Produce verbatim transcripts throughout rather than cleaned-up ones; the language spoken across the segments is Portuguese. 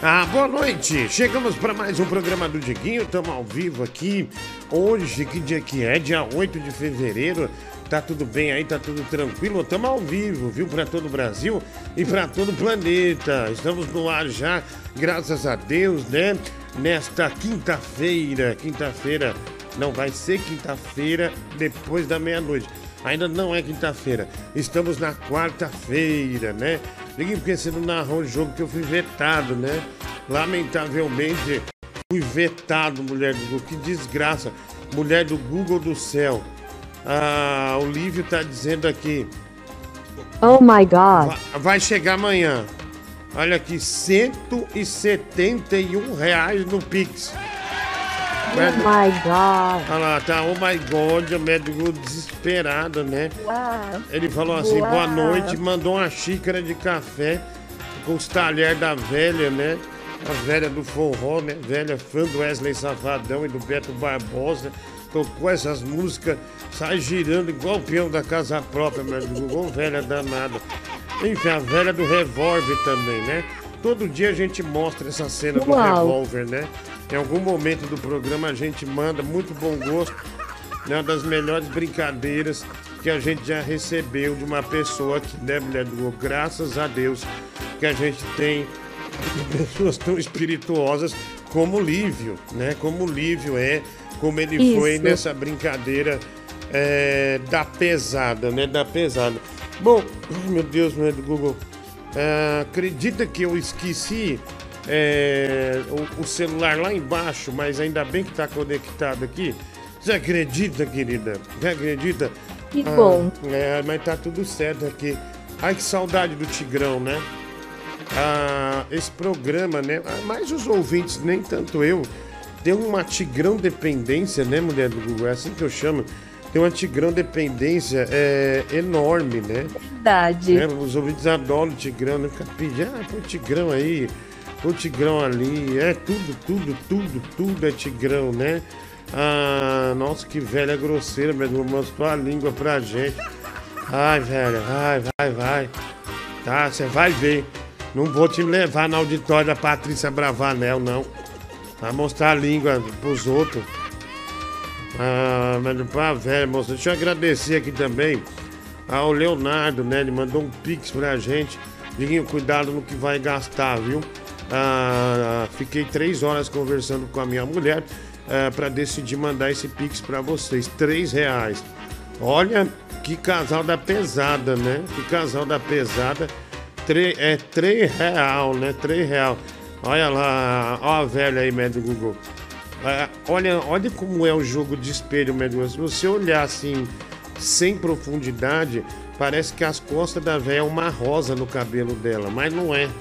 Ah, boa noite. Chegamos para mais um programa do Diguinho. Estamos ao vivo aqui. Hoje, que dia que é? Dia oito de fevereiro. Tá tudo bem aí? Tá tudo tranquilo? Estamos ao vivo, viu? Para todo o Brasil e para todo o planeta. Estamos no ar já, graças a Deus, né? Nesta quinta-feira. Quinta-feira. Não vai ser quinta-feira depois da meia-noite. Ainda não é quinta-feira. Estamos na quarta-feira, né? Ninguém porque você não narrou o jogo que eu fui vetado, né? Lamentavelmente, fui vetado, mulher do Google. Que desgraça. Mulher do Google do céu. Ah, o Lívio tá dizendo aqui. Oh my God. Vai, vai chegar amanhã. Olha aqui, cento e setenta e um reais no Pix. Oh my God. Olha lá, tá, oh my God, o médico desesperado, né? Uau. Ele falou assim, Uau. boa noite, mandou uma xícara de café com os talheres da velha, né? A velha do forró, né? Velha fã do Wesley Safadão e do Beto Barbosa. Tocou essas músicas, sai girando igual o peão da casa própria, médico, igual velha danada. Enfim, a velha do revólver também, né? Todo dia a gente mostra essa cena do Uau. revólver, né? Em algum momento do programa a gente manda, muito bom gosto, né? Uma das melhores brincadeiras que a gente já recebeu de uma pessoa aqui, né, mulher do Google? Graças a Deus que a gente tem pessoas tão espirituosas como o Lívio, né? Como o Lívio é, como ele Isso. foi nessa brincadeira é, da pesada, né? Da pesada. Bom, ai meu Deus, mulher do Google, é, acredita que eu esqueci É, o, o celular lá embaixo, mas ainda bem que tá conectado aqui. Você acredita, querida? Você acredita? Que Ah, bom. É, mas tá tudo certo aqui. Ai, que saudade do Tigrão, né? Ah, esse programa, né? Ah, mais os ouvintes, nem tanto eu. Tem uma Tigrão dependência, né, mulher do Google? É assim que eu chamo. Tem uma Tigrão dependência é, enorme, né? Verdade. É, os ouvintes adoram o Tigrão, né? Fica pedindo, ah, põe o Tigrão aí. O Tigrão ali, é tudo, tudo, tudo, tudo é Tigrão, né? Ah, nossa, que velha grosseira, meu, mostrou a língua pra gente. Ai, velha, vai, vai, vai. Tá, você vai ver. Não vou te levar na auditório da Patrícia Bravanel, não. Vai mostrar a língua pros outros. Ah, mas pra velha, moça, deixa eu agradecer aqui também ao Leonardo, né? Ele mandou um pix pra gente. Diguinho, cuidado no que vai gastar, viu? Ah, fiquei três horas conversando com a minha mulher ah, para decidir mandar esse pix para vocês, três reais. Olha que casal da pesada, né? Que casal da pesada, Tre é três real, né? Três real. Olha lá, ó a velha aí, médico Google. Ah, olha, olha como é o jogo de espelho, médico. Se você olhar assim sem profundidade, parece que as costas da velha é uma rosa no cabelo dela, mas não é.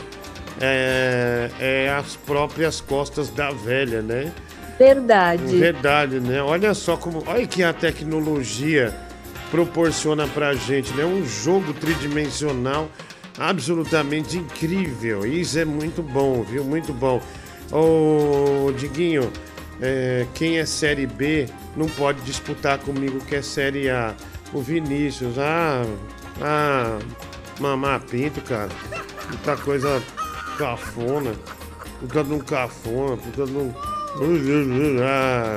É, é as próprias costas da velha, né? Verdade. Verdade, né? Olha só como. Olha que a tecnologia proporciona pra gente, né? Um jogo tridimensional absolutamente incrível. Isso é muito bom, viu? Muito bom. Ô, Diguinho, é, quem é Série B não pode disputar comigo que é Série A. O Vinícius, ah, ah, mamar pinto, cara. Muita coisa. Cafona, por causa de um cafona, por causa de um. Ah,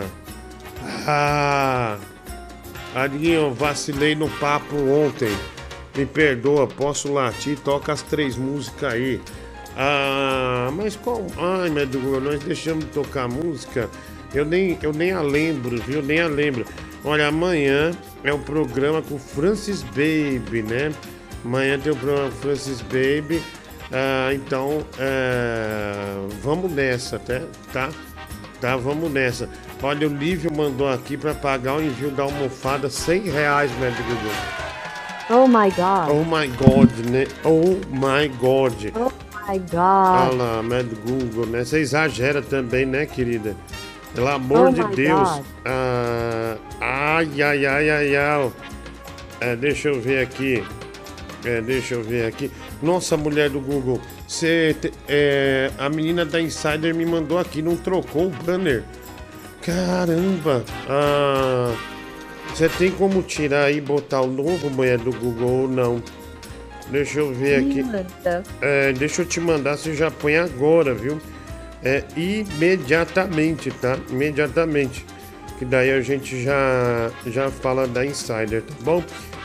ah, Adinho, eu vacilei no papo ontem. Me perdoa, posso latir, toca as três músicas aí. Ah, mas qual. Ai, meu Deus, nós deixamos de tocar música. Eu nem, eu nem a lembro, viu? Nem a lembro. Olha, amanhã é o programa com Francis Baby, né? Amanhã tem o programa com Francis Baby. Ah, então, é, vamos nessa, tá? tá? Tá, vamos nessa. Olha, o Lívio mandou aqui para pagar o envio da almofada cem reais, médico Google. Oh my God. Oh my God, né? Oh my God. Oh my God. Olha lá, médico Google, né? Você exagera também, né, querida? Pelo amor Oh de my Deus. God. Ah, ai, ai, ai, ai, ai. É, deixa eu ver aqui. É, deixa eu ver aqui. Nossa, mulher do Google, cê, é, a menina da Insider me mandou aqui, não trocou o banner. Caramba! Você ah, tem como tirar e botar o novo, mulher do Google, ou não? Deixa eu ver aqui. É, deixa eu te mandar, você já põe agora, viu? É, imediatamente, tá? Imediatamente. Que daí a gente já, já fala da Insider, tá bom?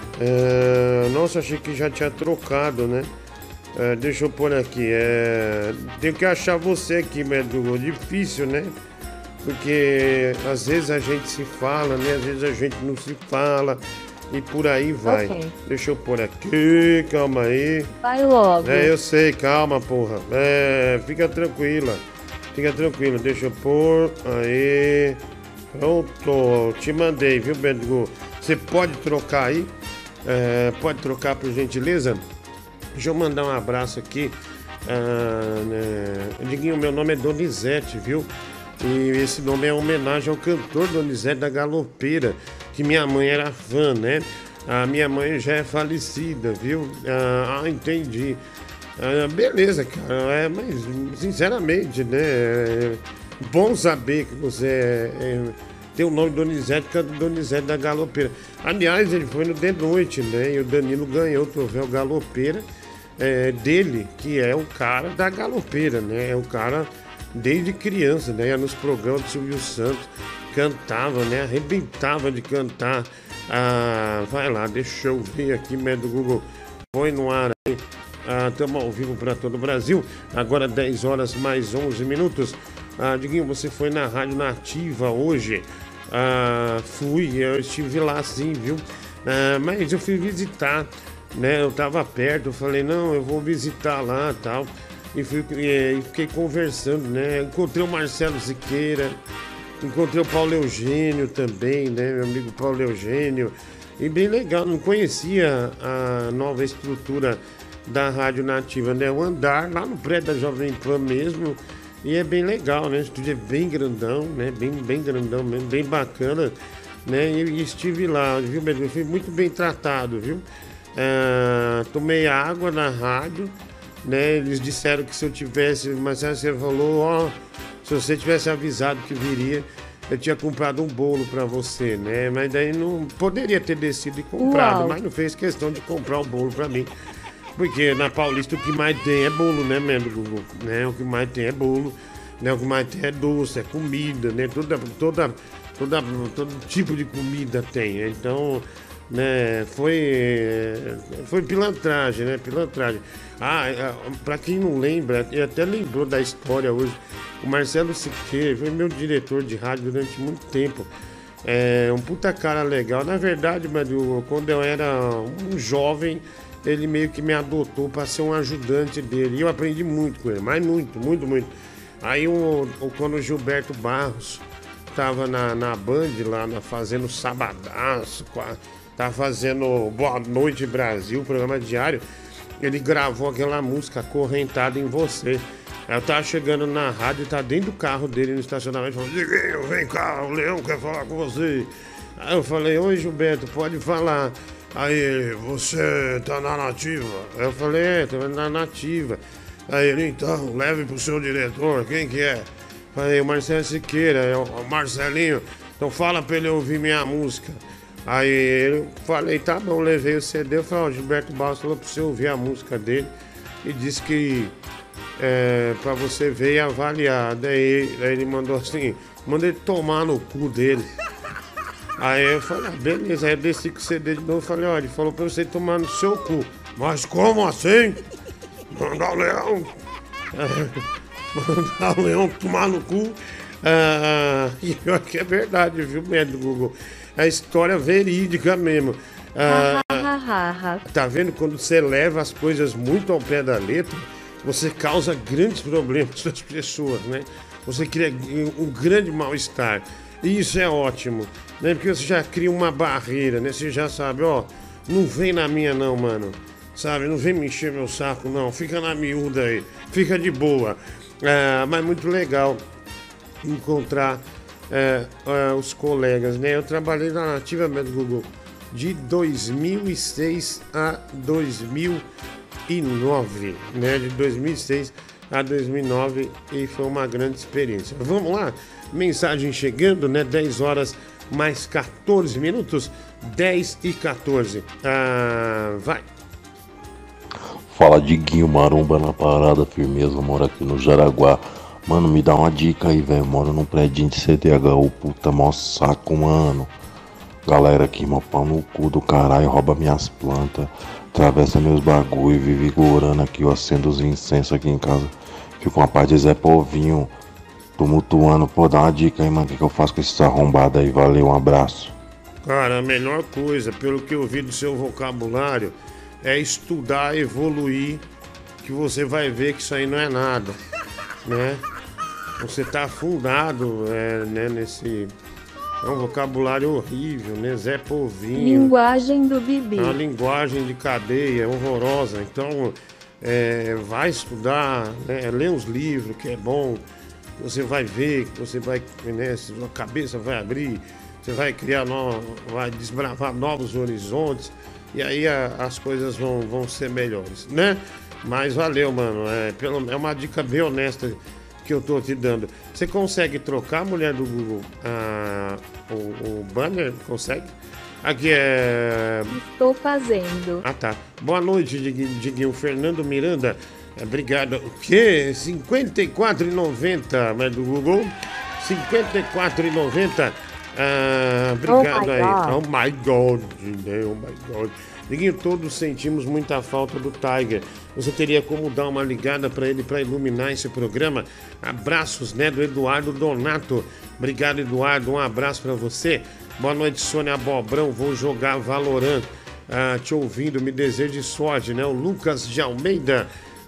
É, nossa, achei que já tinha trocado, né? É, deixa eu pôr aqui. É, tenho que achar você aqui, Medrugo. Difícil, né? Porque às vezes a gente se fala, né? Às vezes a gente não se fala. E por aí vai. Okay. Deixa eu pôr aqui, calma aí. Vai logo. É, eu sei, calma, porra. É, fica tranquila. Fica tranquila, deixa eu pôr. Aí. Pronto. Te mandei, viu, Bedgo? Você pode trocar aí? É, pode trocar, por gentileza? Deixa eu mandar um abraço aqui. Ah, né? Diguinho, meu nome é Donizete, viu? E esse nome é homenagem ao cantor Donizete da Galopeira, que minha mãe era fã, né? A minha mãe já é falecida, viu? Ah, entendi. Ah, beleza, cara. É, mas, sinceramente, né? É bom saber que você é, é, tem o nome Donizete, que é do Donizete da Galopeira. Aliás, ele foi no de noite, né? E o Danilo ganhou o troféu Galopeira é, dele, que é o cara da Galopeira, né? É o cara desde criança, né? Ia nos programas do Silvio Santos, cantava, né? Arrebentava de cantar. Ah, vai lá, deixa eu ver aqui, médio do Google. Põe no ar aí. Estamos ah, ao vivo para todo o Brasil. Agora dez horas mais onze minutos. Ah, Diguinho, você foi na Rádio Nativa hoje? Ah, fui, eu estive lá sim, viu? Ah, mas eu fui visitar, né? Eu tava perto, eu falei, não, eu vou visitar lá e tal. E, fui, e fiquei conversando, né? Encontrei o Marcelo Siqueira, encontrei o Paulo Eugênio também, né? Meu amigo Paulo Eugênio. E bem legal, não conhecia a nova estrutura da Rádio Nativa, né? O andar lá no prédio da Jovem Pan mesmo. E é bem legal, né? O estúdio é bem grandão, né? Bem, bem grandão mesmo, bem bacana, né? E, e estive lá, viu, Pedro? Fui muito bem tratado, viu? Ah, tomei água na rádio, né? Eles disseram que se eu tivesse, mas você falou, ó, se você tivesse avisado que viria, eu tinha comprado um bolo pra você, né? Mas daí não poderia ter descido e comprado, Uau. Mas não fez questão de comprar o bolo pra mim. Porque na Paulista o que mais tem é bolo, né, mesmo, né? O que mais tem é bolo, né? O que mais tem é doce, é comida, né? Toda, toda, toda, todo tipo de comida tem. Então, né, foi, foi pilantragem, né? Pilantragem. Ah, pra quem não lembra, e até lembrou da história hoje, o Marcelo Siqueira foi meu diretor de rádio durante muito tempo. É um puta cara legal. Na verdade, Madu, quando eu era um jovem, ele meio que me adotou para ser um ajudante dele. E eu aprendi muito com ele, mas muito, muito, muito. Aí o, o, quando o Gilberto Barros tava na, na Band, lá na, fazendo Sabadaço, tava fazendo Boa Noite Brasil, programa diário, ele gravou aquela música Correntada em Você. Aí eu tava chegando na rádio, tá dentro do carro dele no estacionamento, falando, Diguinho, vem cá, o Leão quer falar com você. Aí eu falei, oi Gilberto, pode falar. Aí ele, você tá na Nativa? Aí eu falei, é, tô na Nativa. Aí ele, então, leve pro seu diretor, quem que é? Falei, o Marcelo Siqueira, é o Marcelinho, então fala pra ele ouvir minha música. Aí eu falei, tá bom, levei o C D, eu falei, ó, o Gilberto Barros falou pra você ouvir a música dele e disse que é, pra você ver e avaliar. Daí, daí ele mandou assim, manda ele tomar no cu dele. Aí eu falei, ah, beleza, aí eu desci com o C D de novo, falei, ó, ele falou pra você tomar no seu cu. Mas como assim? Mandar o leão. Mandar o leão tomar no cu. Ah, e pior que é verdade, viu, médico Google? É história verídica mesmo. Ah, tá vendo? Quando você leva as coisas muito ao pé da letra, você causa grandes problemas para as pessoas, né? Você cria um grande mal-estar. E isso é ótimo, né? Porque você já cria uma barreira, né? Você já sabe, ó, não vem na minha não, mano. Sabe? Não vem me encher meu saco, não. Fica na miúda aí. Fica de boa. É, mas muito legal encontrar é, é, os colegas, né? Eu trabalhei na Nativa Médio Google de dois mil e seis a dois mil e nove, né? De dois mil e seis a dois mil e nove e foi uma grande experiência. Vamos lá? Mensagem chegando, né? dez horas mais quatorze minutos. dez e quatorze. Ah, vai. Fala Diguinho, maromba na parada, firmeza, moro aqui no Jaraguá. Mano, me dá uma dica aí, velho. Moro num prédio de C D H U, puta, mó saco, mano. Galera aqui, mó pau no cu do caralho, rouba minhas plantas, atravessa meus bagulho, vive gorando aqui, eu acendo os incensos aqui em casa. Fico uma parte de Zé Povinho, tumultuando. Pô, dá uma dica aí, mano, o que, que eu faço com esses arrombados aí? Valeu, um abraço. Cara, a melhor coisa, pelo que eu vi do seu vocabulário, é estudar, evoluir, que você vai ver que isso aí não é nada, né? Você tá afundado é, né, nesse... É um vocabulário horrível, né? Zé Povinho. Linguagem do Bibi. É uma linguagem de cadeia horrorosa. Então, é, vai estudar, né? Lê uns livros, que é bom. Você vai ver, que você vai, né? Sua cabeça vai abrir, você vai criar, no, vai desbravar novos horizontes. E aí a, as coisas vão, vão ser melhores, né? Mas valeu, mano. É, pelo, é uma dica bem honesta que eu tô te dando. Você consegue trocar, mulher do Google, a, o, o banner? Consegue? Aqui é... Estou fazendo. Ah, tá. Boa noite, Diguinho. Diguinho. Fernando Miranda. É, obrigado. O quê? cinquenta e quatro reais e noventa centavos, mulher do Google. cinquenta e quatro reais e noventa centavos. Ah, obrigado Oh my aí. God. Oh my God, né? Oh my God. Diguinho, todos sentimos muita falta do Tiger. Você teria como dar uma ligada para ele para iluminar esse programa? Abraços, né, do Eduardo Donato. Obrigado, Eduardo. Um abraço para você. Boa noite, Sônia Bobrão. Vou jogar Valorant. Ah, te ouvindo, me desejo sorte, né? O Lucas de Almeida.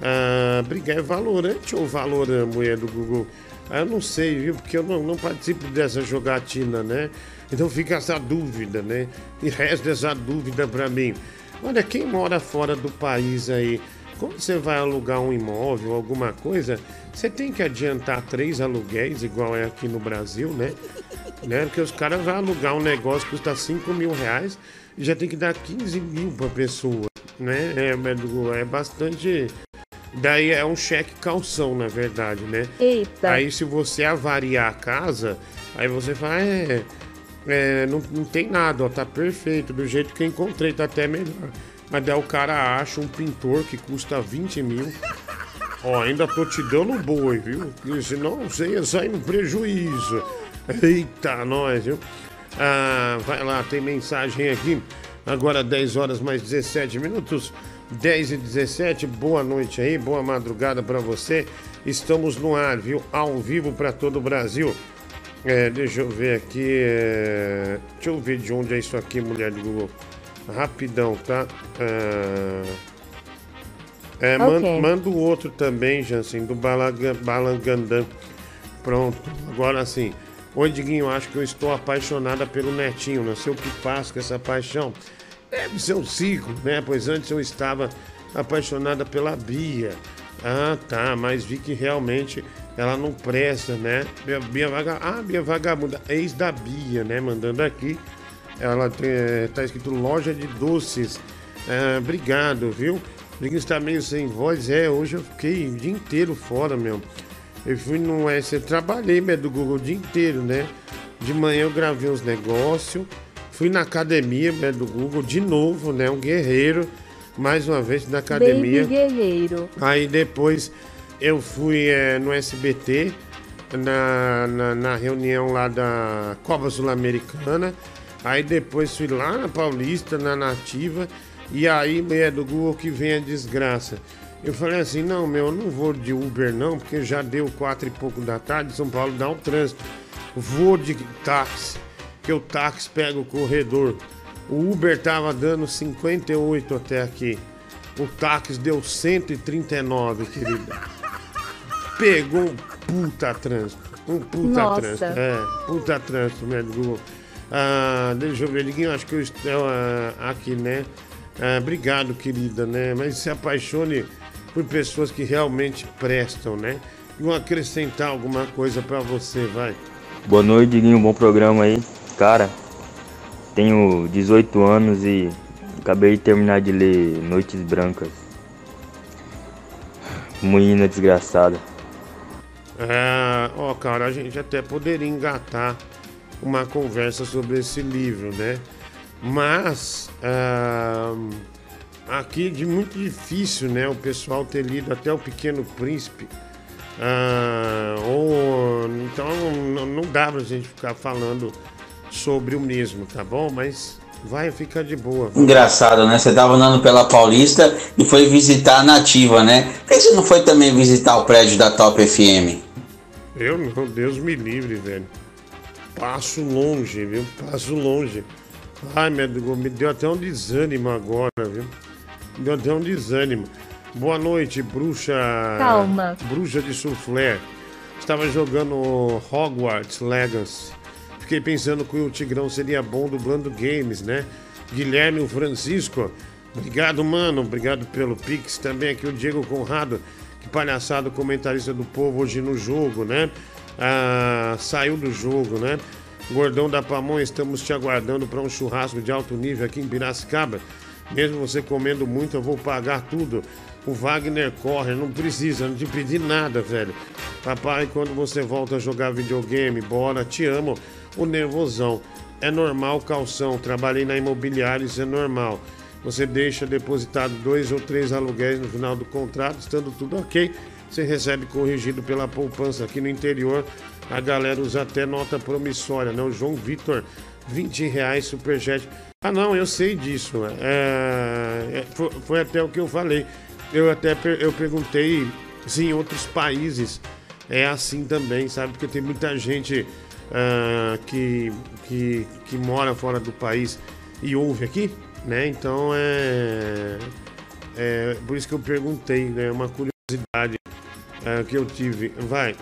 Ah, obrigado. É Valorant ou Valorant, mulher do Google? Ah, eu não sei, viu? Porque eu não, não participo dessa jogatina, né? Então fica essa dúvida, né? E resta essa dúvida pra mim. Olha, quem mora fora do país aí, quando você vai alugar um imóvel, alguma coisa, você tem que adiantar três aluguéis, igual é aqui no Brasil, né? né? Porque os caras vão alugar um negócio que custa cinco mil reais e já tem que dar quinze mil pra pessoa, né? É, é bastante... Daí é um cheque calção, na verdade, né? Eita. Aí se você avariar a casa, aí você fala, é, é não, não tem nada, ó, tá perfeito, do jeito que eu encontrei, tá até melhor. Mas daí o cara acha um pintor que custa vinte mil. Ó, ainda tô te dando boi, viu? Porque senão você ia sair no prejuízo. Eita, nós, viu? Ah, vai lá, tem mensagem aqui. Agora dez horas mais dezessete minutos. dez e dezessete, boa noite aí, boa madrugada pra você. Estamos no ar, viu? Ao vivo pra todo o Brasil. É, deixa eu ver aqui. É... Deixa eu ver de onde é isso aqui, mulher do Google. Rapidão, tá? É, é Ok. man- manda o outro também, Jansen, do Balaga- Balangandã. Pronto, agora sim. Oi, Diguinho, acho que eu estou apaixonada pelo Netinho. Não sei o que faço com essa paixão. Deve ser um ciclo, né? Pois antes eu estava apaixonada pela Bia. Ah, tá, mas vi que realmente ela não presta, né? Bia, Bia Vaga... Ah, Bia Vagabunda, ex da Bia, né? Mandando aqui. Ela tem, é, tá escrito loja de doces. Ah, obrigado, viu? O Diguinho está meio sem voz. É, hoje eu fiquei o dia inteiro fora, meu. Eu fui no S, eu trabalhei, né, do Google o dia inteiro, né? De manhã eu gravei uns negócios. Fui na academia, né, do Google, de novo, né? Um guerreiro, mais uma vez na academia. Baby Guerreiro. Aí depois eu fui é, no S B T, na, na, na reunião lá da Copa Sul-Americana. Aí depois fui lá na Paulista, na Nativa. E aí, mulher do Google, que vem a desgraça. Eu falei assim, não, meu, eu não vou de Uber não, porque já deu quatro e pouco da tarde, São Paulo dá um trânsito. Vou de táxi, que o táxi pega o corredor. O Uber tava dando cinquenta e oito até aqui. O táxi deu cento e trinta e nove, querida. Pegou um puta trânsito. Um puta Nossa. trânsito. É, puta trânsito, né, do Google. Ah, deixa eu ver, Diguinho, acho que eu estou ah, aqui, né? Ah, obrigado, querida, né? Mas se apaixone por pessoas que realmente prestam, né? E vão acrescentar alguma coisa pra você, vai. Boa noite, Diguinho, bom programa aí. Cara, tenho dezoito anos e acabei de terminar de ler Noites Brancas. Menina desgraçada. Ah, ó, cara, a gente até poderia engatar uma conversa sobre esse livro, né? Mas, ah, aqui de muito difícil, né? O pessoal ter lido até o Pequeno Príncipe. Ah, ou, então não, não dá pra gente ficar falando sobre o mesmo, tá bom? Mas vai ficar de boa. Engraçado, né? Você tava andando pela Paulista e foi visitar a Nativa, né? Por que você não foi também visitar o prédio da Top F M? Eu não, Deus me livre, velho. Passo longe, viu? Passo longe. Ai, meu Deus, me deu até um desânimo agora, viu? Me deu até um desânimo. Boa noite, bruxa. Calma. Bruxa de Soufflé. Estava jogando Hogwarts Legacy. Fiquei pensando que o Tigrão seria bom dublando games, né? Guilherme Francisco. Obrigado, mano. Obrigado pelo Pix. Também aqui o Diego Conrado. Que palhaçada, comentarista do Povo hoje no jogo, né? Ah, saiu do jogo, né? Gordão da Pamonha, estamos te aguardando para um churrasco de alto nível aqui em Piracicaba. Mesmo você comendo muito, eu vou pagar tudo. O Wagner corre, não precisa, não te pedir nada, velho. Papai, quando você volta a jogar videogame, bora, te amo. O nervosão. É normal, calção. Trabalhei na imobiliária, isso é normal. Você deixa depositado dois ou três aluguéis no final do contrato, estando tudo ok. Você recebe corrigido pela poupança aqui no interior. A galera usa até nota promissória, né? O João Vitor, vinte reais, superchat. Ah, não, eu sei disso. É, é, foi, foi até o que eu falei. Eu até per, eu perguntei se em outros países é assim também, sabe? Porque tem muita gente uh, que, que, que mora fora do país e ouve aqui, né? Então é, é por isso que eu perguntei, né? Uma curiosidade uh, que eu tive. Vai.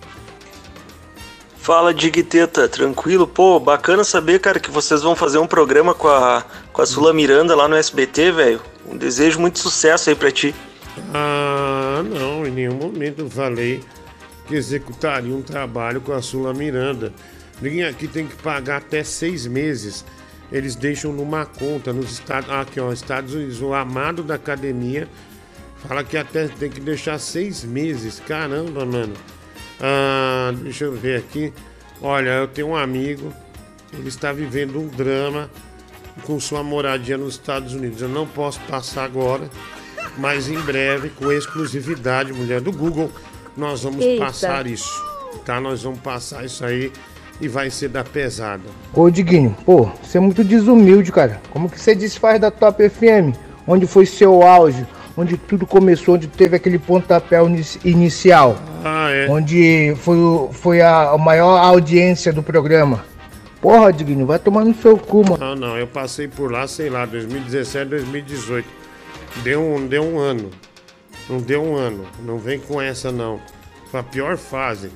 Fala, Digiteta, tranquilo? Pô, bacana saber, cara, que vocês vão fazer um programa com a, com a Sula Miranda lá no S B T, velho. Um desejo muito sucesso aí pra ti. Ah, não, em nenhum momento eu falei que executaria um trabalho com a Sula Miranda. Ninguém aqui tem que pagar até seis meses. Eles deixam numa conta nos Estados... Ah, aqui, ó, Estados Unidos, o amado da academia fala que até tem que deixar seis meses. Caramba, mano. Ah, deixa eu ver aqui. Olha, eu tenho um amigo, ele está vivendo um drama com sua moradia nos Estados Unidos. Eu não posso passar agora, mas em breve, com exclusividade, mulher do Google, nós vamos Eita. passar isso, tá? Nós vamos passar isso aí e vai ser da pesada. Ô Diguinho, pô, você é muito desumilde, cara. Como que você desfaz da Top F M? Onde foi seu auge? Onde tudo começou, onde teve aquele pontapé inicial, ah, é. onde foi, foi a, a maior audiência do programa. Porra, Diguinho, vai tomar no seu cu, mano. Não, não, eu passei por lá, sei lá, dois mil e dezessete, dois mil e dezoito. Deu um, deu um ano. Não deu um ano. Não vem com essa, não. Foi a pior fase.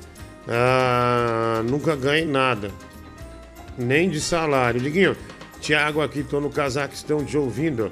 Ah, nunca ganhei nada. Nem de salário. Diguinho, Thiago aqui, tô no Cazaquistão te ouvindo.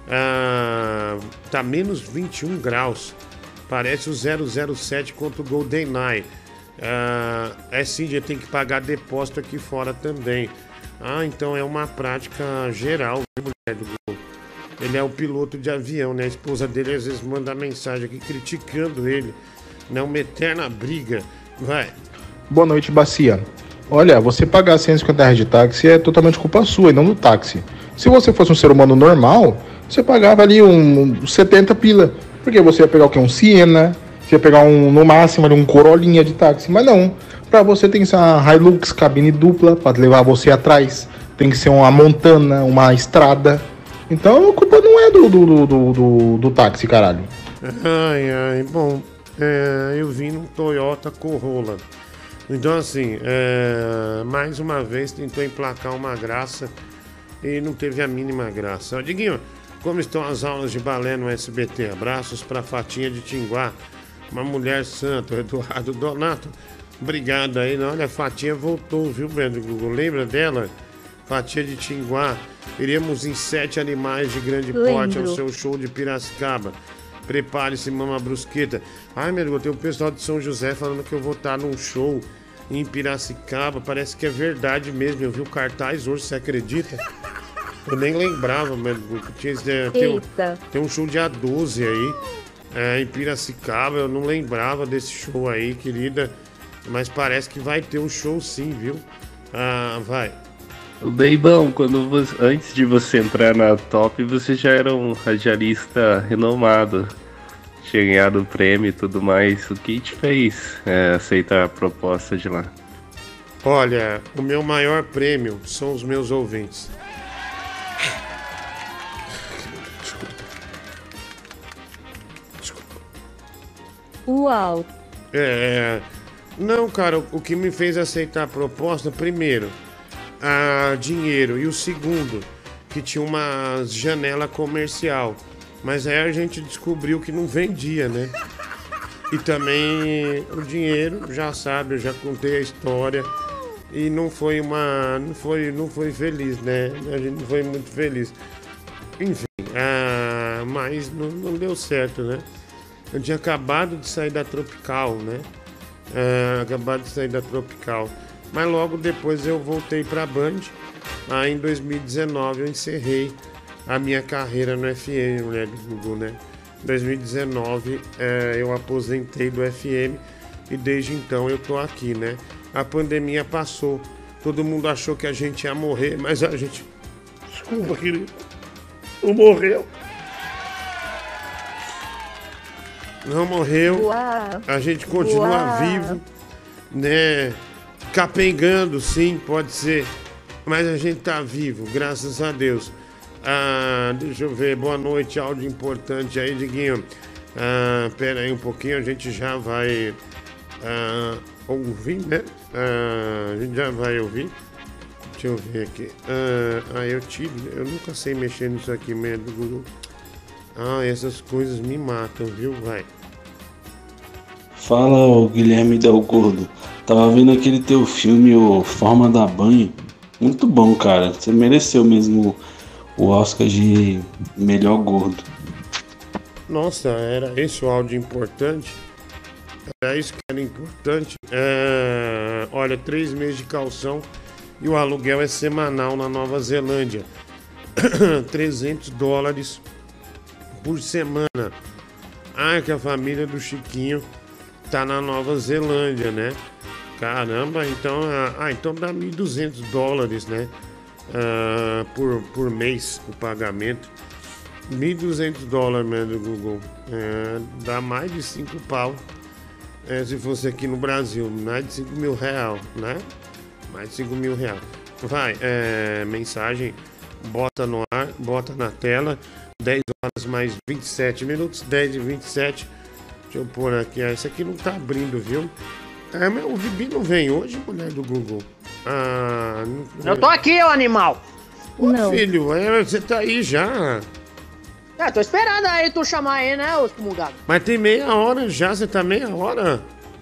Ah, tá menos vinte e um graus. Parece o zero zero sete contra o GoldenEye. Ah, é sim, já tem que pagar depósito aqui fora também. Ah, então é uma prática geral, mulher do Gol. Ele é o piloto de avião, né? A esposa dele às vezes manda mensagem aqui criticando ele. Né? Uma eterna briga. Vai. Boa noite, Bacia. Olha, você pagar cento e cinquenta reais de táxi é totalmente culpa sua e não do táxi. Se você fosse um ser humano normal, você pagava ali um setenta pila. Porque você ia pegar o quê? Um Siena, você ia pegar um, no máximo ali, um Corolinha de táxi. Mas não, pra você tem que ser uma Hilux cabine dupla pra levar você atrás. Tem que ser uma Montana, uma Estrada. Então a culpa não é do, do, do, do, do táxi, caralho. Ai, ai, bom, é, eu vim num Toyota Corolla. Então assim, é, mais uma vez tentou emplacar uma graça e não teve a mínima graça. Diguinho, como estão as aulas de balé no S B T? Abraços pra Fatinha de Tinguá, uma mulher santa, Eduardo Donato. Obrigado aí, olha, a Fatinha voltou, viu, Pedro Google? Lembra dela? Fatia de Tinguá. Iremos em Sete Animais de Grande Lembro. Porte ao seu show de Piracicaba. Prepare-se, mama brusqueta. Ai, meu Deus, tem o pessoal de São José falando que eu vou estar num show em Piracicaba. Parece que é verdade mesmo. Eu vi o cartaz hoje, você acredita? Eu nem lembrava, meu Deus. Tinha, tem, um, tem um show dia doze aí, é, em Piracicaba. Eu não lembrava desse show aí, querida. Mas parece que vai ter um show sim, viu? Ah, vai. Bem bom, quando você, antes de você entrar na top, você já era um radialista renomado. Tinha ganhado o prêmio e tudo mais. O que te fez é, aceitar a proposta de lá? Olha, o meu maior prêmio são os meus ouvintes. Uau. É. Não, cara, o que me fez aceitar a proposta, primeiro, a dinheiro. E o segundo, que tinha uma janela comercial. Mas aí a gente descobriu que não vendia, né? E também o dinheiro, já sabe, eu já contei a história. E não foi uma. Não foi, não foi feliz, né? A gente não foi muito feliz. Enfim, ah, mas não, não deu certo, né? Eu tinha acabado de sair da Tropical, né? Ah, acabado de sair da Tropical. Mas logo depois eu voltei pra Band. Aí em dois mil e dezenove eu encerrei a minha carreira no F M, né? Do Google, né? Em dois mil e dezenove eh, eu aposentei do F M e desde então eu tô aqui, né? A pandemia passou, todo mundo achou que a gente ia morrer, mas a gente... Desculpa, querido. Não morreu. Não morreu. Uau. A gente continua Uau. vivo, né? Capengando, sim, pode ser. Mas a gente tá vivo, graças a Deus. Ah, deixa eu ver, boa noite, áudio importante aí, Diguinho. Ah, pera aí um pouquinho, a gente já vai ah, ouvir, né? Ah, a gente já vai ouvir. Deixa eu ver aqui. Ah, ah, eu tive, eu nunca sei mexer nisso aqui mesmo do Google. Ah, essas coisas me matam, viu? Vai. Fala, ô Guilherme Del Gordo. Tava vendo aquele teu filme, o Forma da Banho. Muito bom, cara. Você mereceu mesmo o Oscar de melhor gordo. Nossa, era esse o áudio importante? Era isso que era importante? É... Olha, três meses de calção e o aluguel é semanal na Nova Zelândia. trezentos dólares por semana. Ah, que a família do Chiquinho tá na Nova Zelândia, né? Caramba, então, ah, então dá mil e duzentos dólares, né? Ah, por, por mês o pagamento. mil e duzentos dólares, né, do Google. É, dá mais de cinco pau. É, se fosse aqui no Brasil, mais de cinco mil real, né? Mais de cinco mil real. Vai, é, mensagem, bota no ar, bota na tela. dez horas mais vinte e sete minutos, dez e vinte e sete. Deixa eu pôr aqui, ah, esse aqui não tá abrindo, viu? É, mas o Bibi não vem hoje, mulher do Google. Ah, não... Eu tô aqui, ô animal. Ô, não. Filho, é, você tá aí já. É, tô esperando aí tu chamar aí, né, ô excomungado? Mas tem meia hora já, você tá meia hora?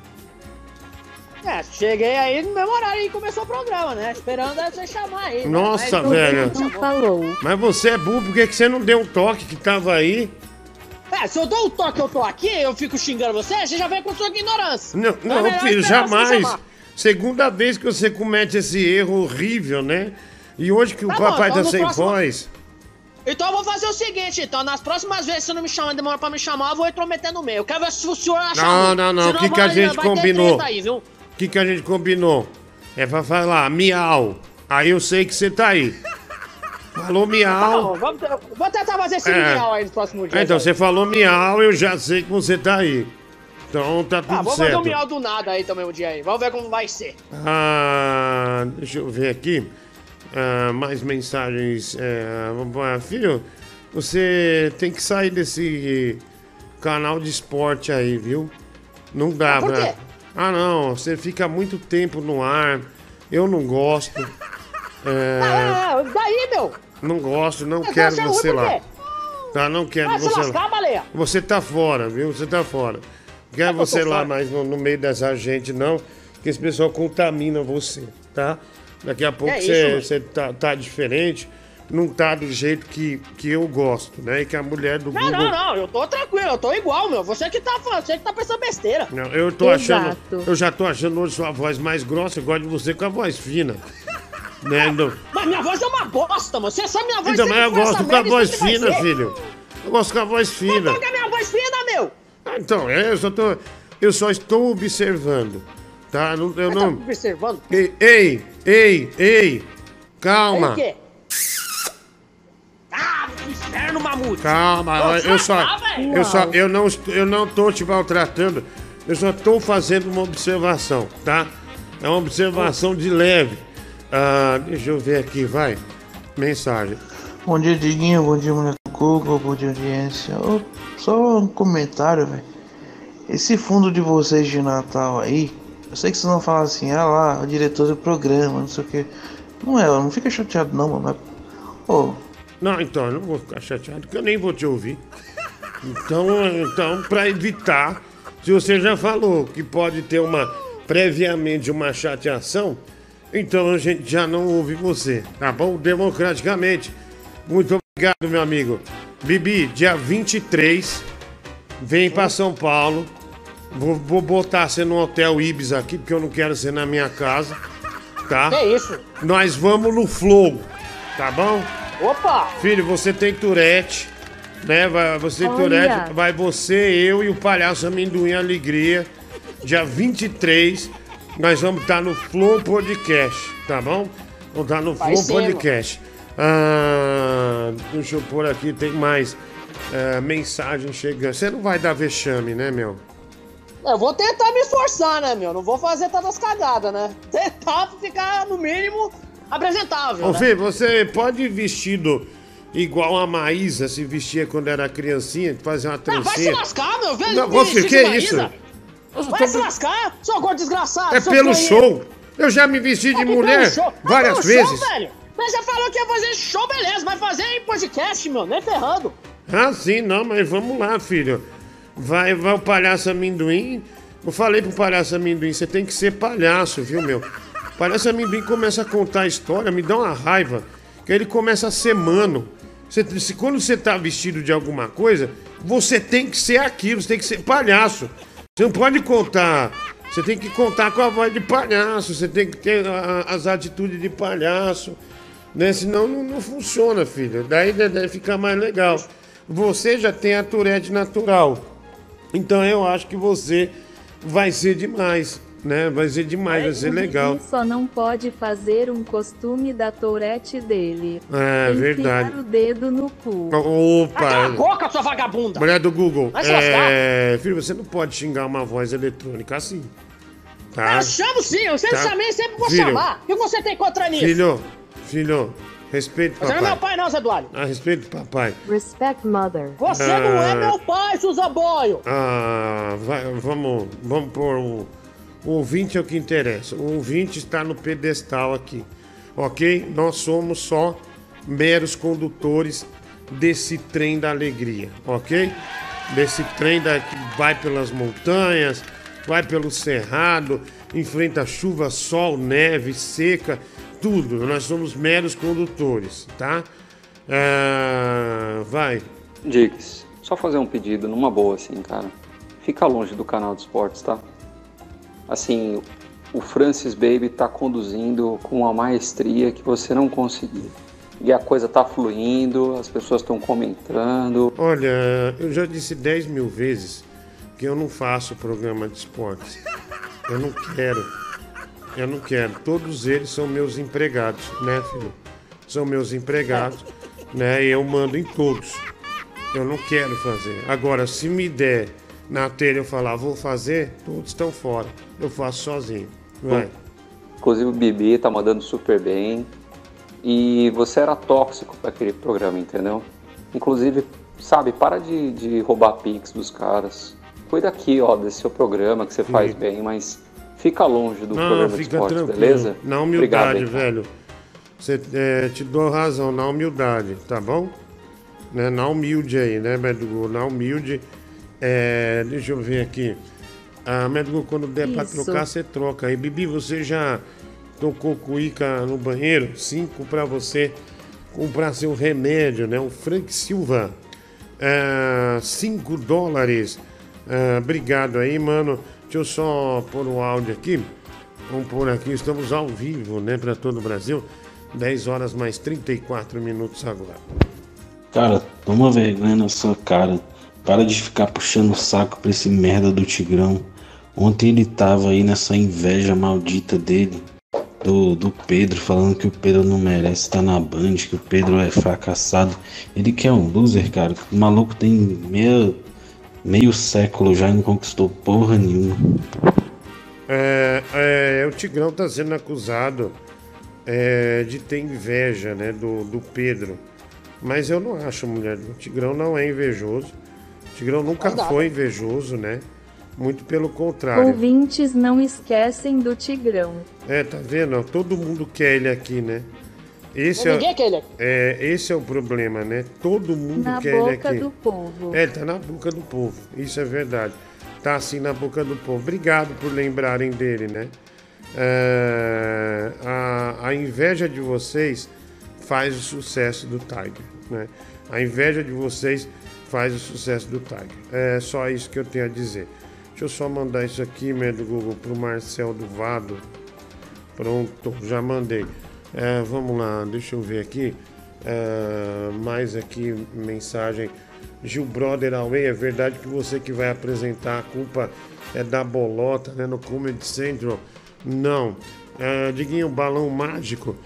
É, cheguei aí no mesmo horário e começou o programa, né? Esperando aí você chamar aí. Nossa, né? velho. Não falou. Mas você é burro, por que que você não deu um toque que tava aí? É, se eu dou um toque eu tô aqui, eu fico xingando você, você já vem com sua ignorância. Não, Então é não, melhor filho, esperar você jamais. chamar. Segunda vez que você comete esse erro horrível, né? E hoje que o Tá bom, papai então tá no sem próximo- voz. Então eu vou fazer o seguinte, então, nas próximas vezes, se você não me chamar, demora pra me chamar, eu vou intrometer no meio. Eu quero ver se o senhor acha Não, ruim. não, não, o Senão que que vai- a gente vai ter combinou? treta aí, viu? O que que a gente combinou? É pra falar miau. Aí eu sei que você tá aí. Falou Tá miau. bom, vamos, vou tentar fazer esse É. miau aí nos próximos dias. Ah, então aí. você falou miau, eu já sei que você tá aí. Então tá Ah, tudo vamos fazer certo. um miau do nada aí também um dia aí. Vamos ver como vai ser. Ah, deixa eu ver aqui. Ah, mais mensagens. É, ah, filho, você tem que sair desse canal de esporte aí, viu? Não dá, Ah, por pra- quê? Ah, não. Você fica muito tempo no ar. Eu não gosto. É, Ah, daí, meu? não gosto, não Mas quero você é ruim você por lá. quê? Tá, não quero Vai se você lascar, lá. baleia. Você tá fora, viu? Você tá fora. Quero que eu tô você lá fora? mais no, no meio dessa gente, não. Que esse pessoal contamina você, tá? Daqui a pouco É isso, você mano. você tá, tá diferente. Não tá do jeito que, que eu gosto, né? E que a mulher do Não, Google... não, não, eu tô tranquilo, eu tô igual, meu. Você que tá falando, você que tá pensando besteira. Não, eu tô achando... Exato. Eu já tô achando hoje sua voz mais grossa. Eu gosto de você com a voz fina. Né? Não- Mas minha voz é uma bosta, mano. Você sabe minha voz Então, mas sempre eu foi essa gosto com a merda, voz isso que vai fina, ser. filho. Eu gosto com a voz fina. Qual que é a minha voz fina, meu? Ah, então, é, eu só tô. Eu só estou observando. Tá? Não, eu Você tá não. observando? Ei, ei, ei, ei! calma. Aí o quê? Ah, que inferno, Mamute. Calma, Ô, eu só, tá, velho. eu só, eu não, eu não tô te maltratando, eu só tô fazendo uma observação, tá? É uma observação de leve. Ah, deixa eu ver aqui, vai. Mensagem. Bom dia, Diguinho, bom dia, mulher Google, bom dia, audiência. Ô, só um comentário, velho. Esse fundo de vocês de Natal aí, eu sei que vocês vão falar assim, ah lá, o diretor do programa, não sei o que. Não é, não fica chateado não, mano. Ô. Não, então, eu não vou ficar chateado, porque eu nem vou te ouvir. Então, então, pra evitar, se você já falou que pode ter uma, previamente, uma chateação, então a gente já não ouve você, tá bom? Democraticamente. Muito obrigado, meu amigo. Bibi, dia vinte e três, vem pra São Paulo. Vou, vou botar você no Hotel Ibis aqui, porque eu não quero ser na minha casa, tá? Que isso? Nós vamos no Flow, tá bom? Opa! Filho, você tem Tourette, né? Vai, você tem Olha. Tourette, vai você, eu e o Palhaço Amendoim Alegria. Dia vinte e três, nós vamos estar no Flow Podcast, tá bom? Vamos estar no Vai Flow ser, Podcast. Ah, deixa eu pôr aqui, tem mais ah, mensagem chegando. Você não vai dar vexame, né, meu? Eu vou tentar me esforçar, né, meu? Não vou fazer tantas cagadas, né? Tentar ficar, no mínimo, apresentável, Ô, né? Fê, você pode ir vestido igual a Maísa se vestia quando era criancinha, fazer uma Ah, vai se trancinha? lascar, meu velho. Não, você, que é isso? Vai se lascar, seu gordo desgraçado. É seu pelo feio. show. Eu já me vesti de É pelo mulher show. É várias pelo vezes. Show, velho. Mas você falou que ia fazer show, beleza, mas fazer em podcast, meu, nem ferrando. Ah, sim, não, mas vamos lá, filho. Vai, vai o Palhaço Amendoim. Eu falei pro Palhaço Amendoim, você tem que ser palhaço, viu, meu? O Palhaço Amendoim começa a contar a história, me dá uma raiva, que aí ele começa a ser mano. Você, se, quando você tá vestido de alguma coisa, você tem que ser aquilo, você tem que ser palhaço. Você não pode contar, você tem que contar com a voz de palhaço, você tem que ter a, as atitudes de palhaço, né? Senão não, não funciona, filho. Daí deve ficar mais legal. Você já tem a Tourette natural, então eu acho que você vai ser demais, né? Vai ser demais, vai ser legal. Ele só não pode fazer um costume da Tourette dele. É, Enfiar verdade. o dedo no cu. Opa! Cala a boca, sua vagabunda. Mulher do Google, Vai se é... filho, você não pode xingar uma voz eletrônica assim, tá? Eu chamo sim, eu sempre Tá. chamei e sempre vou Filho. chamar. O que você tem contra nisso? Filho, filho, respeite Você não é meu papai. pai não, Zé Dualho. Ah, respeite papai. Respect mother. Você Ah. não é meu pai, Suza Boio. Ah, vai, vamos, vamos pôr o, o ouvinte é o que interessa. O ouvinte está no pedestal aqui, ok? Nós somos só meros condutores desse trem da alegria, ok? Desse trem da, que vai pelas montanhas, vai pelo cerrado, enfrenta chuva, sol, neve, seca, tudo. Nós somos meros condutores, tá? Ah, vai. Dix, só fazer um pedido, numa boa assim, cara. Fica longe do canal de esportes, tá? Assim, o Francis Baby tá conduzindo com uma maestria que você não conseguiu. E a coisa tá fluindo, as pessoas estão comentando. Olha, eu já disse dez mil vezes que eu não faço programa de esportes. Eu não quero. Eu não quero. Todos eles são meus empregados, né, filho? São meus empregados, né? E eu mando em todos. Eu não quero fazer. Agora, se me der na telha eu falar, vou fazer, todos estão fora. Eu faço sozinho. Vai. Inclusive o Bibi tá mandando super bem. E você era tóxico para aquele programa, entendeu? Inclusive, sabe, para de, de roubar pix dos caras. Cuida aqui, ó, desse seu programa que você faz Sim. bem, mas fica longe do Não, programa de fica esportes, tranquilo. beleza? Na humildade, Obrigado, velho. Você, é, te dou razão, na humildade, tá bom? Né? Na humilde aí, né, Medgo? Na humilde. É, deixa eu ver aqui. Ah, Medgo, quando der pra Isso. trocar, você troca aí. Bibi, você já tocou cuíca no banheiro? Cinco pra você comprar seu remédio, né? O Frank Silva. Ah, cinco dólares. Ah, obrigado aí, mano. Deixa eu só pôr o áudio aqui. Vamos pôr aqui, estamos ao vivo, né, pra todo o Brasil. dez horas mais trinta e quatro minutos agora. Cara, toma vergonha na sua cara. Para de ficar puxando o saco pra esse merda do Tigrão. Ontem ele tava aí nessa inveja maldita dele. do, do Pedro, falando que o Pedro não merece estar na Band, que o Pedro é fracassado. Ele que é um loser, cara. O maluco tem meio, meio século já e não conquistou porra nenhuma. É, é, o Tigrão tá sendo acusado é, de ter inveja, né, do, do Pedro. Mas eu não acho, mulher. O Tigrão não é invejoso. O Tigrão nunca foi invejoso, né? Muito pelo contrário. Ouvintes não esquecem do Tigrão. É, tá vendo? Todo mundo quer ele aqui, né? Esse Ninguém é, quer ele aqui. é, esse é o problema, né? Todo mundo Na quer ele boca aqui. do povo. É, tá na boca do povo. Isso é verdade. Tá assim na boca do povo. Obrigado por lembrarem dele, né? É, a, a inveja de vocês faz o sucesso do Tiger, né? A inveja de vocês faz o sucesso do Tiger. É só isso que eu tenho a dizer. Deixa eu só mandar isso aqui, meu do Google, pro Marcel do Vado. Pronto, já mandei. É, vamos lá, deixa eu ver aqui. É, mais aqui, mensagem. Gil Brother Away, é verdade que você que vai apresentar, a culpa é da bolota, né, no Comedy Central? Não. É, Diguinho, balão mágico.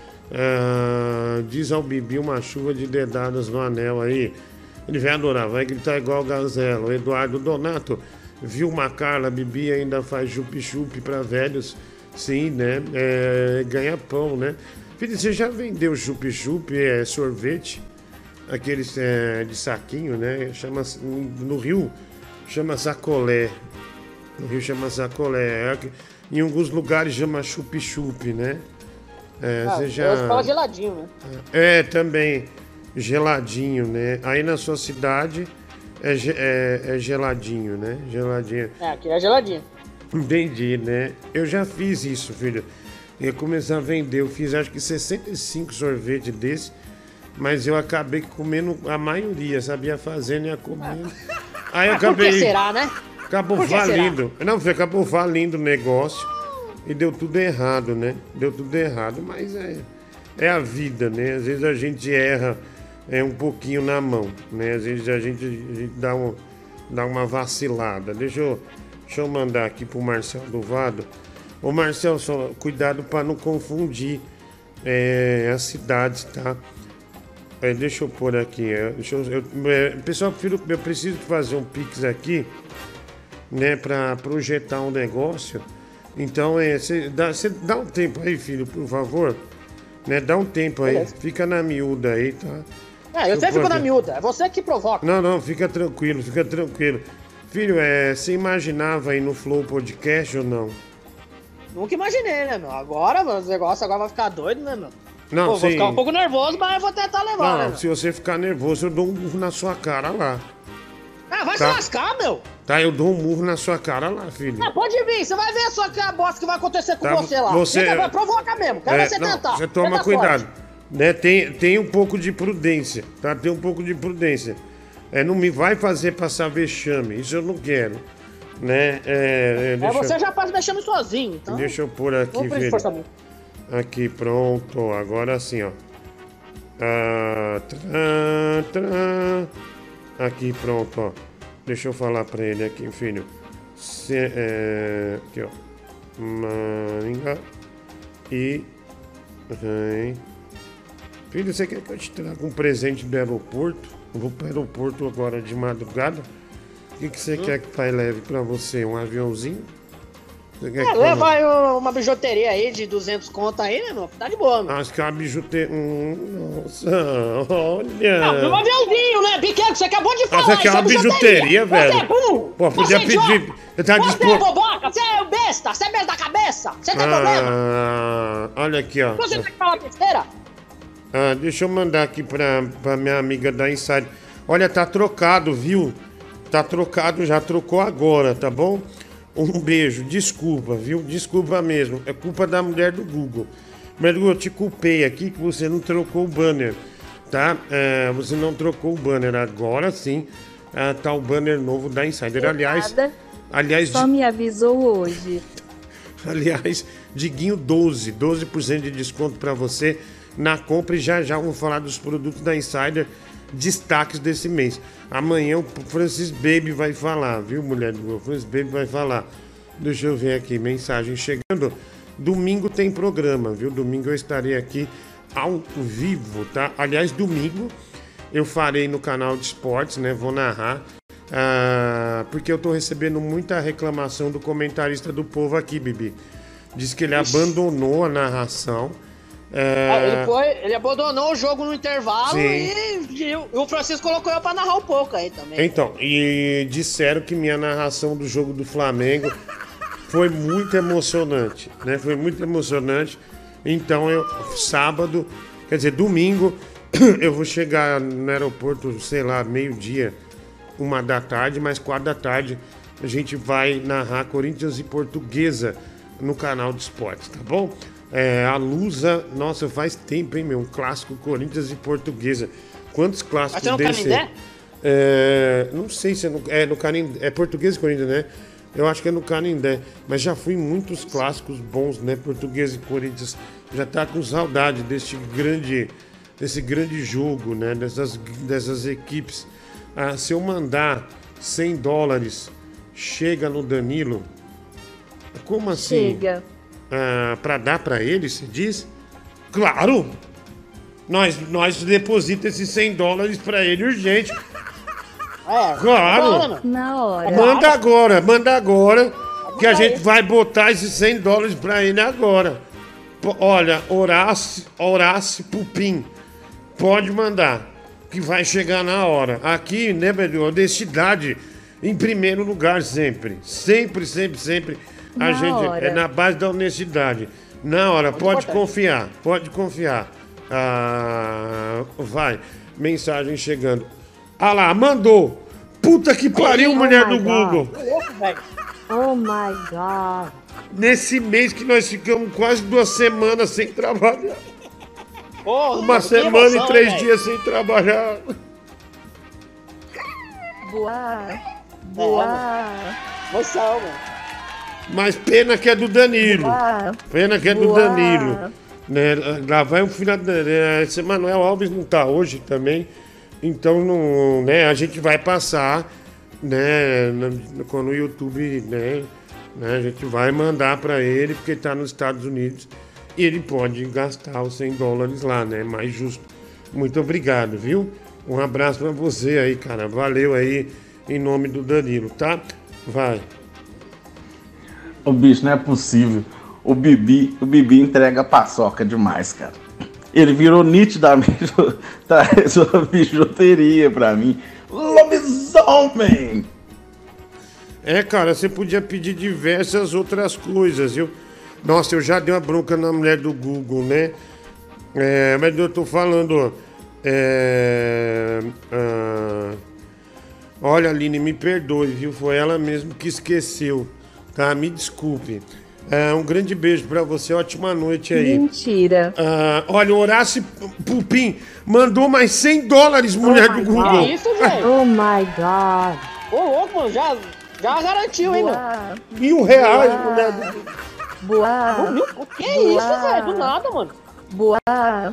É, diz ao Bibi uma chuva de dedadas no anel aí. Ele vai adorar, vai gritar igual o Gazelo. Eduardo Donato, Vilma Carla, Bibi ainda faz chup-chup pra velhos. Sim, né? É, ganha pão, né? Filho, você já vendeu chup-chup, é, sorvete? Aqueles é, de saquinho, né? Chama, no Rio chama sacolé. No Rio chama sacolé. É, em alguns lugares chama chup-chup, né? É, Ah, você já... eu falo geladinho, né? É, também. Geladinho, né? Aí na sua cidade é, ge- é, é geladinho, né? Geladinho. É, aqui é geladinho. Entendi, né? Eu já fiz isso, filho. Eu ia começar a vender. Eu fiz acho que sessenta e cinco sorvetes desse, mas eu acabei comendo a maioria, sabia fazer, ia comendo. Aí eu Ah, por acabei. que será, né? Acabou Por que falindo. Não, filho, acabou falindo o negócio e deu tudo errado, né? Deu tudo errado, mas é, é a vida, né? Às vezes a gente erra é, um pouquinho na mão, né? Às vezes a gente, a gente dá, um, dá uma vacilada. Deixa eu, deixa eu mandar aqui pro Marcel do Vado. Ô Marcel, só cuidado para não confundir é, as cidades, tá? É, deixa eu pôr aqui. É, deixa eu, eu, é, pessoal, eu, prefiro- eu preciso fazer um pix aqui, né, para projetar um negócio. Então, é, você dá, cê dá um tempo aí, filho, por favor. Né, dá um tempo aí. Beleza. Fica na miúda aí, tá? É, eu Deixa sempre fico pôr na aqui. miúda. É você que provoca. Não, não, fica tranquilo, fica tranquilo. Filho, é, você imaginava aí no Flow Podcast ou não? Nunca imaginei, né, meu? Agora, meu, os negócios agora vai ficar doido, né, meu? Não, Pô, vou sim. ficar um pouco nervoso, mas eu vou tentar levar, né, Não, meu? se você ficar nervoso, eu dou um murro na sua cara lá. Ah, vai Tá. se lascar, meu! Tá, eu dou um murro na sua cara lá, filho. Ah, pode vir, você vai ver só que a bosta que vai acontecer com Tá, você lá. você- Tenta, vai, provoca mesmo, quero É, ver você não, tentar. Você toma Tenta cuidado. sorte. Né? Tem, tem um pouco de prudência, tá? Tem um pouco de prudência. É, não me vai fazer passar vexame, isso eu não quero. Né? É, é, É, deixa, você já passa mexendo sozinho, então. deixa eu pôr aqui, Não precisa filho. forçar muito. Aqui, pronto. Agora sim, ó. Ah, tran, tran. Aqui, pronto, ó. Deixa eu falar pra ele aqui, filho. Se- é, aqui, ó. Maringá. E. Vem. Filho, você quer que eu te traga um presente do aeroporto? Eu vou pro aeroporto agora de madrugada. O que, que você Hum? quer que o pai leve pra você? Um aviãozinho? Você quer É, que leva eu- aí uma bijuteria aí de duzentos conto aí, né, meu? Tá de boa, meu. Acho que é uma bijuteria. Hum, nossa, olha. Não, um aviãozinho, né? Pequeno, você acabou de falar. Essa aqui é isso uma bijuteria, velho. Você é burro. Pô, podia você é idiota. pedir. Você tá Você é disposto. boboca, você é besta, você é besta da cabeça. Você tem problema. Ah, olha aqui, ó. Você tem que falar besteira. Ah, deixa eu mandar aqui pra, pra minha amiga da Inside. Olha, tá trocado, viu? Tá trocado, já trocou agora, tá bom? Um beijo, desculpa, viu? Desculpa mesmo. É culpa da mulher do Google. Mas eu te culpei aqui que você não trocou o banner, tá? É, você não trocou o banner. Agora sim, ah, tá o banner novo da Insider. Aliás, Errada. aliás, Só me avisou hoje. Aliás, Diguinho doze, doze por cento de desconto para você na compra e já já vamos falar dos produtos da Insider, destaques desse mês. Amanhã o Francis Baby vai falar, viu, mulher do meu? Francis Baby vai falar. Deixa eu ver aqui, mensagem chegando. Domingo tem programa, viu? Domingo eu estarei aqui ao vivo, tá? Aliás, domingo eu farei no canal de esportes, né? Vou narrar. Ah, porque eu tô recebendo muita reclamação do comentarista do Povo aqui, Bibi. Diz que ele Ixi. abandonou a narração. É... Ele, foi, ele abandonou o jogo no intervalo e, e o Francisco colocou eu pra narrar um pouco aí também. Então, e disseram que minha narração do jogo do Flamengo foi muito emocionante, né? Foi muito emocionante. Então, eu, sábado, quer dizer, domingo, eu vou chegar no aeroporto, sei lá, meio-dia, uma da tarde, mas quatro da tarde a gente vai narrar Corinthians e Portuguesa no canal de esportes, tá bom? É, a Lusa, nossa, faz tempo, hein, meu? Um clássico Corinthians e Portuguesa. Quantos clássicos Mas desse? no Canindé? É, não sei se é no, é no Canindé. É Portuguesa e Corinthians, né? Eu acho que é no Canindé. Mas já fui em muitos clássicos bons, né? Portuguesa e Corinthians. Já tá com saudade desse grande, desse grande jogo, né? Dessas, dessas equipes. Ah, se eu mandar cem dólares, chega no Danilo. Como assim? Chega. Ah, para dar para ele, se diz? Claro! Nós, nós depositamos esses cem dólares para ele urgente. É, claro! Na hora. Manda agora, manda agora, que a gente vai botar esses cem dólares para ele agora. P- olha, Horácio, Horácio Pupim, pode mandar, que vai chegar na hora. Aqui, né, meu, honestidade em primeiro lugar sempre. Sempre, sempre, sempre. A Na gente hora. é na base da honestidade. Na hora, pode confiar, pode confiar. Ah, vai, mensagem chegando. Ah lá, mandou. Puta que pariu, Oh mulher my do God. Google. Oh my God. Nesse mês que nós ficamos quase duas semanas sem trabalhar. Porra, Uma que semana emoção, e três hein, dias sem trabalhar. Boa. Boa. Emoção, mano. Mas pena que é do Danilo. Boa. Pena que é do Boa. Danilo. Né? Lá vai o filho da. Né? Esse Manuel Alves não tá hoje também. Então não, né? A gente vai passar, né? na- Quando o YouTube, né? né, A gente vai mandar pra ele, porque tá nos Estados Unidos. E ele pode gastar os cem dólares lá, né? Mais justo. Muito obrigado, viu? Um abraço pra você aí, cara. Valeu aí, em nome do Danilo, tá? Vai. Ô bicho, não é possível. O Bibi, o Bibi entrega paçoca demais, cara. Ele virou nitidamente traz uma bijuteria pra mim. Lobisomem! É, cara, você podia pedir diversas outras coisas, viu? Nossa, eu já dei uma bronca na mulher do Google, né? É, mas eu tô falando. É, ah, olha, Aline, me perdoe, viu? Foi ela mesmo que esqueceu, tá? Me desculpe. É, um grande beijo pra você, ótima noite aí. Mentira. Ah, olha, o Horácio Pupim mandou mais cem dólares, mulher do Google. Que isso, velho? Oh my God. Ô, louco, mano, já, já garantiu, hein, mano? Boa. Mil reais, Boa. mulher do Google. Boa. Ô, meu, que Boa. isso, velho? Do nada, mano. Boa.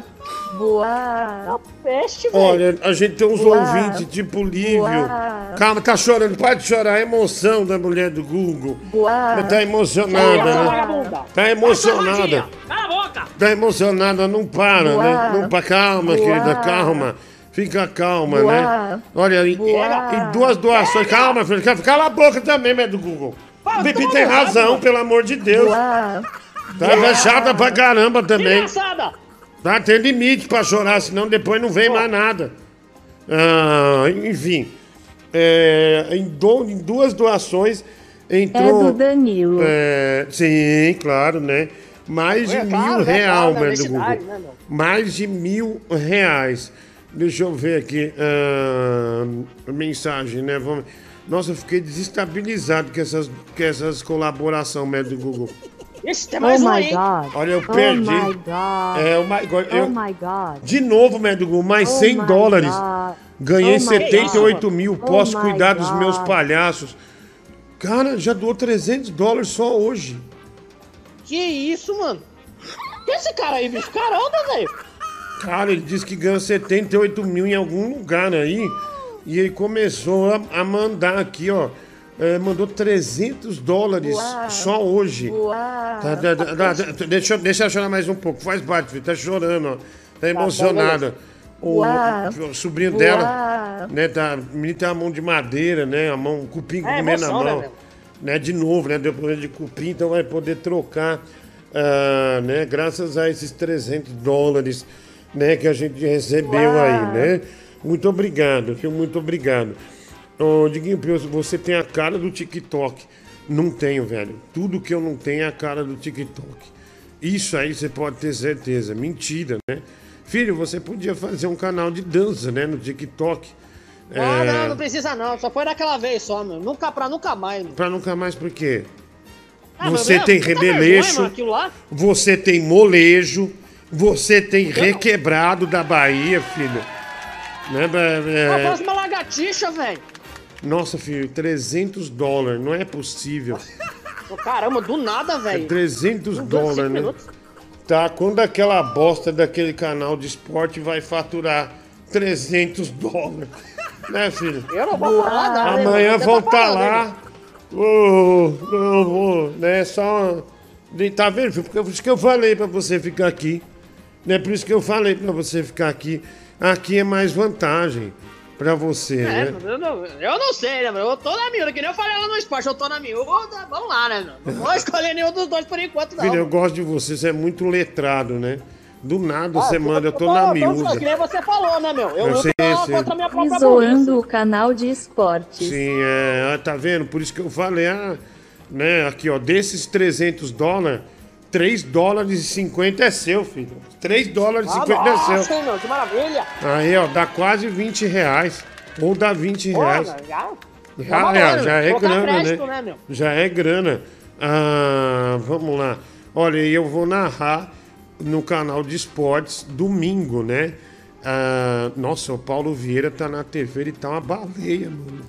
Boa. Tá peste, velho. Olha, a gente tem uns Boa. ouvintes tipo Lívio. Boa. Calma, tá chorando, pode chorar. A emoção da mulher do Google. Boa. Tá emocionada, Essa né? vagabunda. Tá emocionada. Cala a boca. Tá emocionada, não para, Boa. né? Não para, calma, Boa. querida, calma. Fica calma, Boa. né? Olha, em, Boa. em duas doações. Calma, filho. Cala a boca também, mulher do Google. O Bibi tem razão, pelo amor de Deus. Boa. Tá chata pra caramba também. Engraçada. Tá, tem limite pra chorar, senão depois não vem mais nada. Ah, enfim. É, em, do- em duas doações É entrou. do Danilo. é, sim, claro, né? Mais de É mil claro, né? real, Claro, na meu do honestidade, Google. né, meu? Mais de mil reais. Deixa eu ver aqui. ah, a mensagem, né? Vamos... Nossa, eu fiquei desestabilizado com essas, com essas colaborações, meu do Google. Ixi, tem mais Oh um my aí. God. Olha, eu Oh perdi. my God. É, o my God, eu- Oh my God. De novo, Médico, mais Oh cem my dólares. God. Ganhei Oh my setenta e oito God. mil. Oh Posso my cuidar dos God. meus palhaços. Cara, já doou trezentos dólares só hoje. Que isso, mano? Que esse cara aí, bicho? Caramba, velho. Cara, ele disse que ganhou setenta e oito mil em algum lugar aí. E ele começou a, a mandar aqui, ó. é, mandou trezentos dólares Uau. só hoje. Uau. Tá, tá, tá, tá, deixa, eu- deixa eu chorar mais um pouco. Faz parte, filho. Tá chorando, ó. Tá emocionada. O, Uau. o sobrinho Uau. dela, né? Tá, o menino tem a mão de madeira, né? A mão, um cupim É comendo na emoção, né, mão. meu? Né, de novo, né? Deu problema de cupim, então vai poder trocar, ah, né? Graças a esses trezentos dólares, né? Que a gente recebeu Uau. aí, né? Muito obrigado, viu? Muito obrigado. Ô, Diguinho Pioso, você tem a cara do TikTok. Não tenho, velho. Tudo que eu não tenho é a cara do TikTok. Isso aí você pode ter certeza. Mentira, né? Filho, você podia fazer um canal de dança, né? No TikTok. Ah, É, não, não precisa não. Só foi daquela vez só, meu. Nunca pra nunca mais, meu. Pra nunca mais, por quê? Ah, Você meu, tem puta rebeleixo, vergonha, mano, aquilo lá. você tem molejo, você tem requebrado da Bahia, filho. Né, é, Ah, parece uma lagartixa, velho. Nossa, filho, trezentos dólares, não é possível. Ô, Caramba, do nada, É velho. trezentos Não deu cinco dólares, né? minutos. Tá, quando aquela bosta daquele canal de esporte vai faturar trezentos dólares, né, filho? Eu não vou falar nada, né, Amanhã mano? vão Você tá estar falando, lá. né, Ô, não vou, né? Só. Tá vendo, filho? Porque por isso que eu falei pra você ficar aqui. Né? Por isso que eu falei pra você ficar aqui. Aqui é mais vantagem pra você, É, né? mas eu não, eu não sei, né, mano? Eu tô na miúda, que nem eu falei lá no esporte, eu tô na miúda. Vamos lá, né, mano? Não vou escolher nenhum dos dois por enquanto, não. Filho, eu mano. gosto de você, você é muito letrado, né? Do nada Ah, você manda, eu tô na eu tô- miúda. Que nem você falou, né, meu? Eu Eu luto sei, contra sei. a minha própria burrice. Zoando o canal de esportes. Sim, é, ah, tá vendo? Por isso que eu falei, ah, né, aqui, ó, desses trezentos dólares, três dólares e cinquenta é seu, filho. três dólares e Ah, cinquenta é nossa, seu. hein, meu, que maravilha. Aí, ó, dá quase vinte reais. Ou dá vinte Pô, reais. já, já, Já, valor, é, já é colocar grana, crédito, né? né, meu? Já é grana. Ah, vamos lá. Olha, eu vou narrar no canal de esportes domingo, né? Ah, nossa, o Paulo Vieira tá na T V, ele tá uma baleia, mano.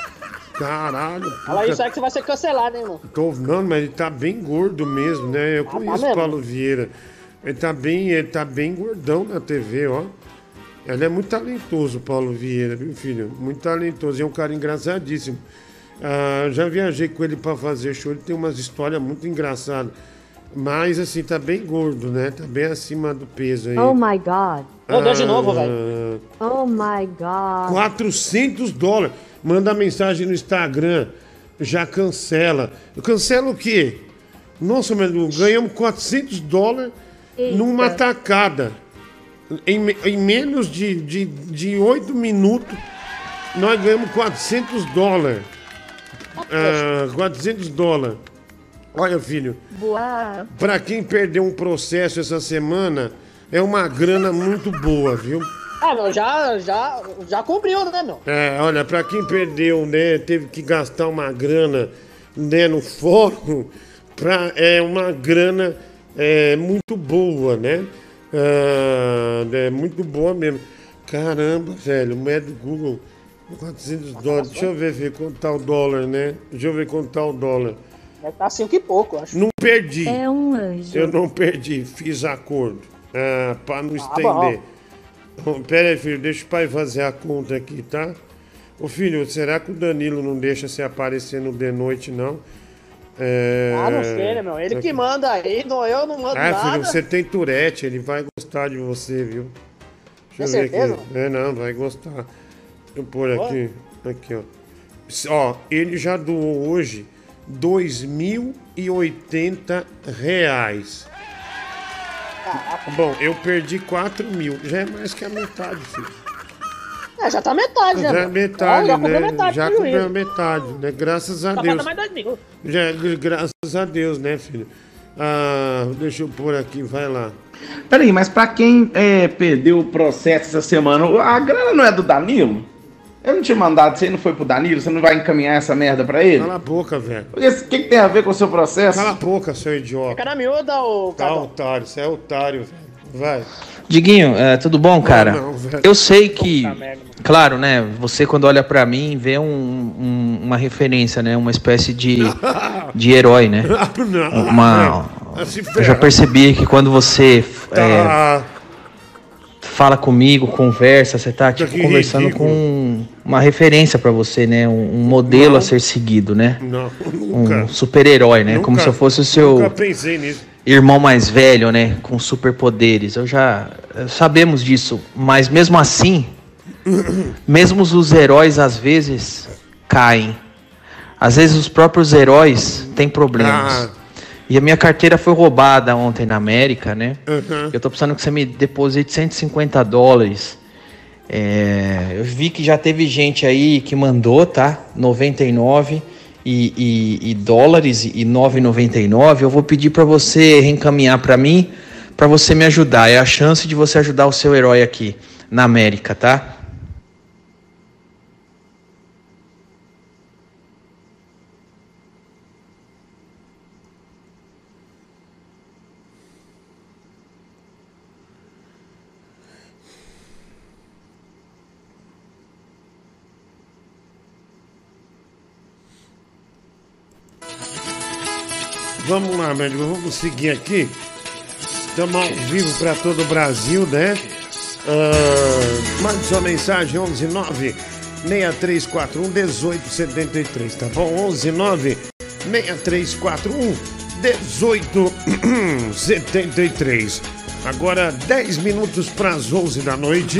Caralho. Fala puta- isso aí que você vai ser cancelado, hein, mano? Tô, não, mas ele tá bem gordo mesmo, né? Eu tá conheço o mesmo? Paulo Vieira. Ele tá bem, ele tá bem gordão na T V, ó. Ele é muito talentoso, o Paulo Vieira, viu, filho? Muito talentoso. E é um cara engraçadíssimo. Ah, já viajei com ele pra fazer show. Ele tem umas histórias muito engraçadas. Mas, assim, tá bem gordo, né? Tá bem acima do peso aí. Oh my god. Meu Deus, de novo, Ah, velho. Oh my god. quatrocentos dólares. Manda mensagem no Instagram. Já cancela. Cancela o quê? Nossa, meu, ganhamos quatrocentos dólares Eita. numa tacada. Em, me- em menos de, de, de oito minutos, nós ganhamos quatrocentos dólares. Ah, quatrocentos dólares. Olha, filho, Boa. pra quem perdeu um processo essa semana, é uma grana muito boa, viu? Ah, meu, já, já, já cumpriu, né, meu? É, olha, pra quem perdeu, né, teve que gastar uma grana, né, no fórum, pra, é uma grana é, muito boa, né? Ah, é muito boa mesmo. Caramba, velho, moeda do Google, quatrocentos dólares. Deixa eu ver, ver quanto tá o dólar, né? Deixa eu ver quanto tá o dólar. Deve estar cinco e pouco, eu acho. Não perdi. É um anjo. Eu não perdi, fiz acordo. Ah, pra não Ah, estender. Bom, pera aí, filho, deixa o pai fazer a conta aqui, tá? Ô filho, será que o Danilo não deixa você aparecer no de noite, não? É... Ah, não sei, né, meu? Ele que manda aí, não, eu não mando Ah, nada. filho, você tem Tourette, ele vai gostar de você, viu? Deixa Tem eu ver certeza? aqui. É, não, vai gostar. Deixa eu pôr aqui. Aqui, ó. Ó, ele já doou hoje dois mil e oitenta reais. Bom, eu perdi quatro mil. Já é mais que a metade, filho. É, já tá metade, né? Já é meu? metade, já comprou né? metade Já do comprou juízo. metade, né? Graças a Só Deus. falta mais dois mil. Já, é graças a Deus, né, filho? Ah, deixa eu pôr aqui, vai lá. Peraí, mas pra quem é, perdeu o processo essa semana, a grana não é do Danilo? Eu não tinha mandado, você não foi pro Danilo? Você não vai encaminhar essa merda pra ele? Cala a boca, velho. O que, que, que tem a ver com o seu processo? Cala a boca, seu idiota. Fica na miúda, ô Tá, Cadão. otário, você é otário, velho. Vai. Diguinho, é, tudo bom, cara? Não, não, velho. Eu sei que, claro, né? Você quando olha pra mim vê um- um- uma referência, né? Uma espécie de, de herói, né? Não, Uma, velho. Se eu já ferra. percebi que quando você é, Tá. fala comigo, conversa, você tá tipo Que conversando ridículo. com uma referência pra você, né? Um, um modelo Não. a ser seguido, né? Não, nunca. Um super-herói, né? Nunca, Como se eu fosse o seu nunca pensei nisso. irmão mais velho, né? Com superpoderes. Eu já... Sabemos disso, mas mesmo assim, mesmo os heróis às vezes caem. Às vezes os próprios heróis têm problemas. Ah. E a minha carteira foi roubada ontem na América, né? Uhum. Eu tô precisando que você me deposite cento e cinquenta dólares. É, eu vi que já teve gente aí que mandou, tá? noventa e nove e, e, e dólares e nove reais e noventa e nove. Eu vou pedir para você reencaminhar para mim, para você me ajudar. É a chance de você ajudar o seu herói aqui na América, tá? Vamos lá, médico, vamos seguir aqui. Estamos ao vivo para todo o Brasil, né? Uh, mande sua mensagem onze nove seis três quatro um um oito sete três, tá bom? onze nove seis três quatro um um oito sete três. Agora dez minutos para as onze da noite.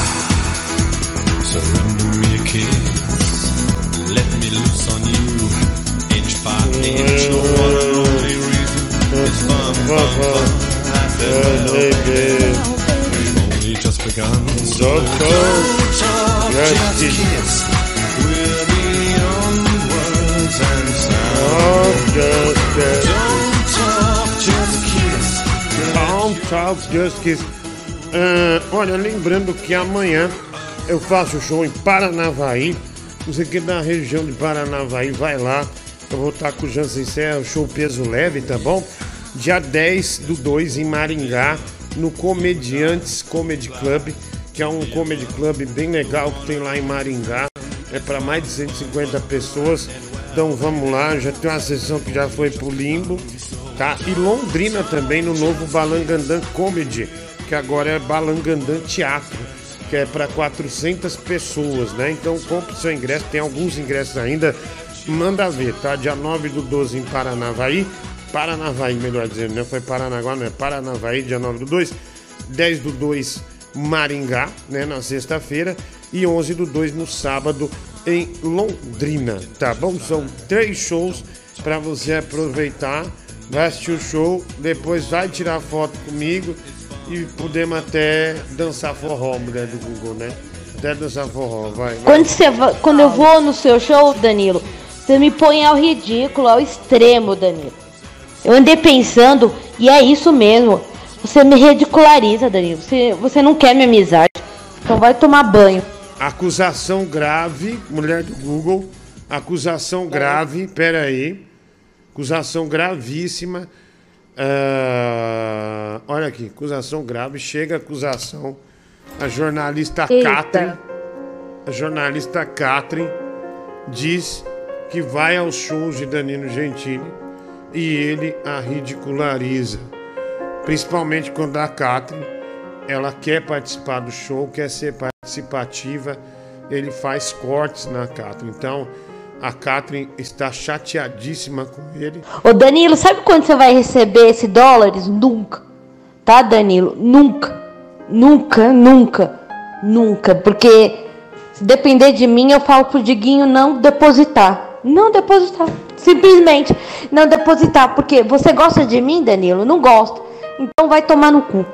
Surrender me a kiss. Let me loose on you. Inch by inch, no one only reason. It's fun, fun, fun. I said no, we've only just begun. So don't talk, just kiss. We're beyond words and sound. Don't talk, just kiss. Don't talk, just kiss. Uh, olha, lembrando que amanhã eu faço show em Paranavaí. Você que é da região de Paranavaí, vai lá. Eu vou estar com o Jansen Serra, show peso leve, tá bom? Dia dez do dois em Maringá, no Comediantes Comedy Club, que é um comedy club bem legal que tem lá em Maringá. É para mais de cento e cinquenta pessoas. Então vamos lá, já tem uma sessão que já foi pro Limbo, tá? E Londrina também, no novo Balangandã Comedy, que agora é Balangandã Teatro, que é para quatrocentas pessoas, né? Então compre seu ingresso, tem alguns ingressos ainda, manda ver, tá? Dia nove do doze em Paranavaí, Paranavaí, melhor dizendo, né? Foi Paranaguá, não é Paranavaí, dia nove do dois, dez do dois Maringá, né? Na sexta-feira, e onze do dois no sábado em Londrina, tá bom? São três shows para você aproveitar, vai assistir o show, depois vai tirar foto comigo e podemos até dançar forró, mulher do Google, né? Até dançar forró, vai. vai. Quando, você va- quando eu vou no seu show, Danilo, você me põe ao ridículo, ao extremo, Danilo. Eu andei pensando, e é isso mesmo. Você me ridiculariza, Danilo. Você, você não quer minha amizade. Então vai tomar banho. Acusação grave, mulher do Google. Acusação grave, peraí. Acusação gravíssima. Uh, olha aqui, acusação grave. Chega a acusação. A jornalista Catherine. A jornalista Catherine diz que vai aos shows de Danilo Gentili e ele a ridiculariza. Principalmente quando a Catherine, ela quer participar do show, quer ser participativa, ele faz cortes na Catherine. Então, a Catherine está chateadíssima com ele. Ô Danilo, sabe quando você vai receber esse dólares? Nunca. Tá, Danilo? Nunca. Nunca, nunca, nunca. Porque se depender de mim, eu falo pro Diguinho não depositar. Não depositar. Simplesmente não depositar. Porque você gosta de mim, Danilo? Não gosta. Então vai tomar no cu.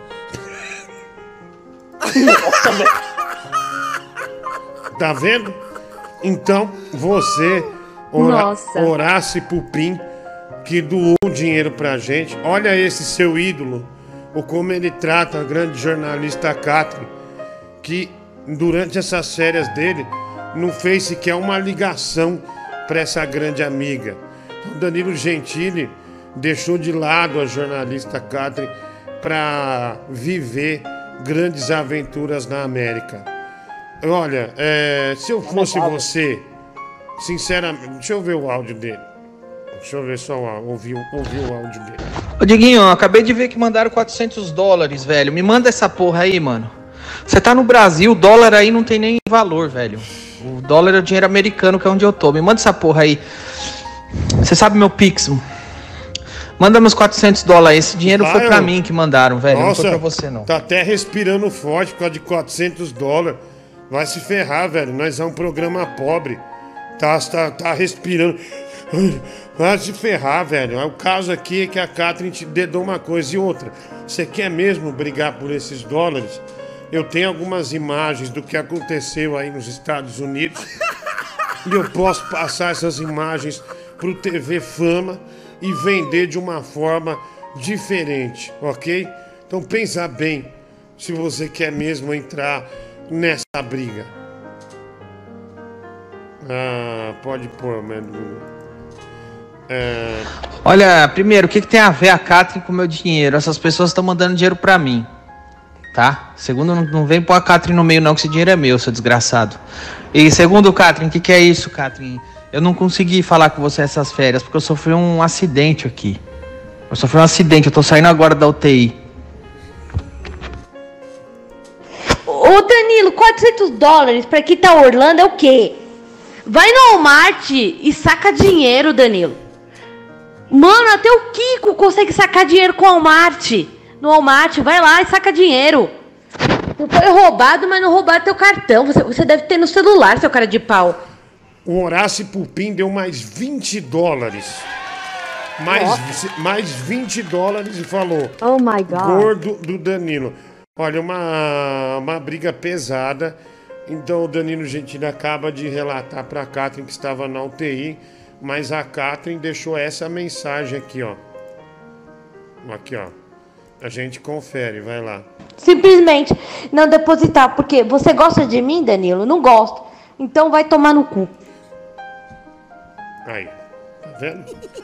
Tá vendo? Então você ora, orasse pro Pim, que doou dinheiro pra gente. Olha esse seu ídolo, ou como ele trata a grande jornalista Catherine, que durante essas férias dele não fez sequer uma ligação para essa grande amiga. Então Danilo Gentili deixou de lado a jornalista Catherine para viver grandes aventuras na América. Olha, é, se eu fosse você, sinceramente, deixa eu ver o áudio dele. Deixa eu ver só o áudio, ouvir, ouvir o áudio dele. Ô Diguinho, eu acabei de ver que mandaram quatrocentos dólares, velho. Me manda essa porra aí, mano. Você tá no Brasil, o dólar aí não tem nem valor, velho. O dólar é o dinheiro americano, que é onde eu tô. Me manda essa porra aí. Você sabe meu Pix? Manda meus quatrocentos dólares. Esse dinheiro Vai, foi pra eu... mim que mandaram, velho. Nossa, não foi pra você, não. Tá até respirando forte por causa de quatrocentos dólares. Vai se ferrar, velho. Nós é um programa pobre. Tá, tá, tá respirando. Vai se ferrar, velho. O caso aqui é que a Catherine te dedou uma coisa e outra. Você quer mesmo brigar por esses dólares? Eu tenho algumas imagens do que aconteceu aí nos Estados Unidos. E eu posso passar essas imagens pro T V Fama e vender de uma forma diferente, ok? Então pensa bem se você quer mesmo entrar nessa briga. Ah, pode pôr, mano. É... Olha, primeiro, o que, que tem a ver a Catherine com o meu dinheiro? Essas pessoas estão mandando dinheiro pra mim, tá? Segundo, não, não vem pôr a Catherine no meio não, que esse dinheiro é meu, seu desgraçado. E segundo, Catherine, o que, que é isso, Catherine? Eu não consegui falar com você essas férias, porque eu sofri um acidente aqui. Eu sofri um acidente, eu tô saindo agora da U T I. Ô Danilo, quatrocentos dólares pra quem tá Orlando é o quê? Vai no Walmart e saca dinheiro, Danilo. Mano, até o Kiko consegue sacar dinheiro com o Walmart. No Walmart, vai lá e saca dinheiro. Não foi roubado, mas não roubaram teu cartão. Você, você deve ter no celular, seu cara de pau. O Horácio Pupim deu mais vinte dólares. Mais, mais vinte dólares e falou: Oh my God. Gordo do Danilo. Olha, uma, uma briga pesada. Então o Danilo Gentili acaba de relatar para a Catherine que estava na U T I, mas a Catherine deixou essa mensagem aqui, ó. Aqui, ó. A gente confere, vai lá. Simplesmente não depositar, porque você gosta de mim, Danilo? Não gosto. Então vai tomar no cu. Aí, tá vendo?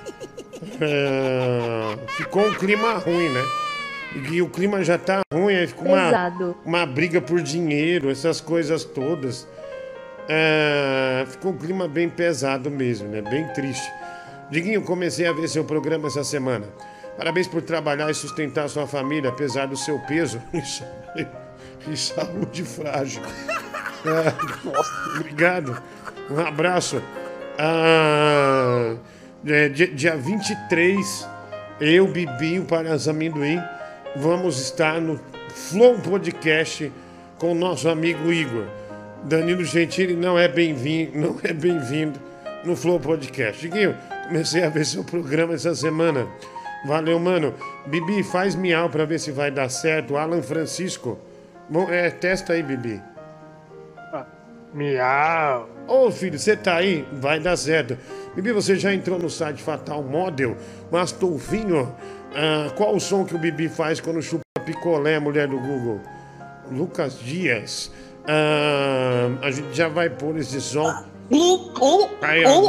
É, ficou um clima ruim, né? E o clima já tá ruim, aí ficou uma, uma briga por dinheiro, essas coisas todas. É, ficou um clima bem pesado mesmo, né? Bem triste. Diguinho, comecei a ver seu programa essa semana. Parabéns por trabalhar e sustentar sua família, apesar do seu peso e saúde frágil. É, obrigado. Um abraço. Ah, é, dia, dia vinte e três, eu, Bibi, o Palhaço Amendoim, vamos estar no Flow Podcast com o nosso amigo Igor. Danilo Gentili não é bem-vindo, não é bem-vindo no Flow Podcast. Diguinho, comecei a ver seu programa essa semana. Valeu, mano. Bibi, faz miau pra ver se vai dar certo. Alan Francisco. Bom, é, testa aí, Bibi. Ah, miau. Ô, filho, você tá aí? Vai dar certo. Bibi, você já entrou no site Fatal Model? Mastolfinho? Ah, qual o som que o Bibi faz quando chupa picolé, mulher do Google? Lucas Dias. Ah, a gente já vai pôr esse som. Aí, ó.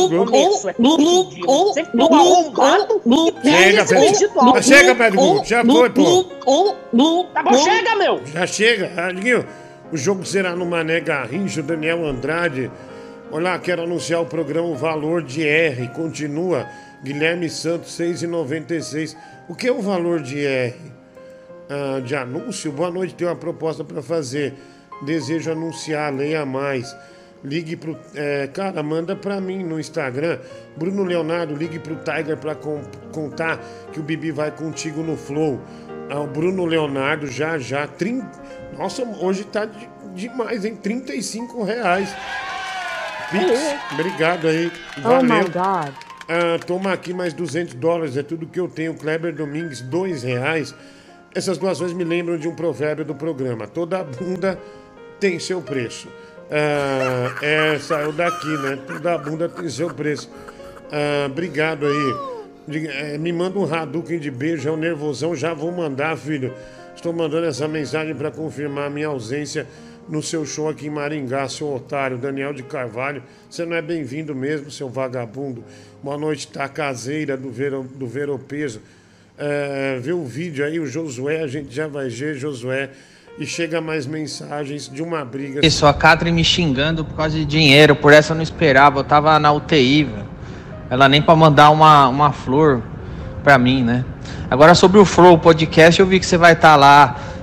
Chega, Pedro. Chega, Pedro. Já foi, pô. Tá bom, chega, meu. Já chega. Amiguinho, o jogo será no Mané Garrincha, Daniel Andrade. Olá, quero anunciar o programa O Valor de R. Continua. Guilherme Santos, seis reais e noventa e seis centavos. O que é o valor de R? Ah, de anúncio? Boa noite, tenho uma proposta para fazer. Desejo anunciar, leia mais. Ligue pro... É, cara, manda pra mim no Instagram. Bruno Leonardo, ligue pro Tiger pra com, contar que o Bibi vai contigo no Flow. Ah, o Bruno Leonardo, já, já. trinta... Nossa, hoje tá de, demais, hein? trinta e cinco reais. Pix, obrigado aí. Valeu. Oh my God. Ah, toma aqui mais duzentos dólares, é tudo que eu tenho. Kleber Domingues, dois reais. Essas doações me lembram de um provérbio do programa. Toda bunda tem seu preço. Ah, é, saiu daqui, né? Toda bunda tem seu preço. Ah, obrigado aí. É, me manda um Hadouken de beijo, é um nervosão. Já vou mandar, filho. Estou mandando essa mensagem para confirmar a minha ausência no seu show aqui em Maringá, seu otário. Daniel de Carvalho, você não é bem-vindo mesmo, seu vagabundo. Boa noite, tá caseira do, Vero, do Veropeso. É, vê o vídeo aí, o Josué, a gente já vai ver, Josué. E chega mais mensagens de uma briga. Isso, a Catherine me xingando por causa de dinheiro, por essa eu não esperava, eu tava na U T I, velho. Ela nem pra mandar uma, uma flor pra mim, né? Agora sobre o Flow Podcast, eu vi que você vai estar tá lá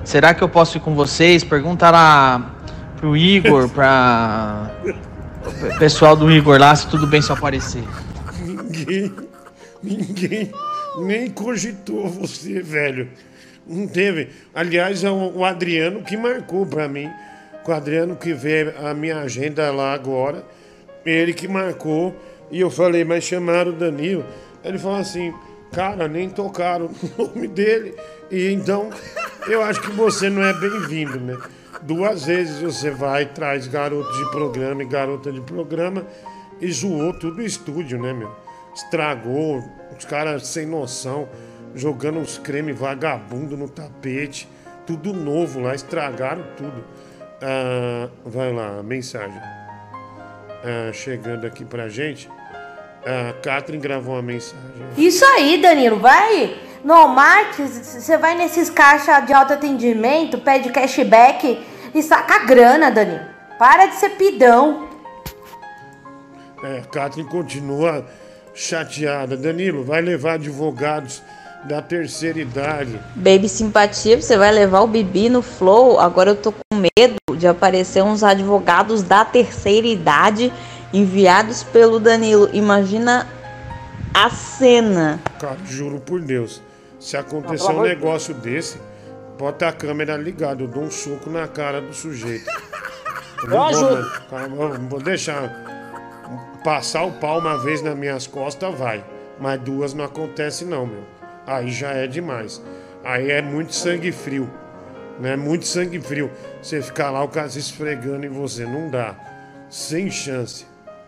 Será que eu posso ir com vocês? Pergunta lá pro Igor, pra o pessoal do Igor lá, se tudo bem se eu aparecer. Ninguém, ninguém nem cogitou você, velho. Não teve. Aliás, é o Adriano que marcou pra mim. O Adriano que vê a minha agenda lá agora. Ele que marcou. E eu falei, mas chamaram o Danilo. Ele falou assim, cara, nem tocaram o nome dele. E então, eu acho que você não é bem-vindo, né? Duas vezes você vai, traz garoto de programa e garota de programa e zoou tudo o estúdio, né, meu? Estragou, os caras sem noção, jogando uns creme vagabundo no tapete, tudo novo lá, estragaram tudo. Ah, vai lá, mensagem. Ah, chegando aqui pra gente, a Catherine gravou uma mensagem. Isso aí, Danilo, vai no Walmart, você vai nesses caixas de autoatendimento, pede cashback e saca grana, Danilo. Para de ser pidão. É, a Catherine continua chateada. Danilo, vai levar advogados da terceira idade. Baby simpatia, você vai levar o Bibi no Flow? Agora eu tô com medo de aparecer uns advogados da terceira idade enviados pelo Danilo. Imagina a cena. Cara, juro por Deus, se acontecer um negócio desse, bota a câmera ligada, eu dou um soco na cara do sujeito. Eu não vou, né? Cara, não vou deixar passar o pau uma vez nas minhas costas, vai. Mas duas não acontece não, meu. Aí já é demais. Aí é muito sangue frio. Né? Muito sangue frio. Você ficar lá, o cara se esfregando em você. Não dá. Sem chance.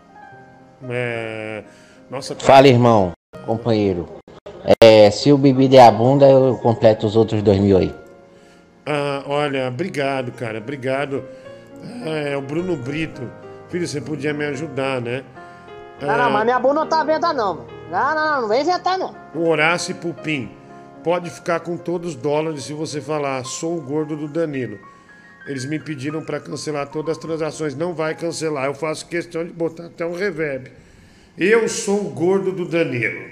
É... Nossa, Fala, irmão, companheiro. É, se o Bibi der a bunda, eu completo os outros dois mil aí. Ah, olha, obrigado, cara. Obrigado. É, o Bruno Brito. Filho, você podia me ajudar, né? Não, não, mas minha bunda não tá venda não, velho. Não, não, não, não vem inventar não. O Horácio Pupim pode ficar com todos os dólares se você falar, sou o gordo do Danilo. Eles me pediram pra cancelar todas as transações. Não vai cancelar, eu faço questão de botar até um reverb. Eu sou o gordo do Danilo.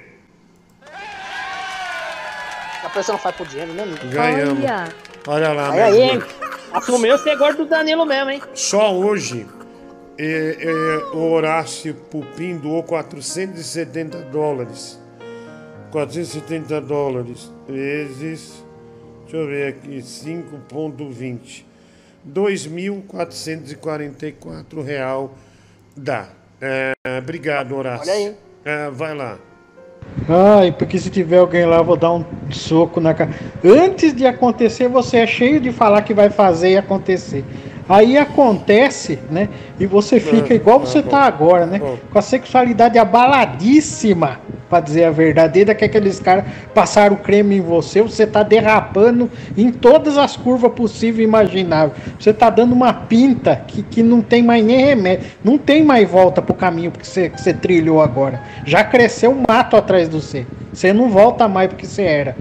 A pessoa não faz por dinheiro mesmo? Ganhamos. Olha, Olha lá, aí, aí, hein? Assumiu ser gordo do Danilo mesmo, hein? Só hoje, é, é, o Horácio Pupim doou quatrocentos e setenta dólares. quatrocentos e setenta dólares vezes, deixa eu ver aqui, cinco vírgula vinte. dois mil quatrocentos e quarenta e quatro real dá. É, obrigado, Horácio. Olha aí. É, vai lá. Ai, porque se tiver alguém lá, eu vou dar um soco na cara. Antes de acontecer, você é cheio de falar que vai fazer e acontecer. Aí acontece, né? E você fica igual você tá agora, né? Com a sexualidade abaladíssima, pra dizer a verdade. Desde que aqueles caras passaram creme em você, você tá derrapando em todas as curvas possíveis e imagináveis. Você tá dando uma pinta que, que não tem mais nem remédio. Não tem mais volta pro caminho que você, que você trilhou agora. Já cresceu um mato atrás de você. Você não volta mais porque você era.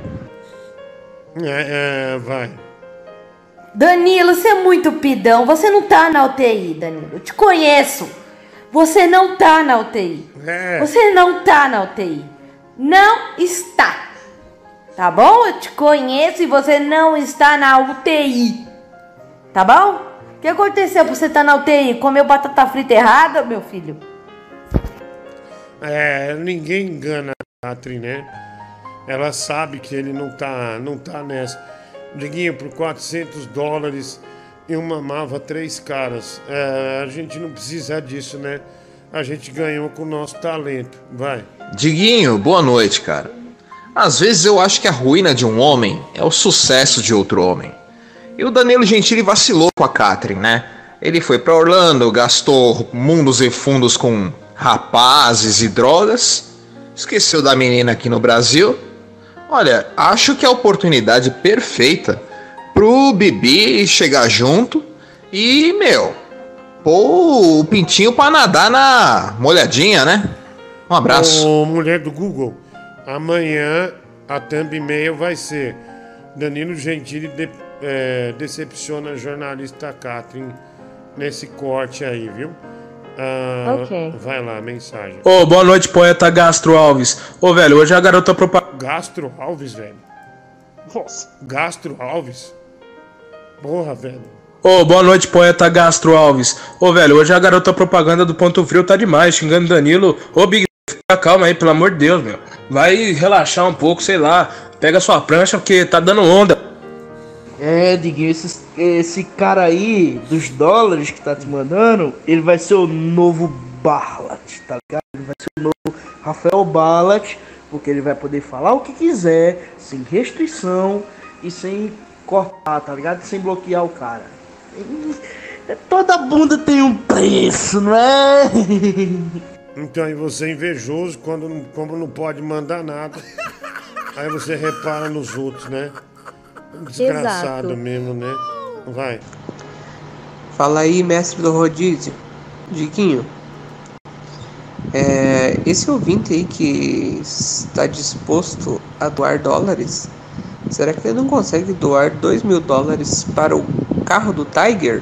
É, é, vai. Danilo, você é muito pidão. Você não tá na U T I, Danilo. Eu te conheço. Você não tá na U T I. É. Você não tá na U T I. Não está. Tá bom? Eu te conheço e você não está na U T I. Tá bom? O que aconteceu pra você estar na U T I? Comeu batata frita errada, meu filho? É, ninguém engana a Catherine, né? Ela sabe que ele não tá, não tá nessa. Diguinho, por quatrocentos dólares eu mamava três caras. É, a gente não precisa disso, né? A gente ganhou com o nosso talento. Vai. Diguinho, boa noite, cara. Às vezes eu acho que a ruína de um homem é o sucesso de outro homem. E o Danilo Gentili vacilou com a Catherine, né? Ele foi pra Orlando, gastou mundos e fundos com rapazes e drogas, esqueceu da menina aqui no Brasil. Olha, acho que é a oportunidade perfeita pro Bibi chegar junto e, meu, pôr o pintinho pra nadar na molhadinha, né? Um abraço. Ô, mulher do Google, amanhã a thumbnail vai ser Danilo Gentili de, é, decepciona a jornalista Catherine nesse corte aí, viu? Ah, Ok. Vai lá, mensagem. Ô, boa noite, poeta Gastro Alves. Ô, velho, hoje a garota propaganda. Gastro Alves, velho. Nossa. Gastro Alves. Porra, velho. Ô, boa noite, poeta Gastro Alves. Ô, velho, hoje a garota propaganda do Ponto Frio tá demais, xingando Danilo. Ô, Big, fica calma aí, pelo amor de Deus, meu. Vai relaxar um pouco, sei lá. Pega sua prancha, porque tá dando onda. É, Diguinho, esse, esse cara aí, dos dólares que tá te mandando, ele vai ser o novo Barlat, tá ligado? Ele vai ser o novo Rafael Barlat, porque ele vai poder falar o que quiser, sem restrição e sem cortar, tá ligado? Sem bloquear o cara. Toda bunda tem um preço, não é? Então, e você é invejoso quando não- como não pode mandar nada. Aí você repara nos outros, né? Desgraçado Exato. mesmo, né? Vai. Fala aí, mestre do rodízio. Diguinho, é, esse ouvinte aí que está disposto a doar dólares, será que ele não consegue doar dois mil dólares para o carro do Tiger?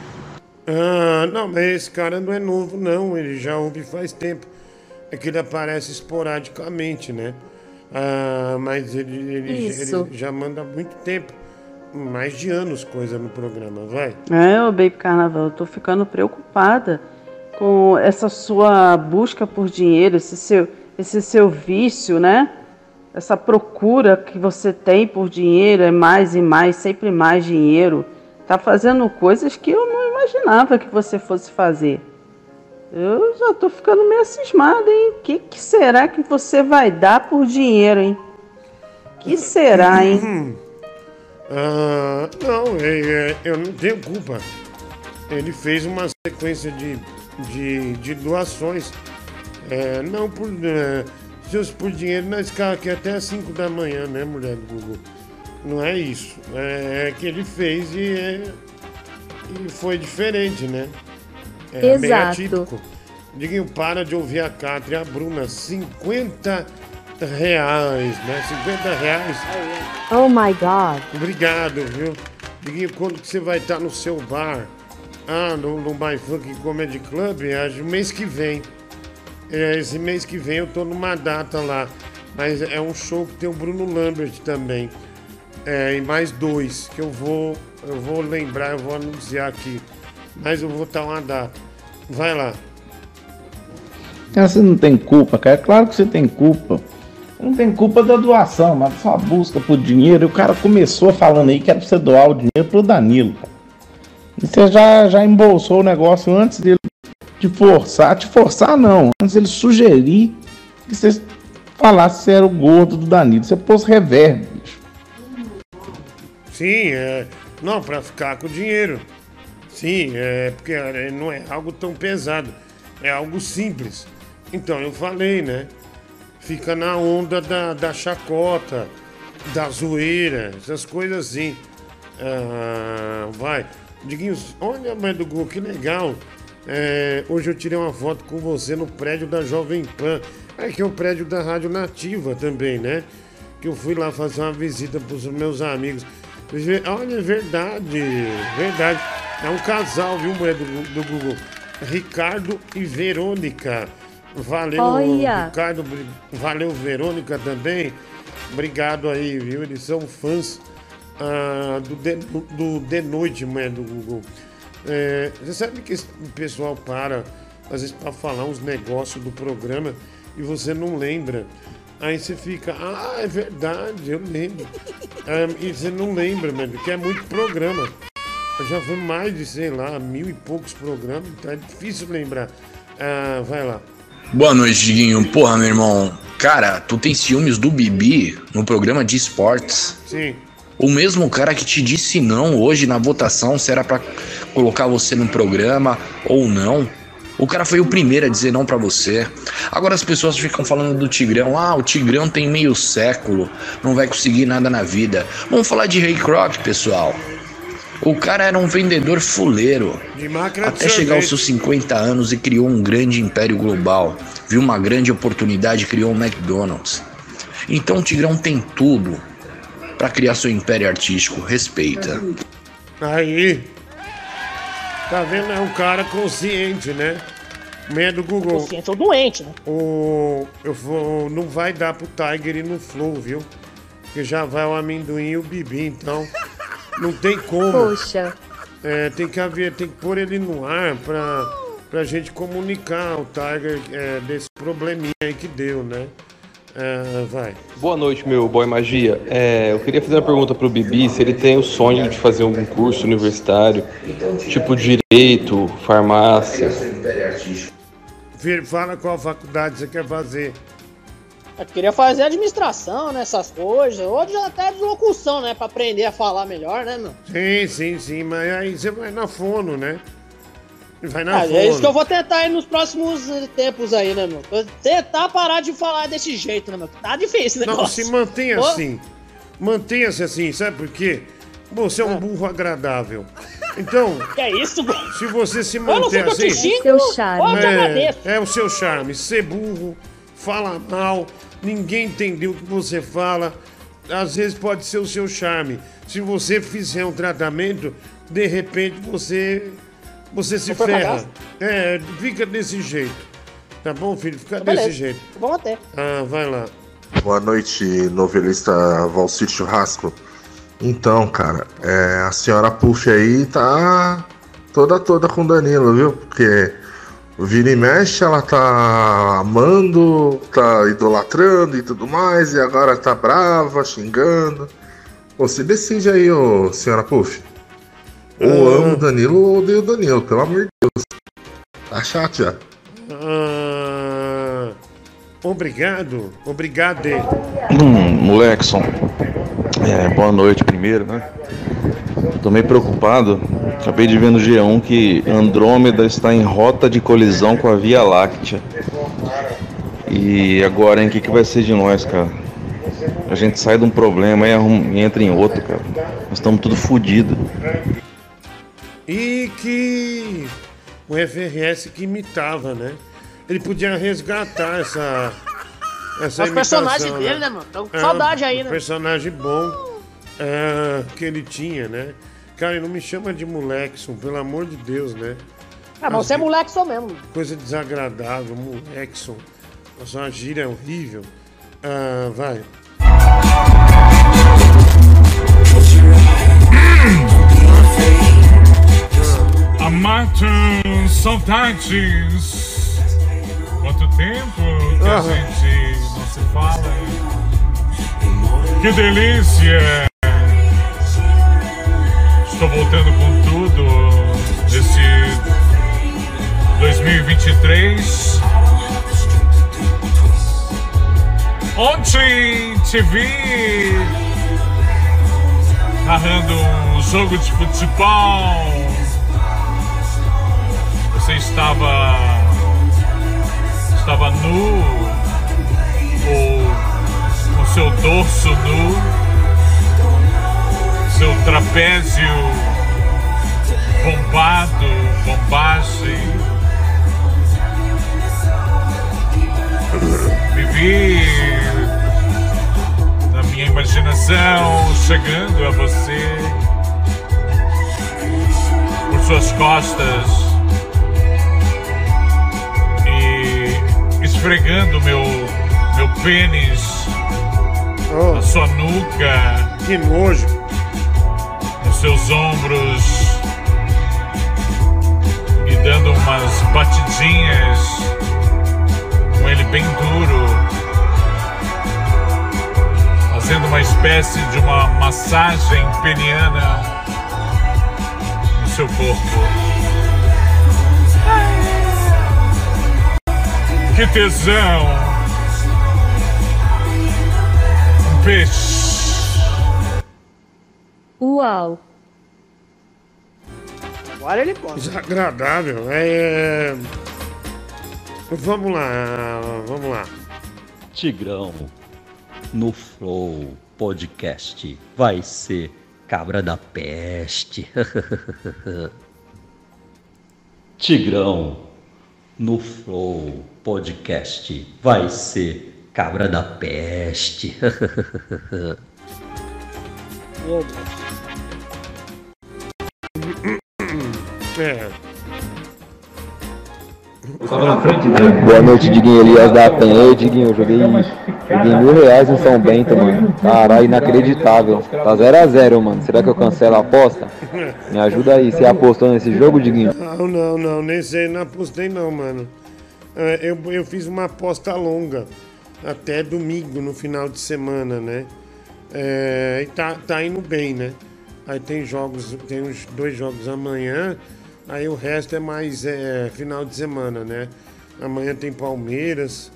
Ah, não, mas esse cara não é novo, não. Ele já ouve faz tempo. É que ele aparece esporadicamente, né? Ah, mas ele, ele, Isso. ele já manda há muito tempo. Mais de anos coisa no programa, vai. É, ô Baby Carnaval, eu tô ficando preocupada com essa sua busca por dinheiro, esse seu, esse seu vício, né? Essa procura que você tem por dinheiro, é mais e mais, sempre mais dinheiro. Tá fazendo coisas que eu não imaginava que você fosse fazer. Eu já tô ficando meio cismada, hein? O que, que será que você vai dar por dinheiro, hein? Que será, hein? Ah, não, é, é, eu não tenho culpa. Ele fez uma sequência de, de, de doações. É, não por. É, se fosse por dinheiro, nós ficava aqui até as cinco da manhã, né, mulher do Google? Não é isso. É, é que ele fez e, é, e foi diferente, né? É bem Exato. atípico. Diguinho, para de ouvir a Cátria e a Bruna. cinquenta reais, né? cinquenta reais. Oh my God. Obrigado, viu? Diguinho, quando que você vai estar no seu bar? Ah, no, no My Funk Comedy Club? Acho mês que vem. É, esse mês que vem eu tô numa data lá. Mas é um show que tem o Bruno Lambert também. É, e mais dois que eu vou, eu vou lembrar, eu vou anunciar aqui. Mas eu vou estar uma data. Vai lá. Você não tem culpa, cara. É claro que você tem culpa. Não tem culpa da doação, mas só busca por dinheiro. E o cara começou falando aí que era pra você doar o dinheiro pro Danilo. E você já, já embolsou o negócio antes dele te forçar. Te forçar não. Antes ele sugerir que você falasse que você era o gordo do Danilo. Você pôs reverb, bicho. Sim, é. Não, pra ficar com o dinheiro. Sim, é porque é, não é algo tão pesado. É algo simples. Então, eu falei, né? Fica na onda da, da chacota, da zoeira, essas coisas assim. Ah, vai. Diguinho, olha, mãe do Google, que legal. É, hoje eu tirei uma foto com você no prédio da Jovem Pan. É que é o prédio da Rádio Nativa também, né? Que eu fui lá fazer uma visita pros meus amigos. Olha, é verdade, verdade. É um casal, viu, mulher do, do Google? Ricardo e Verônica. Valeu, Olha. Ricardo. Valeu, Verônica também. Obrigado aí, viu? Eles são fãs ah, do, de, do, do De Noite, mulher do Google. É, você sabe que esse pessoal para, às vezes, para falar uns negócios do programa e você não lembra. Aí você fica, ah, é verdade, eu lembro. Ah, e você não lembra, mano, porque é muito programa. Já foi mais de, sei lá, mil e poucos programas, então é difícil lembrar. Ah, vai lá. Boa noite, Diguinho. Porra, meu irmão. Cara, tu tem ciúmes do Bibi no programa de esportes? Sim. O mesmo cara que te disse não hoje na votação, se era pra colocar você no programa ou não. O cara foi o primeiro a dizer não pra você. Agora as pessoas ficam falando do Tigrão. Ah, o Tigrão tem meio século, não vai conseguir nada na vida. Vamos falar de Ray Kroc, pessoal. O cara era um vendedor fuleiro, De máquina de até chegar aos sorvete. seus cinquenta anos e criou um grande império global. Viu uma grande oportunidade e criou o McDonald's. Então o Tigrão tem tudo pra criar seu império artístico. Respeita. Aí. Tá vendo? É um cara consciente, né? Meia do Google. Consciente ou doente, né? O, eu vou, não vai dar pro Tiger ir no Flow, viu? Porque já vai o amendoim e o Bibi, então. Não tem como. Poxa. É, tem que haver, tem que pôr ele no ar pra, pra gente comunicar ao Tiger é, desse probleminha aí que deu, né? É, vai. Boa noite, meu boy magia. É, eu queria fazer uma pergunta pro Bibi se ele tem o sonho de fazer algum curso universitário, tipo direito, farmácia. Filho, fala qual faculdade você quer fazer. Eu queria fazer administração, né? Essas coisas. Ou já até deslocução, né? Pra aprender a falar melhor, né, meu? Sim, sim, sim, mas aí você vai na fono, né? Vai na Ah, fono. é isso que eu vou tentar aí nos próximos eh, tempos aí, né, meu? Vou tentar parar de falar desse jeito, né, meu? Tá difícil o Não, negócio. se mantenha Ô, assim. Mantenha-se assim, sabe por quê? Você é um burro agradável. Então, Que é isso, bro? se você se Eu não manter sei que eu te assim. xingo, Seu charme. eu te agradeço. É, é o seu charme. Ser burro, falar mal, ninguém entendeu o que você fala. Às vezes pode ser o seu charme. Se você fizer um tratamento, de repente você. Você se Vou pra ferra. casa. É, fica desse jeito. Tá bom, filho? Fica Beleza. desse jeito. Vamos até. Ah, vai lá. Boa noite, novelista Valcir Churrasco. Então, cara, é, a senhora Puff aí tá toda toda com o Danilo, viu? Porque vira e mexe, ela tá amando, tá idolatrando e tudo mais, e agora tá brava, xingando. Você decide aí, ô senhora Puff. Ou amo o Danilo ou odeio o Danilo, pelo amor de Deus. Tá chato já. Ah, obrigado. Obrigado. Hum, molequeson. É, boa noite primeiro, né? Tô meio preocupado. Acabei de ver no G um que Andrômeda está em rota de colisão com a Via Láctea. E agora, hein? O que, que vai ser de nós, cara? A gente sai de um problema e, arruma, e entra em outro, cara. Nós estamos tudo fodido. E que o F R S que imitava, né? Ele podia resgatar essa. Essa Os imitação, personagens dele, né, mano? Tô com saudade aí, né? Um personagem bom é, que ele tinha, né? Cara, ele não me chama de molequeson, pelo amor de Deus, né? Ah, mas você é moleque só mesmo. Coisa desagradável, molequeson. Nossa, uma gíria horrível. Ah, vai. A matam saudades. Quanto tempo que a gente não se fala. Que delícia. Estou voltando com tudo nesse dois mil e vinte e três. Ontem te vi narrando um jogo de futebol. Você estava estava nu ou com seu dorso nu, seu trapézio bombado, bombagem. Me vi na minha imaginação chegando a você por suas costas e esfregando meu meu pênis na sua nuca. Que nojo! Nos seus ombros e dando umas batidinhas com ele bem duro, fazendo uma espécie de uma massagem peniana no seu corpo. Que tesão! Um peixe. Uau! Agora ele conta. Desagradável. É... Vamos lá, vamos lá. Tigrão, no Flow Podcast vai ser cabra da peste. Tigrão, no Flow Podcast vai ser cabra da peste. Meu Deus. É. Boa noite, Diguinho Elias da Penha. Ei, Diguinho, eu joguei, joguei mil reais no São Bento, mano. Caralho, inacreditável. Tá zero a zero, mano. Será que eu cancelo a aposta? Me ajuda aí. Você apostou nesse jogo, Diguinho? Não, não, não. Nesse aí não apostei não, mano. É, Eu, eu fiz uma aposta longa. Até domingo, no final de semana, né? É, e tá, tá indo bem, né? Aí tem jogos, tem uns dois jogos amanhã. Aí o resto é mais é, final de semana, né? Amanhã tem Palmeiras.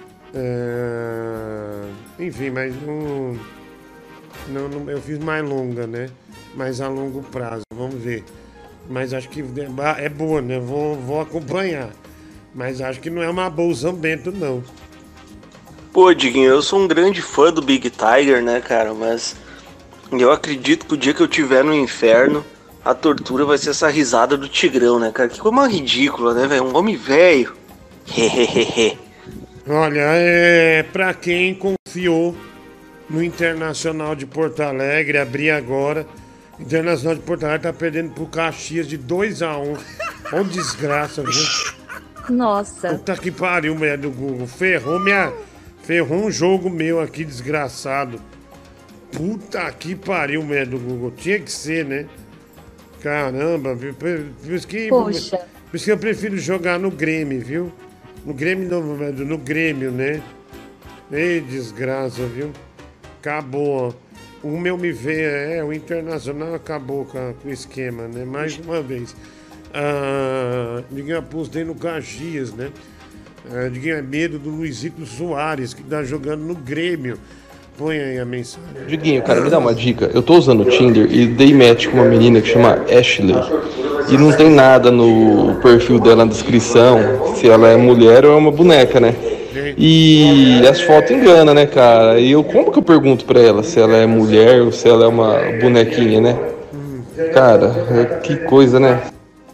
É, enfim, mas não, não, não. Eu fiz mais longa, né? Mais a longo prazo, vamos ver. Mas acho que é boa, né? Vou, vou acompanhar. Mas acho que não é uma boa o São Bento, não. Pô, Diguinho, eu sou um grande fã do Big Tiger, né, cara? Mas eu acredito que o dia que eu estiver no inferno, a tortura vai ser essa risada do Tigrão, né, cara? Que coisa ridícula, né, velho? Um homem velho. Hehehehe. Olha, é pra quem confiou no Internacional de Porto Alegre, abrir agora. Internacional de Porto Alegre tá perdendo pro Caxias de dois a um. Olha desgraça, viu? Nossa. Puta que pariu, mulher do Google. Ferrou minha... Ferrou um jogo meu aqui, desgraçado. Puta que pariu, mulher do Google. Tinha que ser, né? Caramba, viu? Por isso que, Poxa. Por isso que eu prefiro jogar no Grêmio, viu? No Grêmio, no, no Grêmio, né? Ei, desgraça, viu? Acabou, ó. O meu me vê, é, o Internacional acabou com, a, com o esquema, né? Mais uma vez. Ah, ninguém apostei no Caxias, né? Ah, ninguém é medo do Luizito Soares, que tá jogando no Grêmio. Põe aí a mensagem. Diguinho, cara, me dá uma dica. Eu tô usando o Tinder e dei match com uma menina que chama Ashley. E não tem nada no perfil dela na descrição se ela é mulher ou é uma boneca, né? E as fotos enganam, né, cara? E eu, como que eu pergunto pra ela se ela é mulher ou se ela é uma bonequinha, né? Cara, que coisa, né?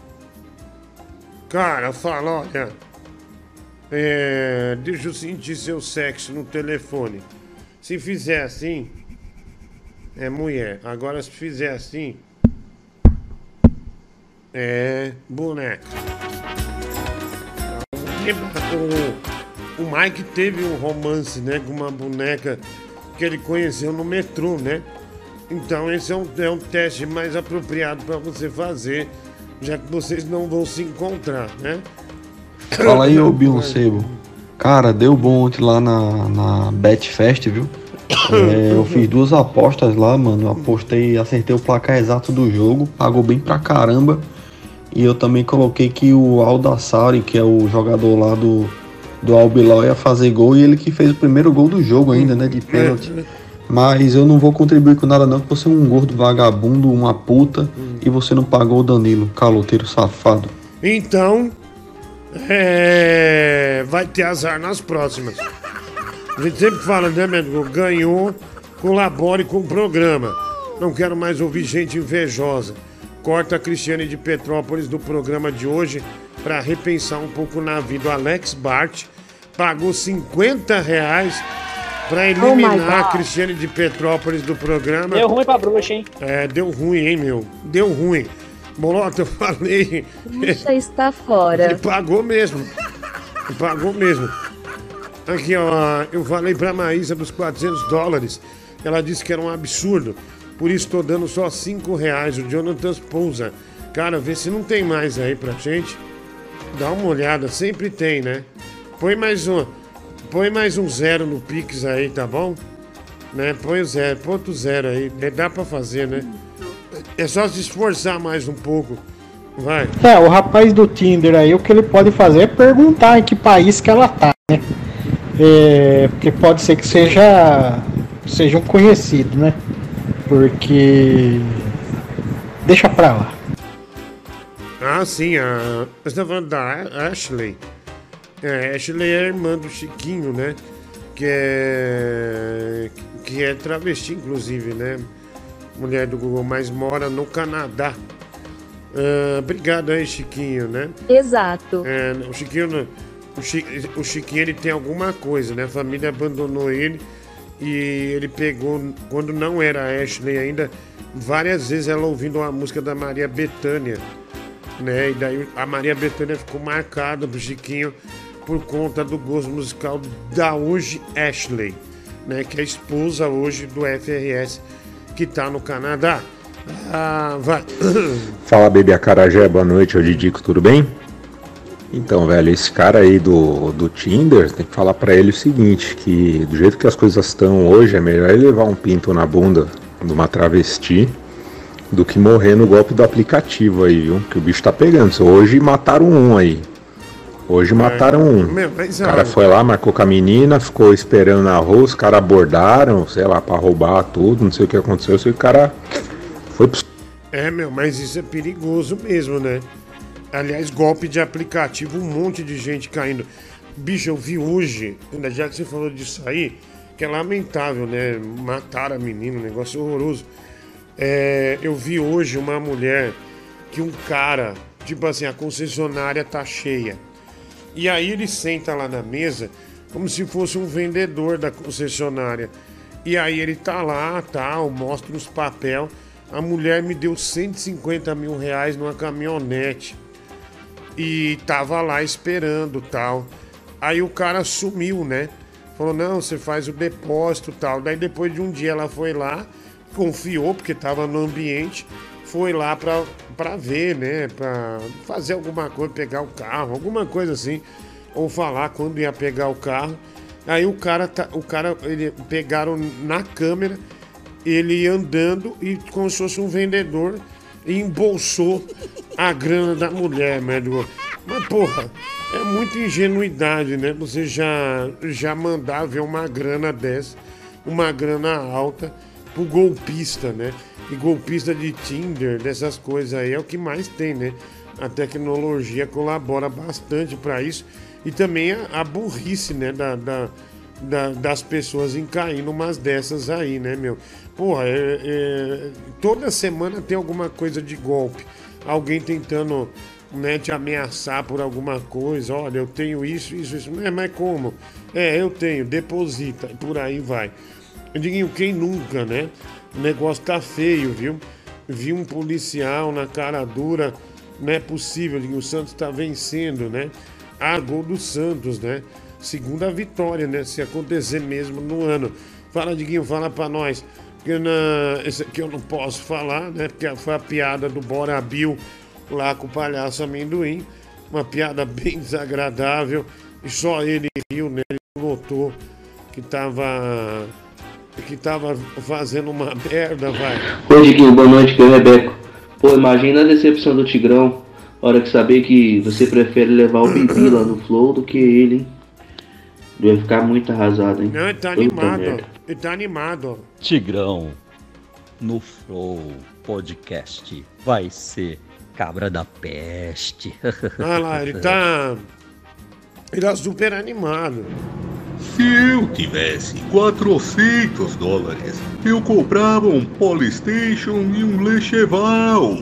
Cara, fala, olha. É, deixa eu sentir seu sexo no telefone. Se fizer assim, é mulher. Agora, se fizer assim, é boneca. O, o Mike teve um romance, né, com uma boneca que ele conheceu no metrô, né? Então esse é um, é um teste mais apropriado para você fazer, já que vocês não vão se encontrar, né? Fala aí, ô Bill Sebo. Cara, deu bom ontem lá na, na Betfest, viu? É, eu fiz duas apostas lá, mano. Apostei, acertei o placar exato do jogo, pagou bem pra caramba. E eu também coloquei que o Aldassari, que é o jogador lá do, do Albilau, ia fazer gol, e ele que fez o primeiro gol do jogo ainda, né, de pênalti. Mas eu não vou contribuir com nada não, que você é um gordo vagabundo, uma puta, e você não pagou o Danilo, caloteiro safado. Então, é, vai ter azar nas próximas. A gente sempre fala, né, médico? Ganhou, colabore com o programa. Não quero mais ouvir gente invejosa. Corta a Cristiane de Petrópolis do programa de hoje para repensar um pouco na vida. O Alex Bart pagou cinquenta reais para eliminar a Cristiane de Petrópolis do programa. Deu ruim pra bruxa, hein? É, deu ruim, hein, meu? Deu ruim. Bolota, eu falei. Bruxa está fora. Ele pagou mesmo. Ele pagou mesmo. Aqui, ó, eu falei pra Maísa dos quatrocentos dólares. Ela disse que era um absurdo. Por isso tô dando só cinco reais. O Jonathan Pousa. Cara, vê se não tem mais aí pra gente. Dá uma olhada, sempre tem, né? Põe mais um. Põe mais um zero no Pix aí, tá bom? Né? Põe o zero, ponto zero aí. Dá pra fazer, né? É só se esforçar mais um pouco. Vai. É, o rapaz do Tinder aí, o que ele pode fazer é perguntar em que país que ela tá, né? É, porque pode ser que seja, seja um conhecido, né? Porque... Deixa pra lá. Ah, sim, a... você tá falando da Ashley. É, Ashley é a irmã do Chiquinho, né? Que é... Que é travesti, inclusive, né? Mulher do Google, mas mora no Canadá. Ah, obrigado aí, Chiquinho, né? Exato. É, o Chiquinho... O, Chi... o Chiquinho, ele tem alguma coisa, né? A família abandonou ele e ele pegou, quando não era a Ashley ainda, várias vezes ela ouvindo uma música da Maria Bethânia, né? E daí a Maria Bethânia ficou marcada pro Chiquinho por conta do gosto musical da hoje Ashley, né? Que é a esposa hoje do F R S que tá no Canadá. Ah, vai. Fala, Bebê Acarajé, boa noite, ô Didico, tudo bem? Então, velho, esse cara aí do, do Tinder, tem que falar pra ele o seguinte, que do jeito que as coisas estão hoje, é melhor ele levar um pinto na bunda de uma travesti do que morrer no golpe do aplicativo aí, viu? Que o bicho tá pegando. Hoje mataram um aí. Hoje mataram um. Meu, mas, O cara olha, foi lá, marcou com a menina, ficou esperando na rua, os caras abordaram, sei lá, pra roubar tudo, não sei o que aconteceu, sei que o cara foi pro... É, meu, mas isso é perigoso mesmo, né? Aliás, golpe de aplicativo, um monte de gente caindo. Bicho, eu vi hoje, já que você falou disso aí, que é lamentável, né? Mataram a menina, um negócio horroroso. É, eu vi hoje uma mulher que um cara, tipo assim, a concessionária tá cheia. E aí ele senta lá na mesa como se fosse um vendedor da concessionária. E aí ele tá lá, tal, mostra os papéis. A mulher me deu cento e cinquenta mil reais numa caminhonete. E tava lá esperando, tal. Aí o cara sumiu, né? Falou, não, você faz o depósito, tal. Daí depois de um dia ela foi lá, confiou, porque tava no ambiente, foi lá pra, pra ver, né? Pra fazer alguma coisa, pegar o carro, alguma coisa assim. Ou falar quando ia pegar o carro. Aí o cara, tá, o cara ele, pegaram na câmera, ele andando e como se fosse um vendedor, e embolsou a grana da mulher, mano. Mas, porra, é muita ingenuidade, né? Você já, já mandar ver uma grana dessa, uma grana alta, pro golpista, né? E golpista de Tinder, dessas coisas aí, é o que mais tem, né? A tecnologia colabora bastante para isso. E também a, a burrice, né? Da, da, da, das pessoas em cair numas dessas aí, né, meu? Porra, é, é, toda semana tem alguma coisa de golpe. Alguém tentando, né, te ameaçar por alguma coisa. Olha, eu tenho isso, isso, isso. Não é, mas como? É, eu tenho, deposita. E por aí vai. Eu digo, quem nunca, né? O negócio tá feio, viu? Vi um policial na cara dura. Não é possível, eu digo, o Santos tá vencendo, né? Ah, gol do Santos, né? Segunda vitória, né? Se acontecer mesmo no ano. Fala, Diguinho, fala pra nós. Porque na... esse aqui eu não posso falar, né? Porque foi a piada do Bora Bill lá com o palhaço amendoim. Uma piada bem desagradável. E só ele riu, né? Ele notou que tava... que tava fazendo uma merda, vai. Oi, Diguinho, boa noite, que é o Rebeco. Pô, imagina a decepção do Tigrão. Hora que saber que você prefere levar o Bibi lá no Flow do que ele, hein? Ele vai ficar muito arrasado, hein? Não, ele tá Puta animado, merda. ó. Ele tá animado, ó. Tigrão no Flow Podcast vai ser cabra da peste. Olha lá, ele tá. Ele tá super animado. Se eu tivesse quatrocentos dólares, eu comprava um Polystation e um Lecheval.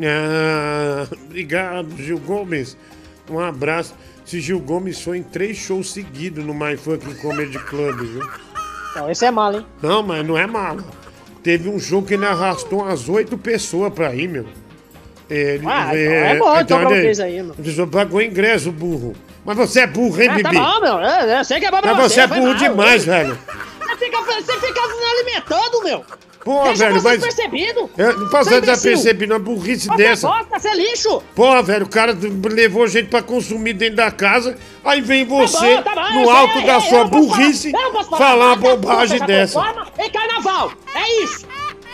Ah, obrigado, Gil Gomes. Um abraço. Esse Gil Gomes foi em três shows seguidos no My Fucking Comedy Club, viu? Não, esse é malo, hein? Não, mas não é malo. Teve um show que ele arrastou umas oito pessoas pra ir, meu. Ele, Ah, então é bom, então pra ele- vocês aí, mano. A pessoa pagou ingresso, burro. Mas você é burro, hein, Ah, tá Bibi? bom, meu. Eu, eu sei que é bom pra Mas você é foi burro mal. demais, velho. Você fica, você fica me alimentando, meu. Pô, Deixa velho, você mas... despercebido. Eu não posso Seu estar imbecil. percebendo uma burrice Você dessa. gosta, você é lixo. Pô, velho, o cara levou gente pra consumir dentro da casa, aí vem você, Tá bom, tá bom, no eu alto sei, da eu sua não posso burrice, falar, eu não posso falar uma Até puta bobagem já dessa. conforma Em carnaval, é isso.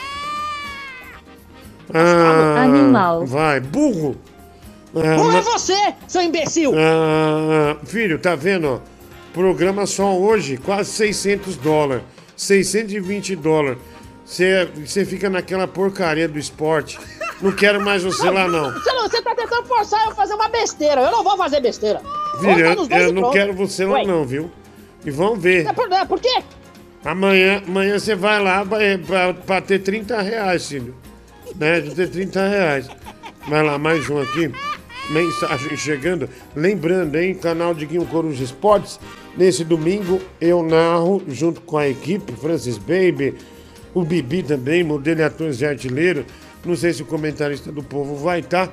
Ah, Animal. Vai, burro. Ah, Burro é mas- você, seu imbecil. Ah, filho, tá vendo, ó? Programa só hoje, quase seiscentos dólares. seiscentos e vinte dólares. Você fica naquela porcaria do esporte. Não quero mais você lá, não. Você, não, você tá tentando forçar eu a fazer uma besteira. Eu não vou fazer besteira. Filho, Vou eu, ficar nos dois eu e não pronto. quero você lá, Ué, não, viu? E vamos ver. é por, é, por quê? Amanhã, amanhã você vai lá pra, pra, pra ter trinta reais, filho. Né? De ter trinta reais. Vai lá, mais um aqui. Mensagem chegando. Lembrando, hein? Canal Diguinho Coruja Esportes. Nesse domingo eu narro junto com a equipe, Francis Baby, o Bibi também, modelo e atores de artilheiro. Não sei se o comentarista do povo vai estar.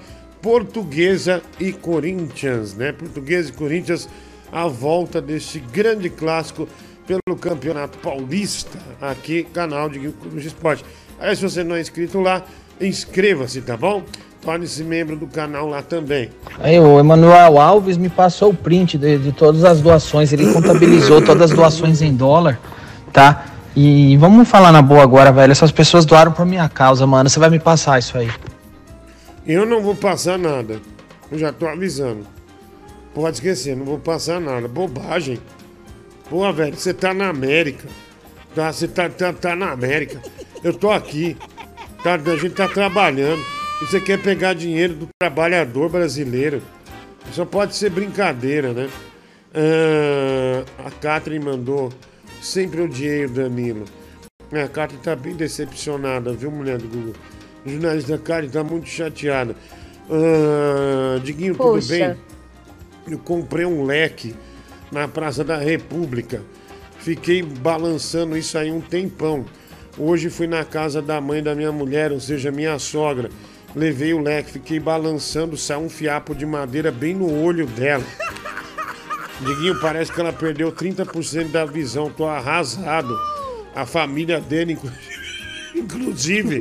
Portuguesa e Corinthians, né? Portuguesa e Corinthians, a volta deste grande clássico pelo Campeonato Paulista, aqui, canal de Coruja Esporte. Aí, se você não é inscrito lá, inscreva-se, tá bom? Torne-se membro do canal lá também. Aí, o Emanuel Alves me passou o print de, de todas as doações, ele contabilizou todas as doações em dólar, tá? E vamos falar na boa agora, velho, essas pessoas doaram por minha causa, mano, você vai me passar isso aí. Eu não vou passar nada, eu já tô avisando. Pode esquecer, não vou passar nada, bobagem. Pô, velho, você tá na América, tá? Você tá, tá, tá na América, eu tô aqui, tá? A gente tá trabalhando. E você quer pegar dinheiro do trabalhador brasileiro. Só pode ser brincadeira, né? Ah, a Catherine mandou. Sempre odiei o Danilo. A Catherine tá bem decepcionada, viu, mulher do Google? A jornalista Catherine tá muito chateada. Ah, Diguinho, tudo Poxa. bem? Eu comprei um leque na Praça da República. Fiquei balançando isso aí um tempão. Hoje fui na casa da mãe da minha mulher, ou seja, minha sogra. Levei o leque, fiquei balançando, saiu um fiapo de madeira bem no olho dela. Diguinho, parece que ela perdeu trinta por cento da visão, tô arrasado. A família dele, inclusive,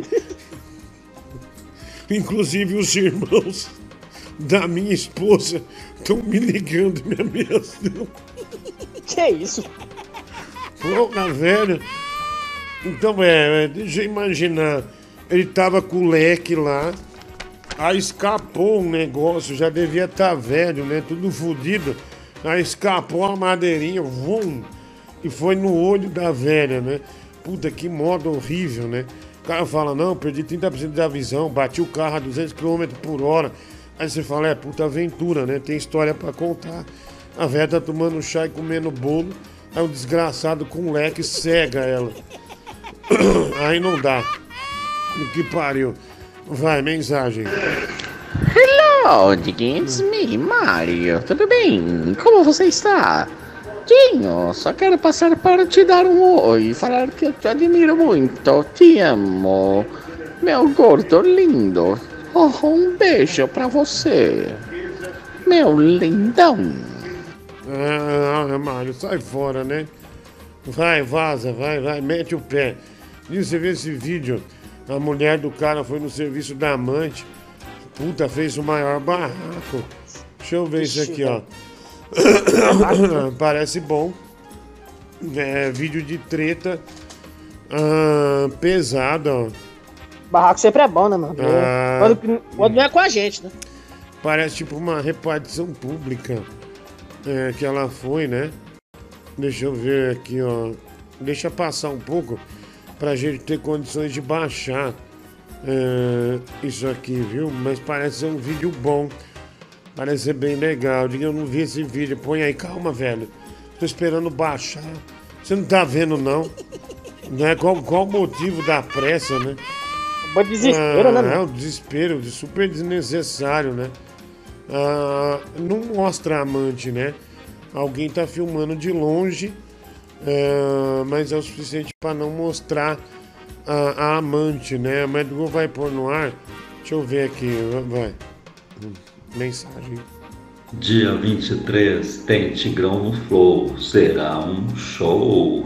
inclusive os irmãos da minha esposa estão me ligando e me ameaçando. Que isso? Porra, velho. Então, é, deixa eu imaginar. Ele tava com o leque lá, aí escapou um negócio, já devia estar velho, né? Tudo fodido. Aí escapou a madeirinha, vum, e foi no olho da velha, né? Puta, que modo horrível, né? O cara fala, não, perdi trinta por cento da visão, bati o carro a duzentos quilômetros por hora. Aí você fala, é, puta aventura, né? Tem história pra contar. A velha tá tomando chá e comendo bolo, aí o desgraçado com o leque cega ela. Aí não dá. Que pariu. Vai, mensagem. Hello, Diguinho, it's me, Mario. Tudo bem? Como você está? Dinho, só quero passar para te dar um oi e falar que eu te admiro muito. Te amo. Meu gordo lindo. Oh, um beijo pra você. Meu lindão. Ah, Mário, sai fora, né? Vai, vaza, vai, vai, mete o pé. E você vê esse vídeo? A mulher do cara foi no serviço da amante. Puta, fez o maior barraco. Deixa eu ver isso aqui, ó. Parece bom. É, vídeo de treta. Ah, pesado, ó. Barraco sempre é bom, né, mano? Ah. Quando, quando não é com a gente, né? Parece tipo uma repartição pública é, que ela foi, né? Deixa eu ver aqui, ó. Deixa passar um pouco pra gente ter condições de baixar é, isso aqui, viu? Mas parece ser um vídeo bom. Parece ser bem legal. Diga, eu não vi esse vídeo. Põe aí, calma, velho. Tô esperando baixar. Você não tá vendo, não? Né? Qual, qual o motivo da pressa, né? Um desespero, ah, né, É, mano? um desespero, super desnecessário, né? Ah, não mostra a amante, né? Alguém tá filmando de longe, é, mas é o suficiente para não mostrar a, a amante, né? Mas o vai pôr no ar. Deixa eu ver aqui, vai. Mensagem. Dia vinte e três tem Tigrão no Flow. Será um show.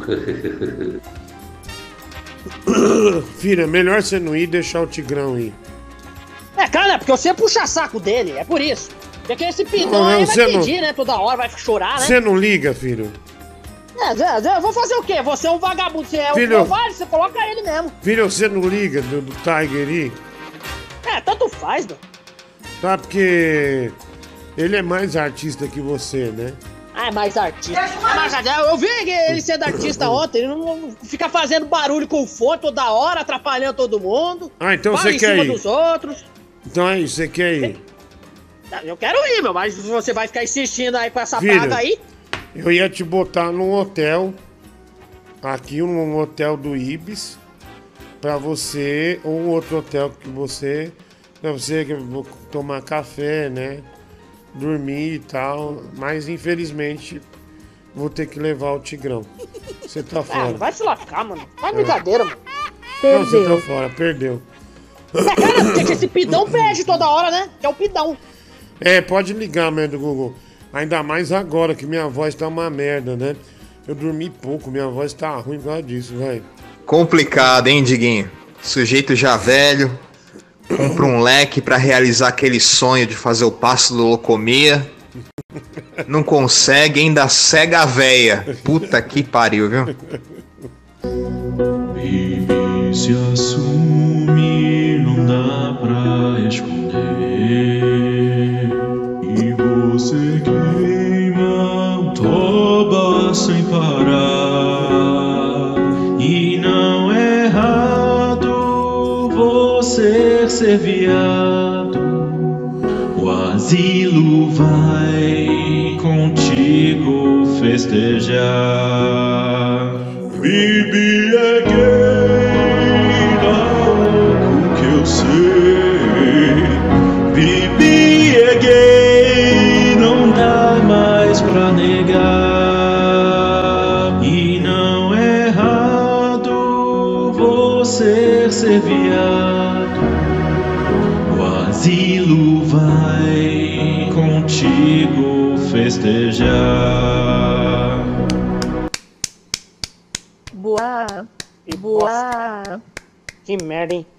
Filha, é melhor você não ir e deixar o Tigrão ir. É, cara, né? Porque você puxa saco dele, é por isso. Porque esse pidão Não, não, aí vai você pedir, não- né? Toda hora, vai chorar, né? Você não liga, filho? É, Zé, Zé, eu vou fazer o quê? Você é um vagabundo, você é um Filho. covarde, você coloca ele mesmo. Filho, você não liga do, do Tiger aí? É, tanto faz, mano. Tá, porque ele é mais artista que você, né? Ah, é mais artista. É mais artista. Eu vi ele sendo artista ontem, ele não não fica fazendo barulho com o fone toda hora, atrapalhando todo mundo. Ah, então fala você em quer cima ir? dos outros. Então é isso, você quer ir? Eu quero ir, meu, mas você vai ficar insistindo aí com essa Filho, praga aí. Eu ia te botar num hotel, aqui num hotel do Ibis, pra você, ou um outro hotel que você, pra você que eu vou tomar café, né? Dormir e tal, mas infelizmente vou ter que levar o Tigrão. Você tá Ah, fora. vai se lascar, mano. Faz É. brincadeira, mano. Não, você tá fora, perdeu. É, cara, porque esse pidão pede toda hora, né? Que é o pidão. É, pode ligar, merda, Google. Ainda mais agora que minha voz tá uma merda, né? Eu dormi pouco, minha voz tá ruim por causa disso, velho. Complicado, hein, Diguinho? Sujeito já velho, compra um leque pra realizar aquele sonho de fazer o passo do Locomia. Não consegue, ainda cega a véia. Puta que pariu, viu? Baby, se assume, não dá pra esconder. E você queima toba sem parar. E não é errado você ser viado. O asilo vai contigo festejar. Bibi é gay, louco que eu sei. Bibi é gay, não dá mais pra negar. E não é errado você ser viado. O asilo vai contigo festejar. Boa. Boa. Que merda, hein?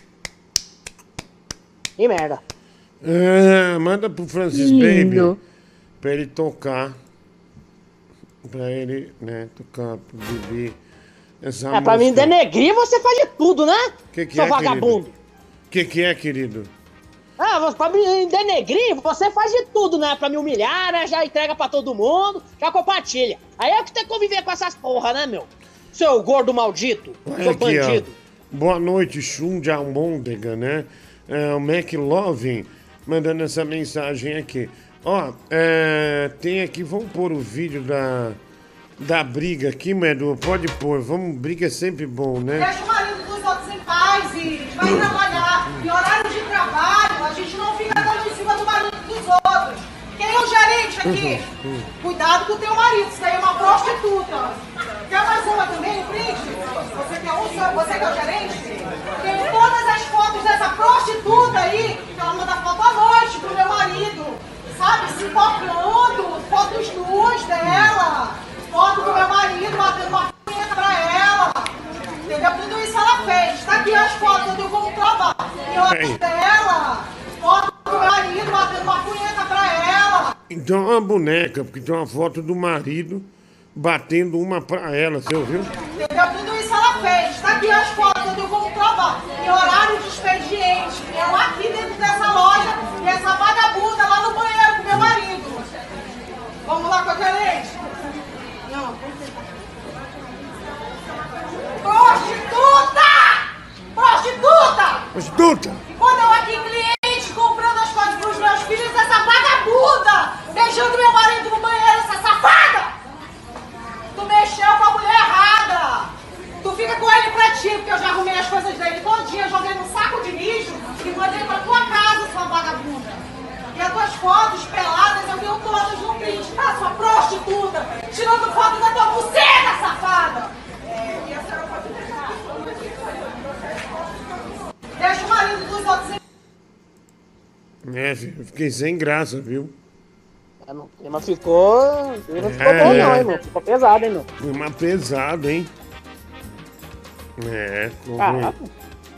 Que merda. É, manda pro Francis Lindo. Baby pra ele tocar. Pra ele, né, tocar pro Bibi. Essa É, pra mim denegrir você faz de tudo, né? Que que seu é, vagabundo. O que que é, querido? Ah, você- pra me denegrir, você faz de tudo, né? Pra me humilhar, né? Já entrega pra todo mundo, já compartilha. Aí é que tem que conviver com essas porra, né, meu? Seu gordo maldito, Olha seu aqui, bandido. ó. Boa noite, Chum de Almôndega, né? É, o McLovin mandando essa mensagem aqui. Ó, é, tem aqui, vamos pôr o vídeo da, da briga aqui, Medu. Pode pôr, vamos, briga é sempre bom, né? Deixa o marido dos outros em paz e vai trabalhar. Em horário de trabalho, a gente não fica dando em cima do marido dos outros. Quem é o gerente aqui? Cuidado com o teu marido, isso daí é uma prostituta. Quer mais uma também, print? Você quer um só? Você que é o gerente? Tem todas as fotos dessa prostituta aí, que ela manda foto à noite pro meu marido. Sabe, se tocando, fotos nuas dela. Foto do meu marido, batendo uma punheta pra ela. Entendeu? Tudo isso ela fez. Tá aqui as fotos, eu tenho como provar. E olha dela, foto do meu marido, batendo uma punheta pra ela. Então é uma boneca, porque tem uma foto do marido batendo uma pra ela, você ouviu? Entendeu? Tudo isso ela fez. Tá aqui as fotos, eu tenho como provar. Em horário de expediente. Eu aqui dentro dessa loja e essa vagabunda lá no banheiro com meu marido. Vamos lá com a gerente? Não. Prostituta! Prostituta! Prostituta! Quando eu aqui, cliente, comprando as coisas pros meus filhos, essa vagabunda! Beijando meu marido no banheiro, essa safada! Tu mexeu com a mulher errada! Tu fica com ele pra ti, porque eu já arrumei as coisas dele todinha, joguei num saco de lixo e mandei pra tua casa, sua vagabunda! E as tuas fotos peladas eu tenho todas no print, tá, sua prostituta? Tirando foto da tua buceta, safada! É, e a senhora pode deixar. Deixa o marido dos outros em... É, filho, eu fiquei sem graça, viu? É, não, o clima ficou. O clima não ficou É. bom, não, hein, meu? Ficou pesado, hein, meu? Foi uma pesada, hein? É, ficou Caraca. ruim.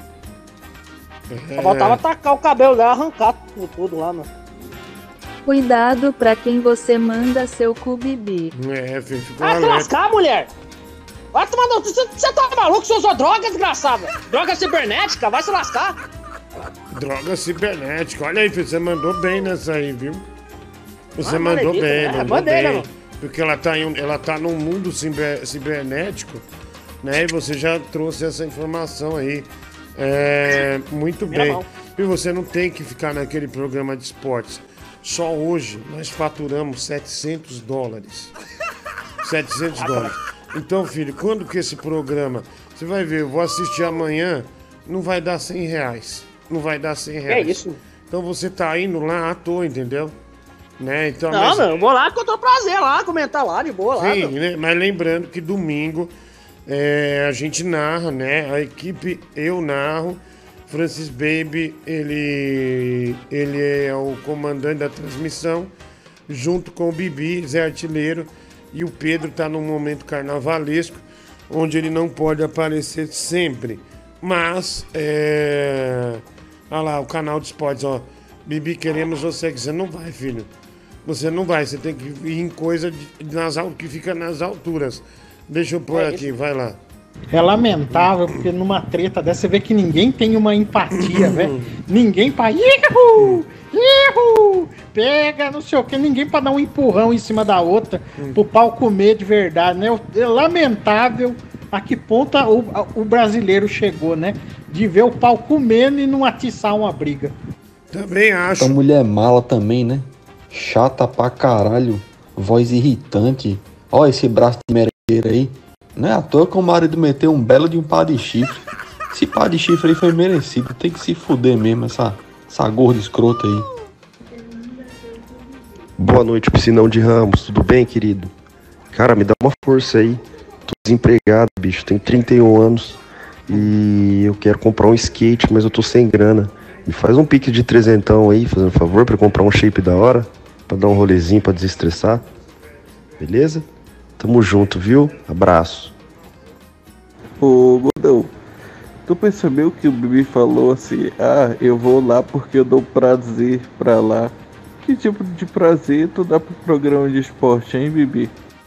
Só faltava tacar o cabelo dela, arrancar tudo, tudo lá, mano. Cuidado pra quem você manda seu cubibi. É, filho, ficou Vai se alerta. lascar, mulher! Vai tomar no... Você, você tá maluco? Você usou droga, desgraçada? Droga cibernética? Vai se lascar! Droga cibernética. Olha aí, filho, você mandou bem nessa aí, viu? Você Ah, mandou mandei, bem, né? mandou Mandei, né, bem. mano? Porque ela tá, em um, ela tá num mundo ciber, cibernético, né? E você já trouxe essa informação aí. É, muito Primeira bem. mão. E você não tem que ficar naquele programa de esportes. Só hoje nós faturamos setecentos dólares. setecentos dólares. Então, filho, quando que esse programa... Você vai ver, eu vou assistir amanhã, não vai dar cem reais. Não vai dar cem reais. Que isso? Então você tá indo lá à toa, entendeu? Né? Então, Não, mas- meu, eu vou lá que eu tô prazer lá, comentar lá, de boa lá, Sim, meu. né? Mas lembrando que domingo é, a gente narra, né? A equipe, eu narro, Francis Baby, ele, ele é o comandante da transmissão, junto com o Bibi, Zé Artilheiro, e o Pedro está num momento carnavalesco, onde ele não pode aparecer sempre. Mas, é... olha lá, o canal de esportes, ó. Bibi, queremos você, que você não vai, filho. Você não vai, você tem que ir em coisa de, nas, que fica nas alturas. Deixa eu pôr é aqui, vai lá. É lamentável, porque numa treta dessa você vê que ninguém tem uma empatia, velho. Ninguém pra. Ihu! Ihu! Pega, não sei o que, ninguém pra dar um empurrão em cima da outra, hum. pro pau comer de verdade, né? É lamentável a que ponto o, o brasileiro chegou, né? De ver o pau comendo e não atiçar uma briga. Também acho. A mulher mala também, né? Chata pra caralho, voz irritante. Ó, esse braço de merendeira aí. Não é à toa que o marido meteu um belo de um pá de chifre. Esse pá de chifre aí foi merecido. Tem que se fuder mesmo, essa, essa gorda escrota aí. Boa noite, Piscinão de Ramos. Tudo bem, querido? Cara, me dá uma força aí. Tô desempregado, bicho. Tenho trinta e um anos. E eu quero comprar um skate, mas eu tô sem grana. Me faz um pique de trezentão aí, fazendo favor, pra comprar um shape da hora. Pra dar um rolezinho, pra desestressar. Beleza? Tamo junto, viu? Abraço. Ô, Gordão, tu percebeu que o Bibi falou assim, ah, eu vou lá porque eu dou prazer pra lá. Que tipo de prazer tu dá pro programa de esporte, hein, Bibi?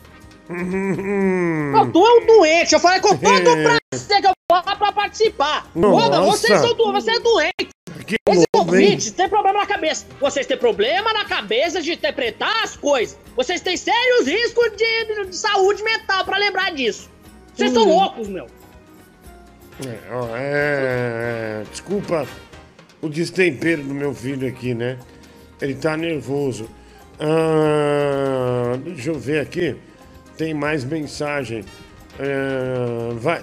Não, tu é um doente, eu falei com todo prazer que eu vou lá pra participar. Nossa. Vocês são doentes, você é doente. Que Esses louco, ouvintes têm problema na cabeça. Vocês têm problema na cabeça de interpretar as coisas. Vocês têm sérios riscos de, de, de saúde mental pra lembrar disso. Vocês hum. são loucos, meu. É, ó, é, desculpa o destempero do meu filho aqui, né? Ele tá nervoso. Ah, deixa eu ver aqui. Tem mais mensagem. Ah, vai.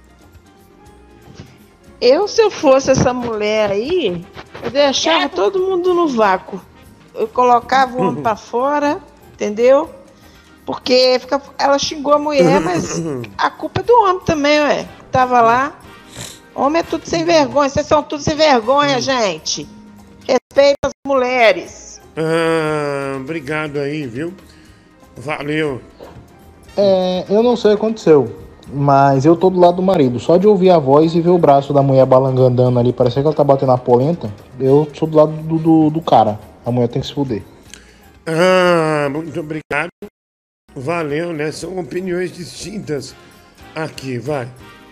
Eu, se eu fosse essa mulher aí, eu deixava é. todo mundo no vácuo. Eu colocava o homem pra fora, entendeu? Porque fica, ela xingou a mulher, mas a culpa é do homem também, ué. Que tava lá. Homem é tudo sem vergonha. Vocês são tudo sem vergonha, gente. Respeita as mulheres. Ah, obrigado aí, viu? Valeu. É, eu não sei o que aconteceu. Mas eu tô do lado do marido. Só de ouvir a voz e ver o braço da mulher balangandando ali, parece que ela tá batendo a polenta. Eu sou do lado do, do, do cara. A mulher tem que se fuder. Ah, muito obrigado. Valeu, né? São opiniões distintas aqui, vai.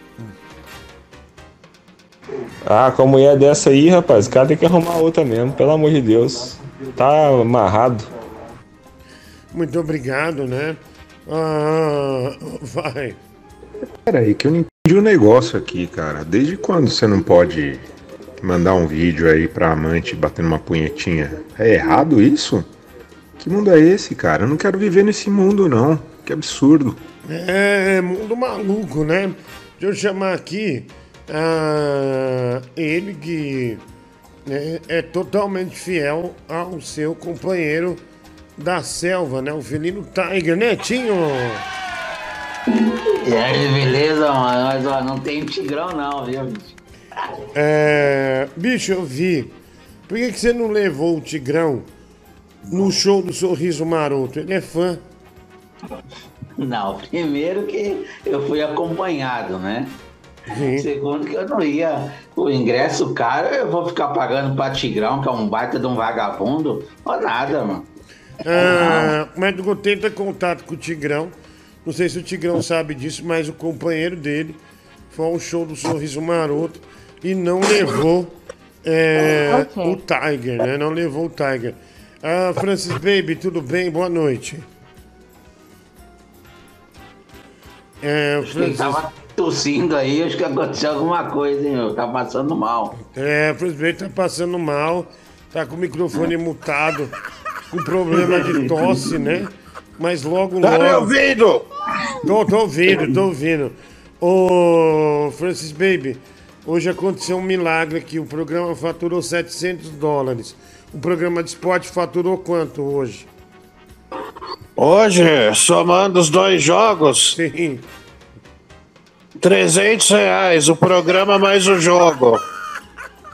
Ah, com a mulher dessa aí, rapaz, o cara tem que arrumar outra mesmo, pelo amor de Deus. Tá amarrado. Muito obrigado, né? Ah, vai. Peraí, que eu não entendi o negócio aqui, cara. Desde quando você não pode mandar um vídeo aí pra amante batendo uma punhetinha? É errado isso? Que mundo é esse, cara? Eu não quero viver nesse mundo, não. Que absurdo. É, mundo maluco, né? Deixa eu chamar aqui ah, ele que né, é totalmente fiel ao seu companheiro da selva, né? O felino Tiger, né, Tinho? E aí, beleza, mano? Mas ó, não tem tigrão não, viu, bicho? É... Bicho, eu vi. Por que, que você não levou o Tigrão no show do Sorriso Maroto? Ele é fã. Não, primeiro que eu fui acompanhado, né? Sim. Segundo que eu não ia. O ingresso caro, eu vou ficar pagando pra Tigrão, que é um baita de um vagabundo, ou nada, mano. Ah, mas eu tenta contato com o Tigrão. Não sei se o Tigrão sabe disso, mas o companheiro dele foi ao show do Sorriso Maroto e não levou é, okay. o Tiger, né? Não levou o Tiger. Ah, Francis Baby, tudo bem? Boa noite. É, Francis... Ele tava tossindo aí, acho que aconteceu alguma coisa, hein, meu? Tá passando mal. É, o Francis Baby tá passando mal, tá com o microfone mutado, com problema de tosse, né? Mas logo, logo... Tá me ouvindo? Tô, tô ouvindo, tô ouvindo. Ô, Francis Baby, hoje aconteceu um milagre aqui. O programa faturou setecentos dólares. O programa de esporte faturou quanto hoje? Hoje, somando os dois jogos... Sim. trezentos reais, o programa mais o jogo.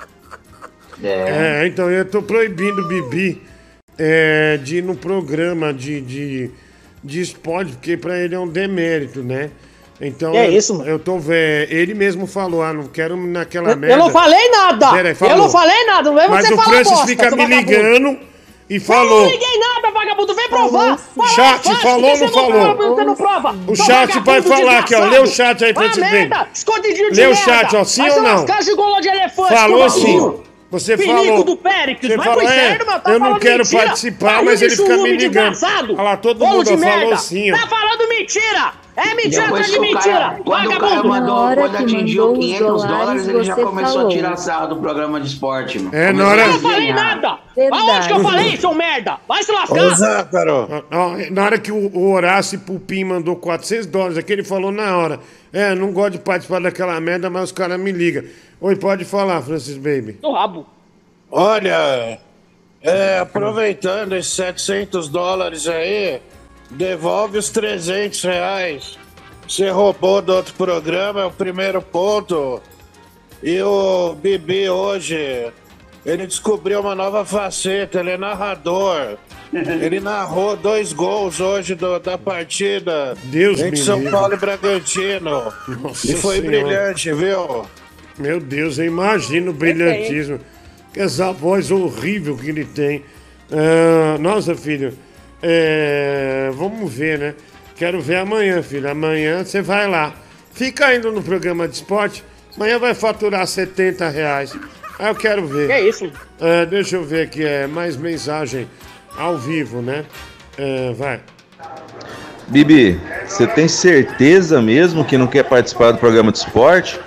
É, então eu tô proibindo o Bibi é, de ir no programa de, de, de esporte, porque pra ele é um demérito, né? Então, Que é eu, isso, mano? eu tô vendo. Ele mesmo falou, ah, não quero ir naquela Eu, merda. eu não falei nada! Pera aí, eu falou. não falei nada, não é Mas você o falar Francis bosta, fica seu me vagabundo. ligando e Eu falou. não liguei nada, vagabundo, vem provar! Fala, Chat, fala, falou ou você não falou? prova, Você não prova! O Seu chat vai vagabundo falar aqui, ó. desgraçado. Lê o chat aí, Vai Francis a Baby. merda, escondidinho de Lê o merda. chat, ó, sim Vai ou se não? lascar, gigolô de elefante, Falou escondidinho. sim. Você Pinico falou. do Péricles, Você vai falou, pro é, inferno, mano, tá eu não falando quero mentira. participar, Barulho mas de ele fica me churume ligando. desgraçado. Olha lá, todo Bolo mundo de falou merda. sim, ó. Tá falando mentira! É mentira Depois atrás que de o mentira! cara, quando o cara Vagabundo! mandou, Na hora quando que atingiu mandou os quinhentos dólares, dólares, ele já você começou falou. a tirar sarro do programa de esporte, mano. É, na Começou hora- a Eu não falei desenhar. nada! Verdade. Aonde que eu falei, seu merda? Vai se lascar! Ô, Zácaro. Ó, na hora que o, o Horácio Pupim mandou quatrocentos dólares aqui, ele falou na hora. É, não gosto de participar daquela merda, mas os caras me ligam. Oi, pode falar, Francis Baby. Do rabo. Olha, é, aproveitando esses setecentos dólares aí, devolve os trezentos reais. Você roubou do outro programa, é o primeiro ponto. E o Bibi hoje, ele descobriu uma nova faceta, ele é narrador. Ele narrou dois gols hoje do- da partida Deus entre me São livre. Paulo e Bragantino. Nossa E foi Senhora. brilhante, viu? Meu Deus, eu imagino o brilhantismo. Essa voz horrível que ele tem. Ah, nossa, filho. é, vamos ver, né? Quero ver amanhã, filho. Amanhã você vai lá. Fica indo no programa de esporte. Amanhã vai faturar setenta reais. Aí eu quero ver. Que isso? É, deixa eu ver aqui. É mais mensagem ao vivo, né? É, vai. Bibi, você tem certeza mesmo que não quer participar do programa de esporte?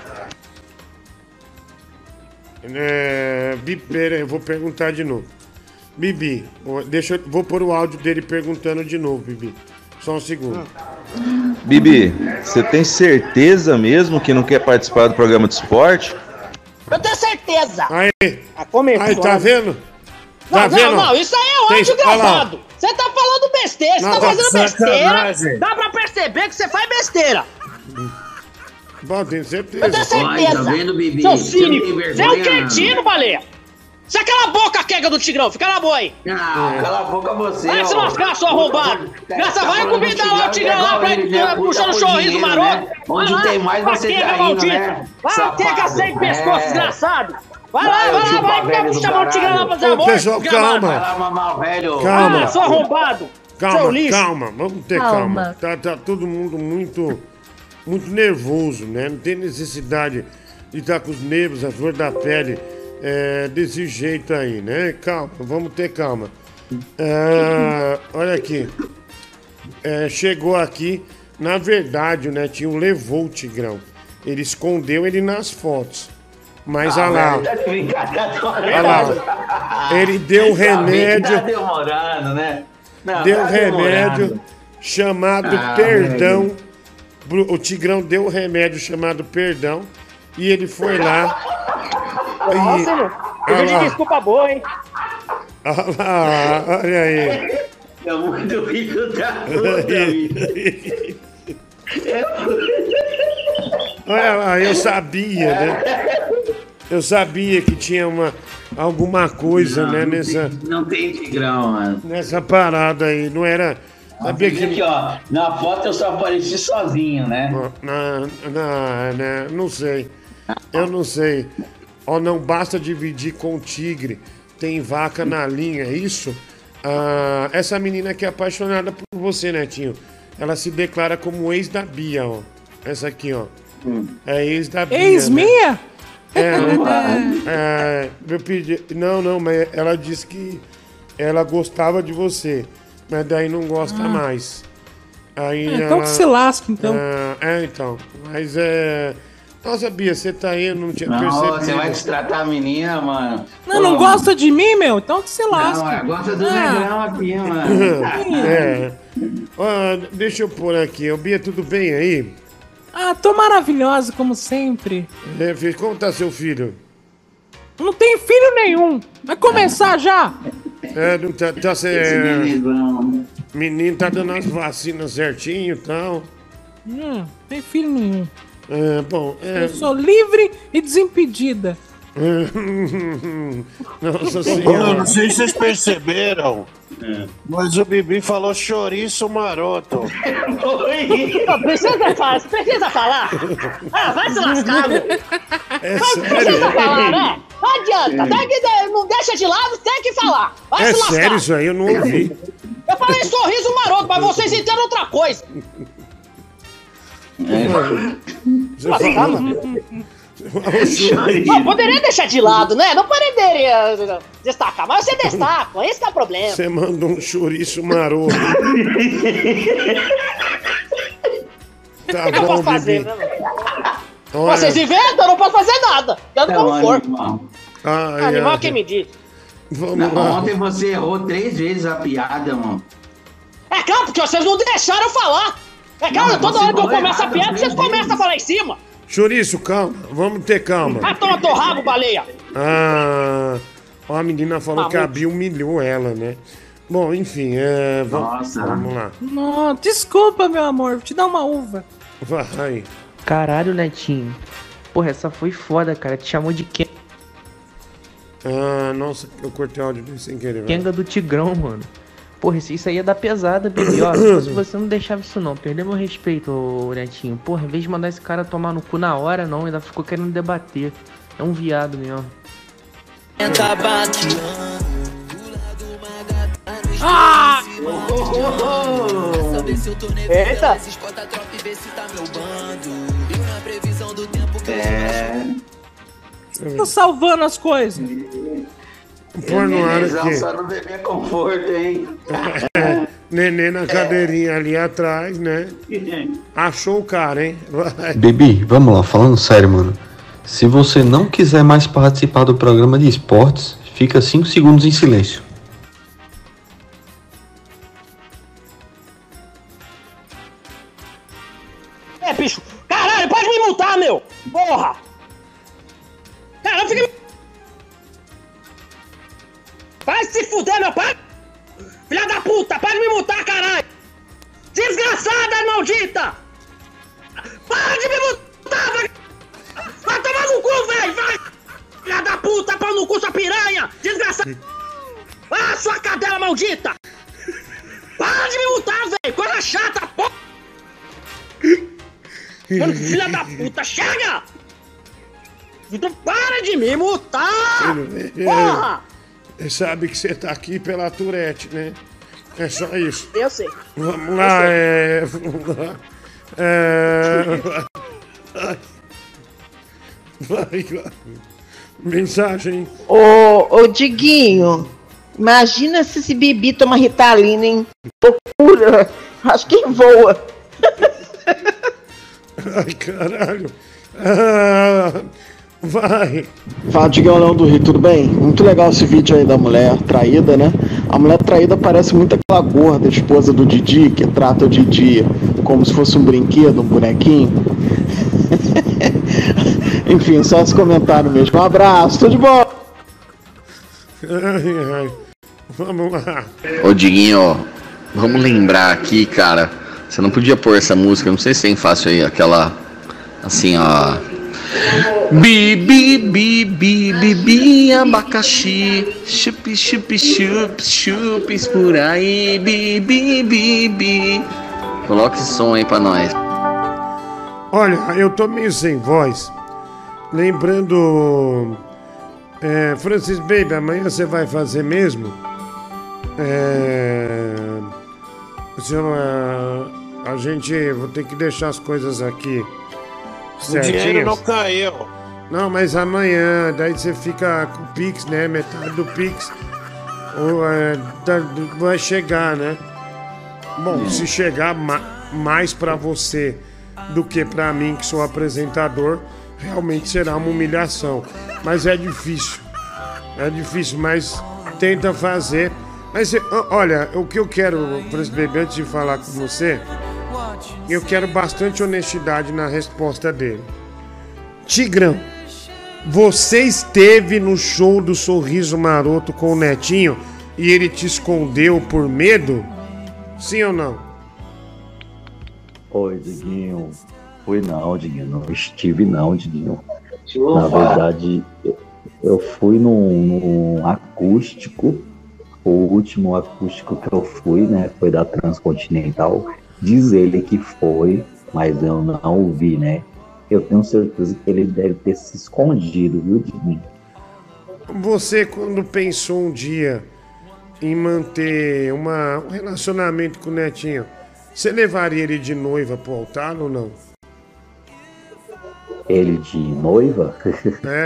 É, Bibi, pera aí, eu vou perguntar de novo. Bibi, ó, deixa eu, vou pôr o áudio dele perguntando de novo, Bibi. Só um segundo. Bibi, você tem certeza mesmo que não quer participar do programa de esporte? Eu tenho certeza! Aí, Ah, começou, aí, tá né? vendo? Não, Tá não, vendo? não, isso aí é Tem- áudio olha lá. gravado. Você tá falando besteira, você Não, tá tá fazendo besteira. sacanagem. Dá pra perceber que você faz besteira. Bom, tenho certeza. Eu tenho certeza. Olha, tá vendo, Bibi? Seu Você não tem cínico. vergonha, Você é um não? cretino, baleia. Você cala a boca, quega do Tigrão. Fica na boa aí. Não, cala a boca você, Vai se ó. lascar, seu arrombado. Tá- Graça, tá vai falando convidar do lá o Tigrão lá pra ele ele já puxando o puxa por sorriso dinheiro, maroto. né? Onde Vai lá, tem mais, você paquega tá indo, maldito. né? Vai, Safado. pega sem pescoço, É. desgraçado. Vai lá, Vai, vai lá, chupa vai, velho vai do chamar o Tigrão lá pra fazer Ô, amor. pessoal, desgramado. calma. Vai lá mamar o velho. Calma. Ah, seu arrombado. Seu Calma, lixo. calma, vamos ter calma. Calma. Tá, tá todo mundo muito, muito nervoso, né? Não tem necessidade de estar com os nervos, a flor da pele é, desse jeito aí, né? Calma, vamos ter calma. É, olha aqui. É, chegou aqui, na verdade, o Netinho levou o Tigrão. Ele escondeu ele nas fotos. Mas olha lá. velho, tá de brincadeira, tá Olha lá. Ele deu Tá bem, remédio. Tá demorando, né? Não, Deu tá remédio demorando. chamado Ah, Perdão. Bru- O Tigrão deu um remédio chamado Perdão. E ele foi lá. Nossa, e, meu. olha Pediu de lá, desculpa boa, hein? olha lá, olha aí. É muito filho da puta, bicho. Olha lá, eu sabia, né? Eu sabia que tinha uma, alguma coisa, Não, né, não nessa, tem- Não tem Tigrão, mano. nessa parada aí. Não era. Sabia Você vê que. aqui, ó, na foto eu só apareci sozinho, né? Na, na, na- não sei. Eu não sei. Ó, não basta dividir com o tigre. Tem vaca na linha, é isso? Ah, essa menina que é apaixonada por você, Netinho. Ela se declara como ex da Bia, ó. Essa aqui, ó. É ex da Bia. Ex né? minha? É, é, eu pedi. Não, não, mas ela disse que ela gostava de você. Mas daí não gosta Ah. mais. Aí É, então ela- que se lasque, então. Ah, é, então. Mas é. Nossa, Bia, você tá aí, eu não tinha Não, percebido. você vai destratar a menina, mano. Não, não Pô, gosta de mim, meu? Então que se lasque. Não, ela gosta do Ah. negrão aqui, mano. É. Ó, deixa eu pôr aqui. Ô, Bia, tudo bem aí? Ah, tô maravilhosa, como sempre. É, filho, como tá seu filho? Não tem filho nenhum. Vai começar já? É, não tá. tá Esse cê, nenezão. menino tá dando as vacinas certinho e tal. Hum, não tem filho nenhum. É, bom, é. Eu sou livre e desimpedida. Nossa Eu senhora. não sei se vocês perceberam, mas o Bibi falou chouriço maroto. Não precisa falar, precisa falar. Ah, vai se lascar, meu. É Mas sério? precisa falar, né? Não adianta, tem que, não deixa de lado, tem que falar. Vai É se lascar. sério isso aí? Eu não ouvi. Eu falei sorriso maroto, mas vocês entenderam outra coisa. Você Lascar, falou- mano. Você falou chouriço. Não, poderia deixar de lado, né? Não poderia destacar, mas você destaca, esse que é o problema. Você mandou um chouriço maroto. Tá O que eu bom, posso fazer, Bibi. né? Olha. Vocês inventam, eu não posso fazer nada. Eu É não um como for. animal. Ai, Animal ai. quem me diz. Vamos Não, lá. ontem você errou três vezes a piada, mano. É claro, porque vocês não deixaram eu falar. É claro, Não, toda você hora que eu falou começo a errado piada, três vocês começam a vezes. falar em cima. Chouriço, calma. Vamos ter calma. Ah, toma teu rabo, baleia. Ah, ó, a menina falou que a Mamuto. Bia humilhou ela, né? Bom, enfim, é, vamos, Nossa. vamos lá. Não, desculpa, meu amor, vou te dar uma uva. Vai. Caralho, Netinho. Porra, essa foi foda, cara. Te chamou de Ken- Ah, nossa, eu cortei o áudio dele sem querer. vai. Kenga do Tigrão, mano. Porra, isso isso aí ia dar pesada, baby. Ó, se fosse você, não deixava isso não. Perdeu meu respeito, ô Netinho. Porra, em vez de mandar esse cara tomar no cu na hora, não, ainda ficou querendo debater. É um viado mesmo. Ah! Eita. É. Tô salvando as coisas. Põe no ar Belezão, aqui. só no bebê conforto, hein? É, neném na cadeirinha ali atrás, né? Achou o cara, hein? Vai. Bibi, vamos lá, falando sério, mano. Se você não quiser mais participar do programa de esportes, fica cinco segundos em silêncio. É, bicho. Caralho, pode me multar, meu. Porra. Caralho, fica... Vai se fuder, meu pai. Filha da puta, pode me multar, caralho. Desgraçada, maldita. Para de me multar, vai. Vai tomar no cu, velho, vai. Filha da puta, pau no cu, sua piranha. Desgraçada. Ah, sua cadela maldita. Para de me multar, velho. Coisa chata, porra. Mano, filha da puta, chega! Então para de me mutar! Porra! Você sabe que você tá aqui pela Tourette, né? É só isso. Eu sei. Vamos lá, é. Vamos lá. É. Vai, vai, vai. Mensagem. Ô, ô Diguinho, imagina se esse Bibi toma Ritalina, hein? Loucura! Acho que voa. Ai, caralho. Ah, vai. Fala, Digão Leão do Rio, tudo bem? Muito legal esse vídeo aí da mulher traída, né? A mulher traída parece muito aquela gorda esposa do Didi, que trata o Didi como se fosse um brinquedo, um bonequinho. Enfim, só esse comentário mesmo. Um abraço, tudo de bom? Ai, ai. Vamos lá. Ô Diguinho, vamos lembrar aqui, cara. Você não podia pôr essa música, não sei se tem fácil aí, aquela. Assim, ó. Bibi, bibi, bibi, abacaxi. Chup, chup, chup, chupes por aí. Bibi, bibi. Coloca esse som aí pra nós. Olha, eu tô meio sem voz. Lembrando. É, Francis Baby, amanhã você vai fazer mesmo? É. Chama. A gente. Vou ter que deixar as coisas aqui. O dinheiro não caiu. Não, mas amanhã, daí você fica com o Pix, né? Metade do Pix ou, é, da- do- vai chegar, né? Bom, se chegar ma- mais pra você do que pra mim, que sou apresentador, realmente será uma humilhação. Mas é difícil. É difícil, mas tenta fazer. Mas, ó, olha, o que eu quero, Francis Baby, antes de falar com você, eu quero bastante honestidade na resposta dele. Tigrão, você esteve no show do Sorriso Maroto com o Netinho e ele te escondeu por medo? Sim ou não? Oi, Diguinho. Fui não, Diguinho. Não estive não, Diguinho. Na verdade, eu fui num, num acústico, o último acústico que eu fui, né, foi da Transcontinental. Diz ele que foi, mas eu não ouvi, né? Eu tenho certeza que ele deve ter se escondido, viu, Diguinho? Você, quando pensou um dia em manter uma, um relacionamento com o Netinho, você levaria ele de noiva pro altar ou não? Ele de noiva? É.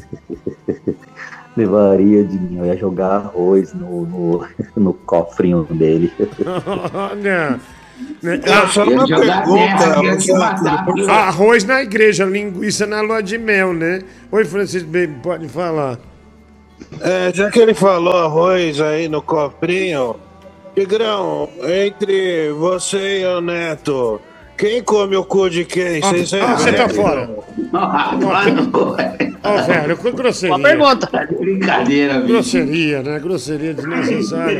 Levaria de mim, eu ia jogar arroz no, no, no cofrinho dele. Olha. Né? Ah, só uma pergunta. Arroz na igreja, linguiça na lua de mel, né? Oi, Francisco Baby, pode falar. É, já que ele falou arroz aí no cofrinho, Tigrão, entre você e o Neto, quem come o cu de quem? Ah, Vocês ah, você tá fora. Ó, oh, velho, com grosseria. Uma pergunta. Brincadeira, bicho. Grosseria, né? Grosseria desnecessária.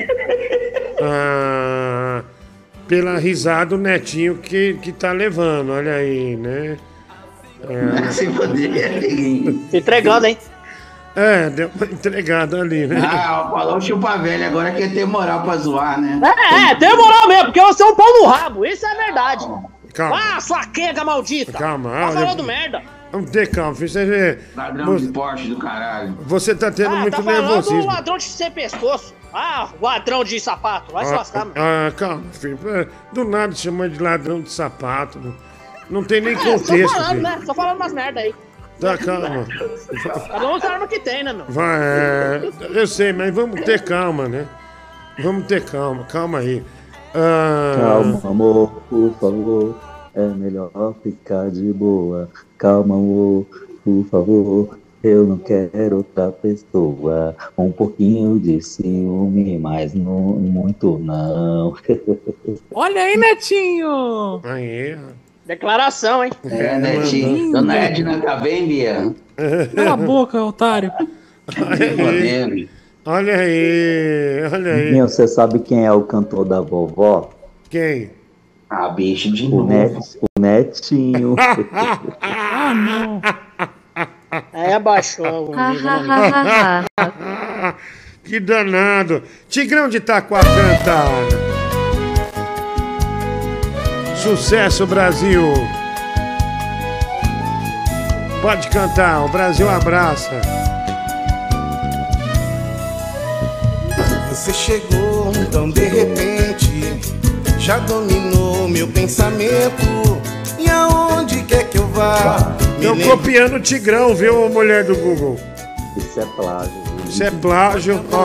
Ah, pela risada, o Netinho que, que tá levando, olha aí, né? É... Se poderia, ninguém. Entregando, hein? É, deu uma entregada ali, né? Ah, falou chupa velho, agora quer ter moral pra zoar, né? É, é, tem moral mesmo, porque você é um pau no rabo, isso é verdade. Calma. Ah, sua quega maldita. Calma, Tá olha- falando merda. Vamos ter calma, filho. Você vê. Ladrão Você, de Porsche do caralho. você tá tendo Ah, muito tá falando do nervosismo. ladrão de sem pescoço. Ah, ladrão de sapato, vai se Ah, lascar, mano. ah, calma, filho. É, do nada chama de ladrão de sapato. Não, não tem nem É, tô contexto, falando, filho. né? Tô falando umas merda aí. Tá, calma. Cada um usa a arma que tem, né, meu? Vai, é, eu sei, mas vamos ter calma, né? Vamos ter calma, calma aí. Ah, Calma, amor, por favor. É melhor ficar de boa. Calma, amor, por favor. Eu não quero outra pessoa. Um pouquinho de ciúme, mas não muito não. Olha aí, Netinho. Aí, Declaração, hein? É, Netinho. Dona Edna tá bem, Bia? Cala a boca, otário. Olha Olha aí, olha aí. Minha, você sabe quem é o cantor da vovó? Quem? Ah, bicho de O, novo. net, o Netinho. Ah, não. Aí abaixou o nível, né? Que danado. Tigrão de Itaquá canta. Sucesso, Brasil. Pode cantar, o Brasil abraça. Você chegou tão de repente, já dominou meu pensamento. E aonde quer que eu vá? Estão copiando o Tigrão, viu, mulher do Google? Isso é plágio. Isso é plágio. Ó.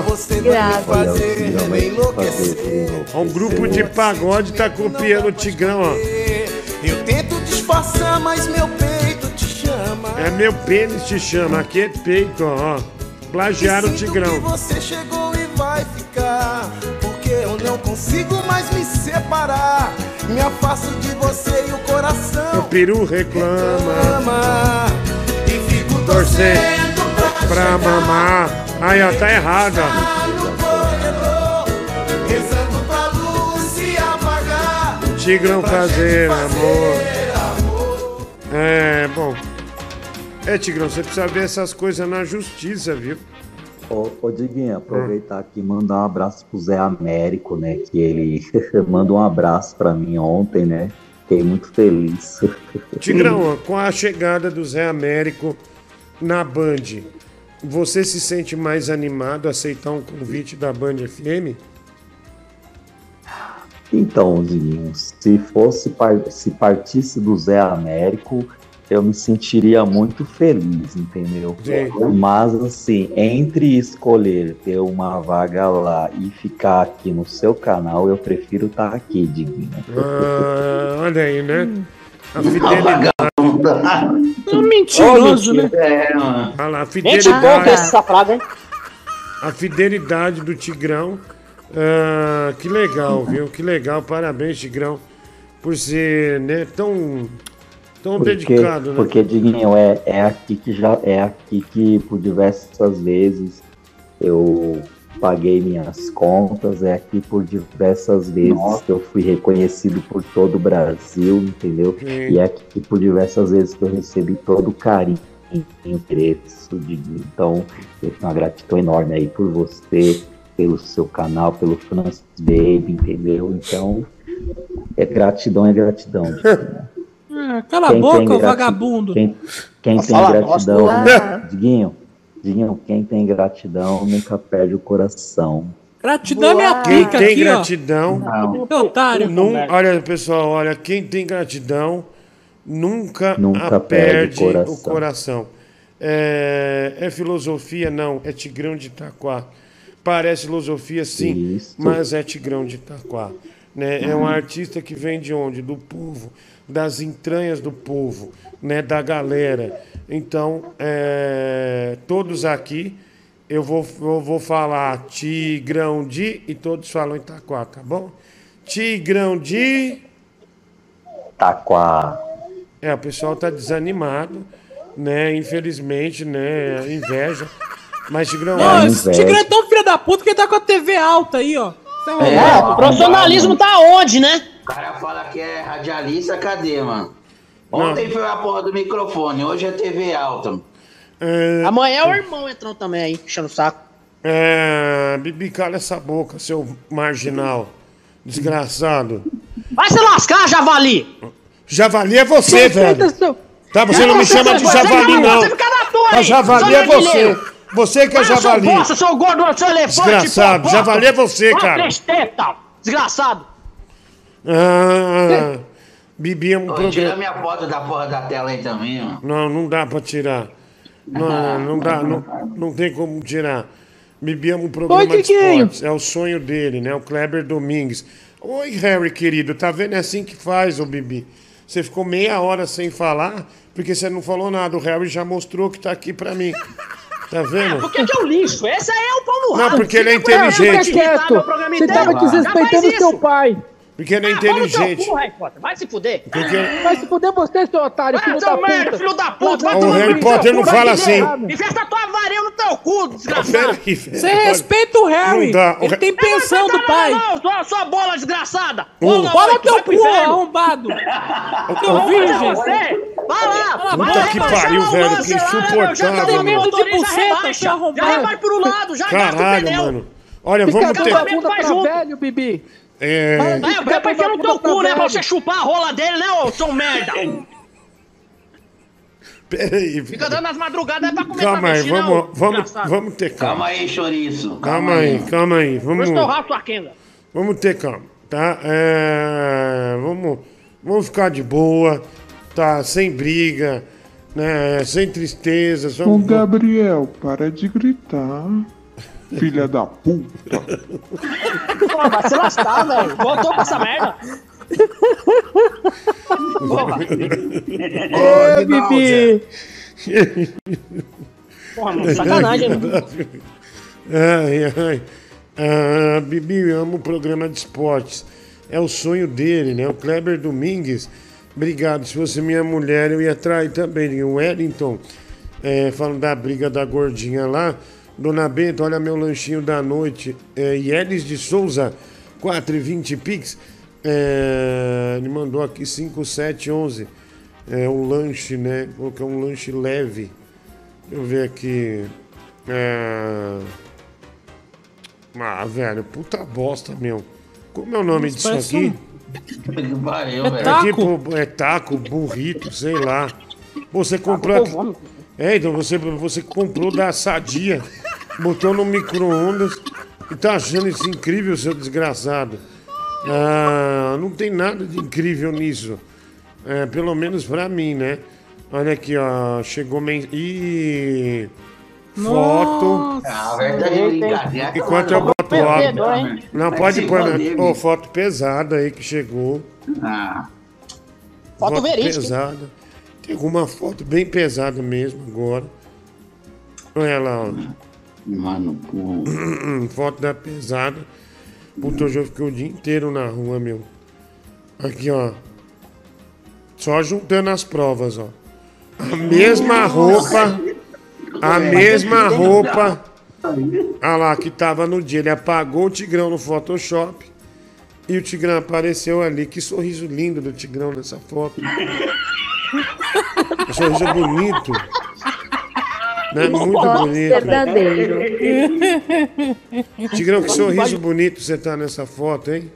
Fazer, Ó, um grupo de pagode tá copiando o Tigrão, ó. Eu tento disfarçar, mas meu peito te chama. É meu pênis te chama, aqui é peito, ó. Plagiaram o E sinto Tigrão. que você chegou e vai ficar, porque eu não consigo mais me separar. Me afasto de você e o coração O peru reclama, ama. E fico torcendo torcendo pra mamar. Aí, ó, tá errado, ó. no corredor, rezando pra luz se apagar. Tigrão fazer amor. É, bom. É, Tigrão, você precisa ver essas coisas na justiça, viu? Ô, ô Diguinho, aproveitar aqui e mandar um abraço pro Zé Américo, né? Que ele mandou um abraço pra mim ontem, né? Fiquei muito feliz. Tigrão, ó, com a chegada do Zé Américo na Band, você se sente mais animado a aceitar um convite da Band F M? Então, Diguinho, se fosse par- se partisse do Zé Américo, eu me sentiria muito feliz, entendeu? Sim. Mas assim, entre escolher ter uma vaga lá e ficar aqui no seu canal, eu prefiro estar aqui, Diguinho. Ah, olha aí, né? A fidelidade. Um mentiroso, né? É, mano. Olha lá, a Gente boa esse fidelidade. safado, hein? A fidelidade do Tigrão. Ah, que legal, viu? Que legal. Parabéns, Tigrão, por ser, né, tão, tão Porque, dedicado, né? porque Diguinho, é, é aqui que já é aqui que por diversas vezes eu paguei minhas contas, é aqui por diversas vezes Nossa. que eu fui reconhecido por todo o Brasil, entendeu? Sim. E é aqui por diversas vezes que eu recebi todo o carinho cresço, Diguinho. Então, eu tenho uma gratidão enorme aí por você, pelo seu canal, pelo Francis Baby, entendeu? Então, é gratidão, é gratidão. Diguinho. Ah, cala quem a boca, grati... vagabundo. Quem, quem tem falar, gratidão, ah. Diguinho, Diguinho, quem tem gratidão nunca perde o coração. Gratidão é minha Quem pica tem aqui, gratidão. ó. Meu otário. Num, olha, pessoal, olha, quem tem gratidão nunca, Nunca a perde perde o o coração. coração. É, é filosofia? Não, é Tigrão de Itaquá. Parece filosofia, sim, Isso. mas é Tigrão de Itaquá. Né? É um artista que vem de onde? Do povo, das entranhas do povo, né? Da galera. Então, é, todos aqui, eu vou, eu vou falar Tigrão de e todos falam Itaquá, tá bom? Tigrão de... Itaquá. É, o pessoal tá desanimado, né? Infelizmente, né? Inveja. Mas Tigrão... Não, esse Tigrão é tão filho da puta que ele tá com a T V alta aí, ó. É, é, o profissionalismo tá onde, né? O cara fala que é radialista, cadê, mano? Ontem foi a porra do microfone, hoje é T V alta. É... Amanhã é o irmão entrou também aí, puxando o saco. É... Bibi, cala essa boca, seu marginal. Desgraçado. Vai se lascar, javali! Javali é você, velho. Seu... Tá, você não me chama de javali, não. Você fica na tua A aí, javali é você. Você que é javali. Seu bosta, seu gordo, seu elefante, Desgraçado, pô, javali é você, ó, cara. Tristeta, desgraçado. Ah, Bibi é um Ô, tira programa... minha foto da porra da tela aí também, ó. Não, não dá pra tirar. Não, não dá, não, não tem como tirar. Bibi é um programa Oi, de Tiquinho. esportes. É o sonho dele, né? O Kleber Domingues. Oi, Harry, querido. Tá vendo? É assim que faz, ô Bibi. Você ficou meia hora sem falar, porque você não falou nada. O Harry já mostrou que tá aqui pra mim. Tá vendo? Por que que é o lixo? Esse aí é o pau no Não, rabo. porque ele é Fica por aí, inteligente. fica quieto. Você tava desrespeitando seu pai. Porque ele é Ah, fala no teu inteligente. cu, Harry Potter. Vai se fuder. Porque... Vai se fuder você, seu otário, filho Vai, da seu puta. merda, filho da puta. Vai O tomar Harry no Potter seu não cu, fala vai assim. dizer. Enfia tua varinha no teu cu, desgraçado. Peraí, Você respeita o Harry. Não dá. O Ele Ra- tem pensão do pai. Não, não, sua, sua bola desgraçada. Uh. Bola Fala oito, teu vai pro cu, inferno. arrombado. Eu Teu vou virgem. fazer você. Vai lá. Puta vai, que vai, pariu, chama o velho, lance que lá, insuportável, já tá mano. no motor, De já buceta, rebaixa. seu arrombado. Já vai pro lado, já gasta o Caralho, pneu. mano. Olha, Fica vamos dando ter... a bunda Vai pra junto. velho, Bibi. É... Ah, eu quero enfiar no teu cu, né? Pra você chupar a rola dele, né, ô seu merda? Peraí, Fica dando as madrugadas aí pra comer Calma aí, travesti, né, vamos, ô vamos, desgraçado? vamos ter calma. Calma aí, chouriço. Calma aí, calma aí. Por isso Vamos, que eu rato sua quenga. vamos ter calma, tá? É, vamos, vamos ficar de boa, tá? Sem briga, né? Sem tristeza. Ô Vamos... Gabriel, para de gritar. Filha da puta. Pô, vai se lascar, velho. Voltou com essa merda. Porra. Ô, Bibi. Porra, mano, sacanagem, mano. Ai, ai. Ah, Bibi ama o programa de esportes. É o sonho dele, né? O Kleber Domingues. Obrigado. Se fosse minha mulher, eu ia trair também. O Wellington, é, falando da briga da gordinha lá. Dona Bento, olha meu lanchinho da noite. É, Yelis de Souza, quatro e vinte Pix. É, ele mandou aqui cinco, sete, onze. É um lanche, né? Que é um lanche leve. Deixa eu ver aqui. É... Ah, velho, puta bosta, meu. Como é o nome disso aqui? Valeu, É velho. taco? É tipo, é taco, burrito, sei lá. Você comprou. aqui- É, então você, você comprou da Sadia, botou no micro-ondas e tá achando isso incrível, seu desgraçado. Ah, não tem nada de incrível nisso. É, pelo menos pra mim, né? Olha aqui, ó. Chegou. Men... Ih. Foto. Ah, verdade, brincadeira. Enquanto eu boto o áudio. Não, Vai pode se pôr, foder, né? Ô, bicho. foto pesada aí que chegou. Ah. Foto verídica, hein? pesada. Tem alguma foto bem pesada mesmo agora. Olha lá, ó. Mano, pô. Foto da pesada. Puta, hoje eu fiquei o dia inteiro na rua, meu. Aqui, ó. Só juntando as provas, ó. A mesma roupa. A mesma roupa. Ah lá, que tava no dia. Ele apagou o Tigrão no Photoshop. E o Tigrão apareceu ali. Que sorriso lindo do Tigrão nessa foto. Que sorriso bonito. Não é muito Fox bonito. verdadeiro. Tigrão, que sorriso bonito você tá nessa foto, hein?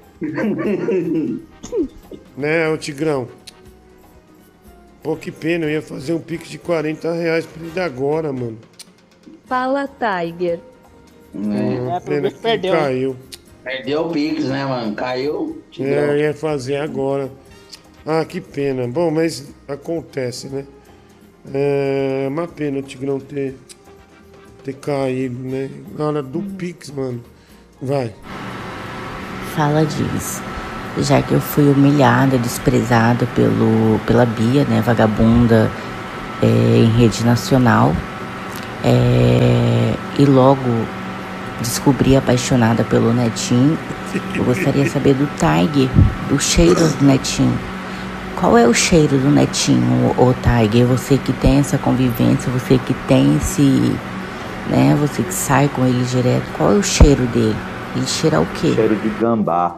Né, ô Tigrão? Pô, que pena, eu ia fazer um pix de quarenta reais pra ele agora, mano. Fala, Tiger. É, pena que perdeu. caiu. Perdeu o Pix, né, mano? Caiu. É, eu ia fazer agora. Ah, que pena. Bom, mas acontece, né? É uma pena o Tigrão ter, ter caído, né? Na hora do Pix, mano. Vai. Fala, Diz. Já que eu fui humilhada, desprezada pelo, pela Bia, né, vagabunda, é, em rede nacional, é, e logo descobri apaixonada pelo Netinho, eu gostaria de saber do Tiger, do cheiro do Netinho. Qual é o cheiro do Netinho, ô Tiger? Você que tem essa convivência, você que tem esse, né, você que sai com ele direto, qual é o cheiro dele? Ele cheira o quê? Cheiro de gambá.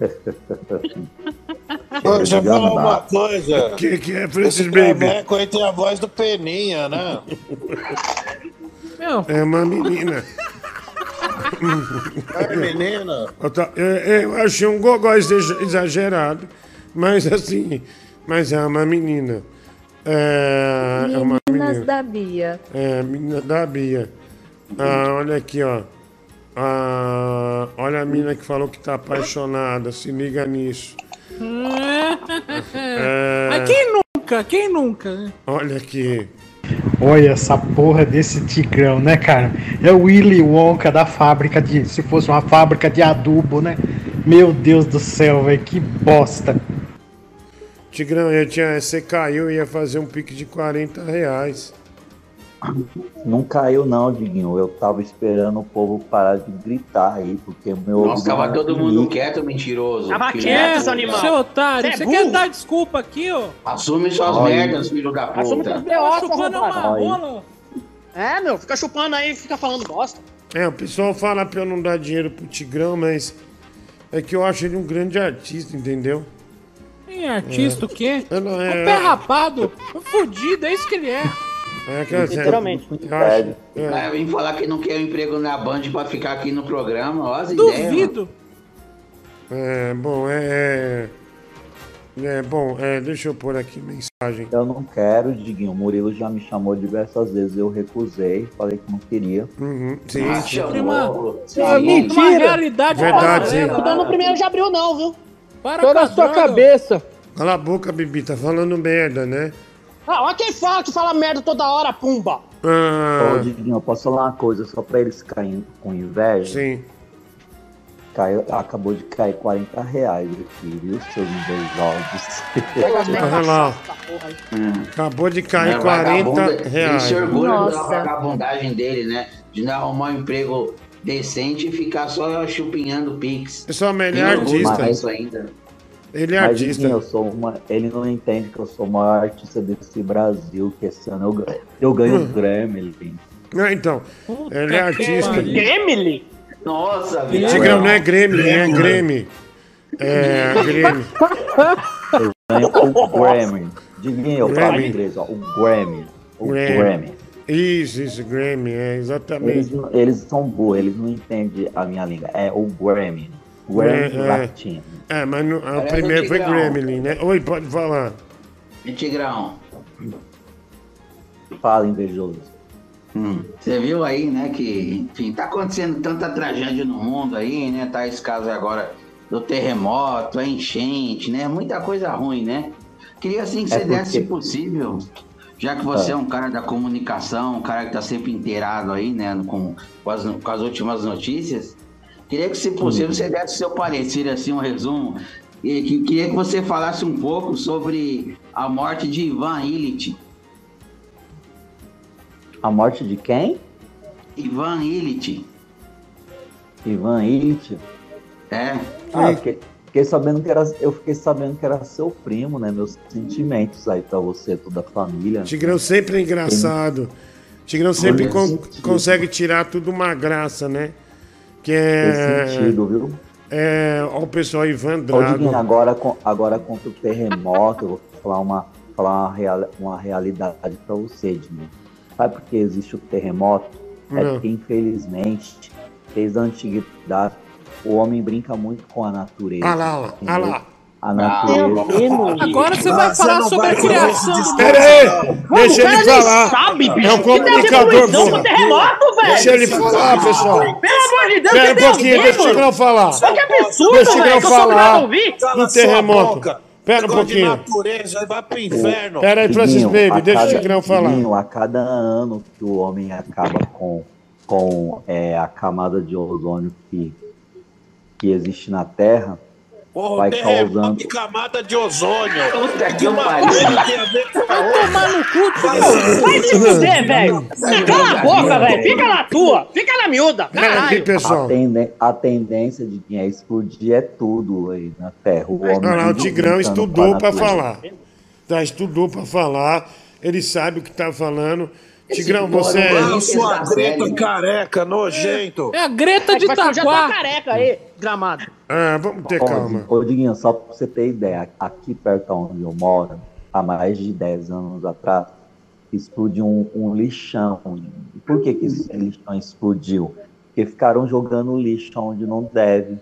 Ô, deixa eu falar uma coisa. O que, que é, Francis Esse Baby? caneco aí tem a voz do Peninha, né? É uma menina. É menina? Eu, tá- eu- eu achei um gogó exa- exagerado, mas assim, mas é uma menina. É, é uma Meninas menina. da Bia. É, menina da Bia. Ah, olha aqui, ó. Ah, olha a menina que falou que tá apaixonada, se liga nisso. É. Mas quem nunca? Quem nunca, né? Olha aqui. Olha essa porra desse Tigrão, né, cara? É o Willy Wonka da fábrica de... Se fosse uma fábrica de adubo, né? Meu Deus do céu, velho, que bosta. Tigrão, eu tinha, você caiu e ia fazer um pique de quarenta reais. Não caiu não, Diguinho. Eu tava esperando o povo parar de gritar aí, porque o meu... Nossa, tava todo mundo quieto, mentiroso. Tava Filho quieto, da puta. animal. Seu otário, Cê é você burro. quer dar desculpa aqui, ó? Assume suas Olha. merdas, filho da Assume puta. tudo B O, seu Chupando uma arrombado. rola. É, meu, fica chupando aí e fica falando bosta. É, o pessoal fala pra eu não dar dinheiro pro Tigrão, mas é que eu acho ele um grande artista, entendeu? Tem artista o quê? Eu não, Um é, pé rapado, um fudido, é isso que ele é. é que assim, Literalmente. eu acho, é, Vai vir falar que não quer um emprego na Band pra ficar aqui no programa. Ó as ideias. mano. Duvido. é, bom, é, é, é, bom, é, deixa eu pôr aqui mensagem. Eu não quero, Diguinho. O Murilo já me chamou diversas vezes, eu recusei, falei que não queria. Uhum, sim, Ah, sim. Tem uma, chamou. uma, Sim. uma realidade Verdade, paralela. sim. Não dando no primeiro de abril, não, viu? Para Toda com a sua droga. cabeça. Cala a boca, Bibi, tá falando merda, né? Ah, olha quem fala que fala merda toda hora, pumba. Ô, Ah, Diguinho, eu posso falar uma coisa só pra eles ficarem com inveja? sim. Caiu, acabou de cair quarenta reais aqui, viu, seus invejosos? Olha lá, Hum. acabou de cair É, quarenta vagabundo, Ele reais. se orgulha da Nossa. vagabundagem dele, né? De não arrumar um emprego decente e ficar só chupinhando Pix. Pessoal, mas ele Tem é orgulho artista. disso ainda. Ele é Mas, artista. Diguinho, eu sou uma... ele não entende que eu sou o maior artista desse Brasil, que esse ano eu, ganho- eu ganho o Grammy. Ah, então, ele é artista. Emily? Nossa, velho. Tigrão não é Grêmio, é Grêmio. É, Grêmio. Eu ganho o Grammy. Diguinho, eu falo Grammy. em inglês, ó, o Grammy. O Grammy. Grammy. Isso, isso, Grêmio, é Eles, exatamente. não- eles são burros, eles não entendem a minha língua. É o Grammy. Grammy É, é. Latino. É, mas no- o Parece primeiro um foi Tigrão. Gremlin, né? Oi, pode falar. E Tigrão? Fala, invejoso. Hum. Você viu aí, né, que, enfim, tá acontecendo tanta tragédia no mundo aí, né? Tá esse caso agora do terremoto, a enchente, né? Muita coisa ruim, né? Queria assim que É você desse, se porque- possível, já que você Ah. é um cara da comunicação, um cara que tá sempre inteirado aí, né, com, com, as, com as últimas notícias, queria que, se possível, você desse seu parecer, assim, um resumo, e que, queria que você falasse um pouco sobre a morte de Ivan Illich. A morte de quem? Ivan Illich. Ivan Illich? É. Ah, eu fiquei, fiquei sabendo que era, eu fiquei sabendo que era seu primo, né? Meus sentimentos aí pra você, toda a família. Tigrão sempre é engraçado. Tigrão sempre Olha, con- sentido. consegue tirar tudo uma graça, né? Que é. Tem sentido, viu? É. Ó, o pessoal Ivan Ô, Drago. Diguinho, agora, com- agora contra o terremoto, eu vou falar uma, falar uma, real, uma realidade pra você, Diguinho. Sabe por que existe o terremoto? É Não. porque, infelizmente, desde a antiguidade, o homem brinca muito com a natureza. Ah lá, ó lá, ah lá. A natureza. Agora você vai falar sobre a criação do Pera aí, deixa o cara ele nem falar. sabe, bicho. É um Que deve comunicador, poluição pô. com terremoto, velho. Deixa ele falar, pessoal. Pelo amor de Deus, Pera você um tem pouquinho, alguém, deixa o mano? Tigrão falar. Olha que absurdo, Deixa o velho, Tigrão que eu sou obrigado a falar ouvir. do Cala sua terremoto. boca. Pera um Negócio de pouquinho. natureza, vai pro inferno. Pera aí, Francis Diguinho, Baby, a deixa o cada- Tigrão falar. Diguinho, a cada ano que o homem acaba com, com é, a camada de ozônio que, que existe na Terra, Porra, vai o terremoto causando. de camada de ozônio. Puta que Que uma pariu. coisa tem a ver com a Vai outra. tomar no cu, Vai Tigrão. Vai se fuder, velho. Cala a boca, velho. Fica na tua. Fica na miúda. Pera aqui, Caralho. pessoal. A, tende- a tendência de quem é explodir é tudo aí na Terra. O homem Olha lá, o vive Tigrão brincando estudou com a pra natureza. falar. Tá, estudou pra falar. Ele sabe o que tá falando. Esse Tigrão, porra você não é. vai- Ah, sua Essa treta série. careca, nojento. É a Greta de Vai sujar tua Itaquá. careca aí, gramado. Ah, vamos ter Ó, calma. Ô, Diguinho, só pra você ter ideia, aqui perto onde eu moro, há mais de dez anos atrás, explodiu um, um lixão. Por que, que esse lixão explodiu? Porque ficaram jogando lixo onde não deve.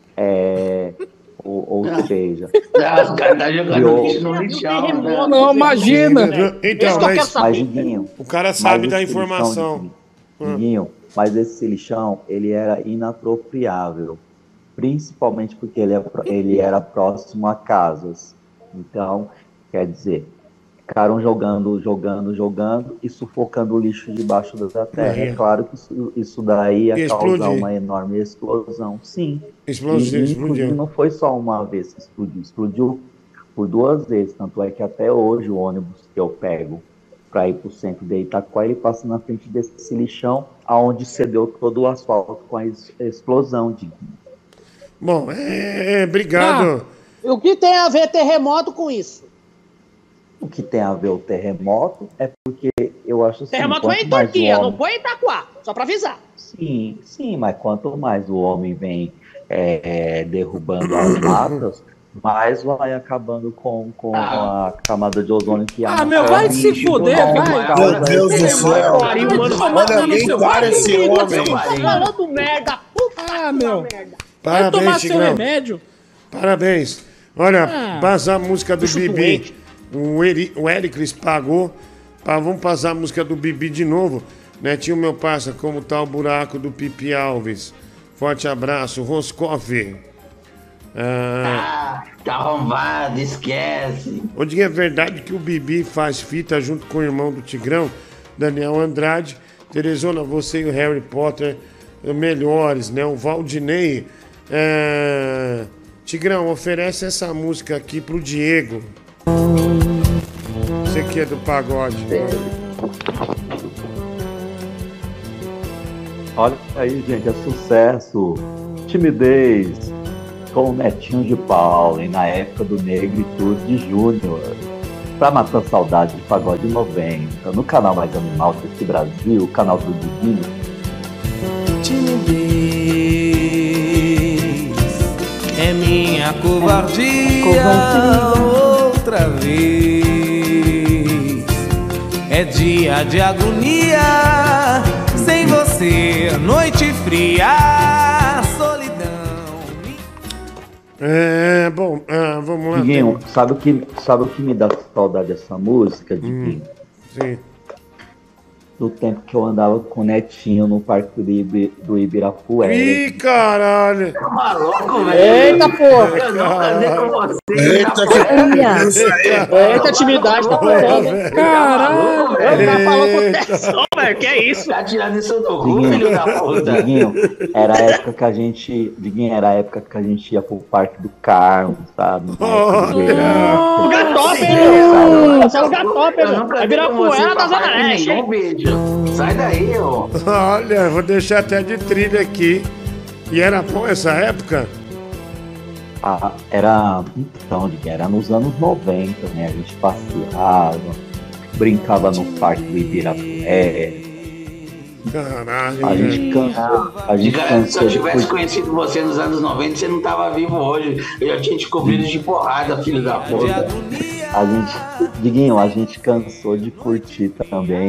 É, ou, ou seja, Ah, os caras tá jogando criou- lixo no lixão, né? Não, imagina. Então, Isso que eu quero mas saber. mas Diguinho, o cara sabe mas da esse informação. lixão, Diguinho, mas esse lixão, ele era inapropriável, principalmente porque ele, é pro- ele era próximo a casas. Então, quer dizer, ficaram jogando, jogando, jogando e sufocando o lixo debaixo da terra. Aí. É claro que isso, isso daí ia Ia causar explodir. uma enorme explosão. Sim. Explodiu, E, inclusive, explodiu. não foi só uma vez que explodiu, explodiu por duas vezes. Tanto é que até hoje o ônibus que eu pego para ir para o centro de Itaquá, ele passa na frente desse lixão, aonde cedeu todo o asfalto com a es- explosão. De... Bom, é, é, obrigado. E o que tem a ver terremoto com isso? O que tem a ver o terremoto é porque eu acho assim, Terremoto foi quanto em mais o Turquia, homem- não foi em Itaquá. Só pra avisar. Sim, sim, mas quanto mais o homem vem é, derrubando as matas, mais vai acabando com, com a camada de ozônio que há Ah, na meu, Terra. vai se fuder, Não, vai. causa Meu Deus do esse céu. terremoto. Pariu, mano. Olha, alguém para esse homem. Tá falando merda. Puta Ah, meu. merda. Vai tomar Parabéns, seu Tigrão. remédio. Parabéns. Olha, Ah, passar a música do bicho Bibi. doente. O, Eri, o Ericles pagou. Pá, vamos passar a música do Bibi de novo. Netinho, meu parça, como tá o buraco do Pipi Alves? Forte abraço. Roscoff. Ah, Ah, tá arrombado, esquece. Onde é verdade que o Bibi faz fita junto com o irmão do Tigrão, Daniel Andrade. Teresona, você e o Harry Potter eh, melhores, né? O Valdinei. eh, Tigrão, oferece essa música aqui pro Diego. Você que é do pagode. Olha aí, gente, é sucesso. Timidez com o Netinho de Paula e na época do Negritude Júnior. Pra matar saudade de pagode noventa, no canal mais animal desse Brasil, o canal do Diguinho. Timidez é minha covardia, outra vez. É dia de agonia, sem você, noite fria, solidão. É, bom, ah, vamos lá. Diguinho, sabe o que, sabe o que me dá saudade dessa música, Diguinho? Sim. Do tempo que eu andava com o Netinho no parque do, Ibi, do Ibirapuera. Ih, caralho! Tá maluco, velho? Eita, porra. Eu não casei com você. Eita, tá que Olha. isso aí. Eita, atividade tá podendo. Caralho. Ele tá falando com Eita. tensão, velho. Que é isso? Tá tirando isso do cu, filho da puta. Diguinho, era a época que a gente. Diguinho, era a época que a gente ia pro Parque do Carmo, sabe? Na época do verão. Lugar top, hein, meu? Esse é lugar top, Eu hein, meu? nunca Vai dei virar com você poeira da pra Zona parque Leste, nenhum, hein? bicho. Sai daí, ô. Olha, vou deixar até de trilha aqui. E era bom essa época? Ah, era. Então, Diguinho, era nos anos noventa, né? A gente passeava, brincava no Parque do Ibirapuera. Caralho, A velho. gente cansou. A gente Cara, se eu cansou de tivesse curtir. conhecido você nos anos noventa, você não tava vivo hoje. Eu já tinha te cobrido de porrada, filho da puta. A gente, Diguinho, a gente cansou de curtir também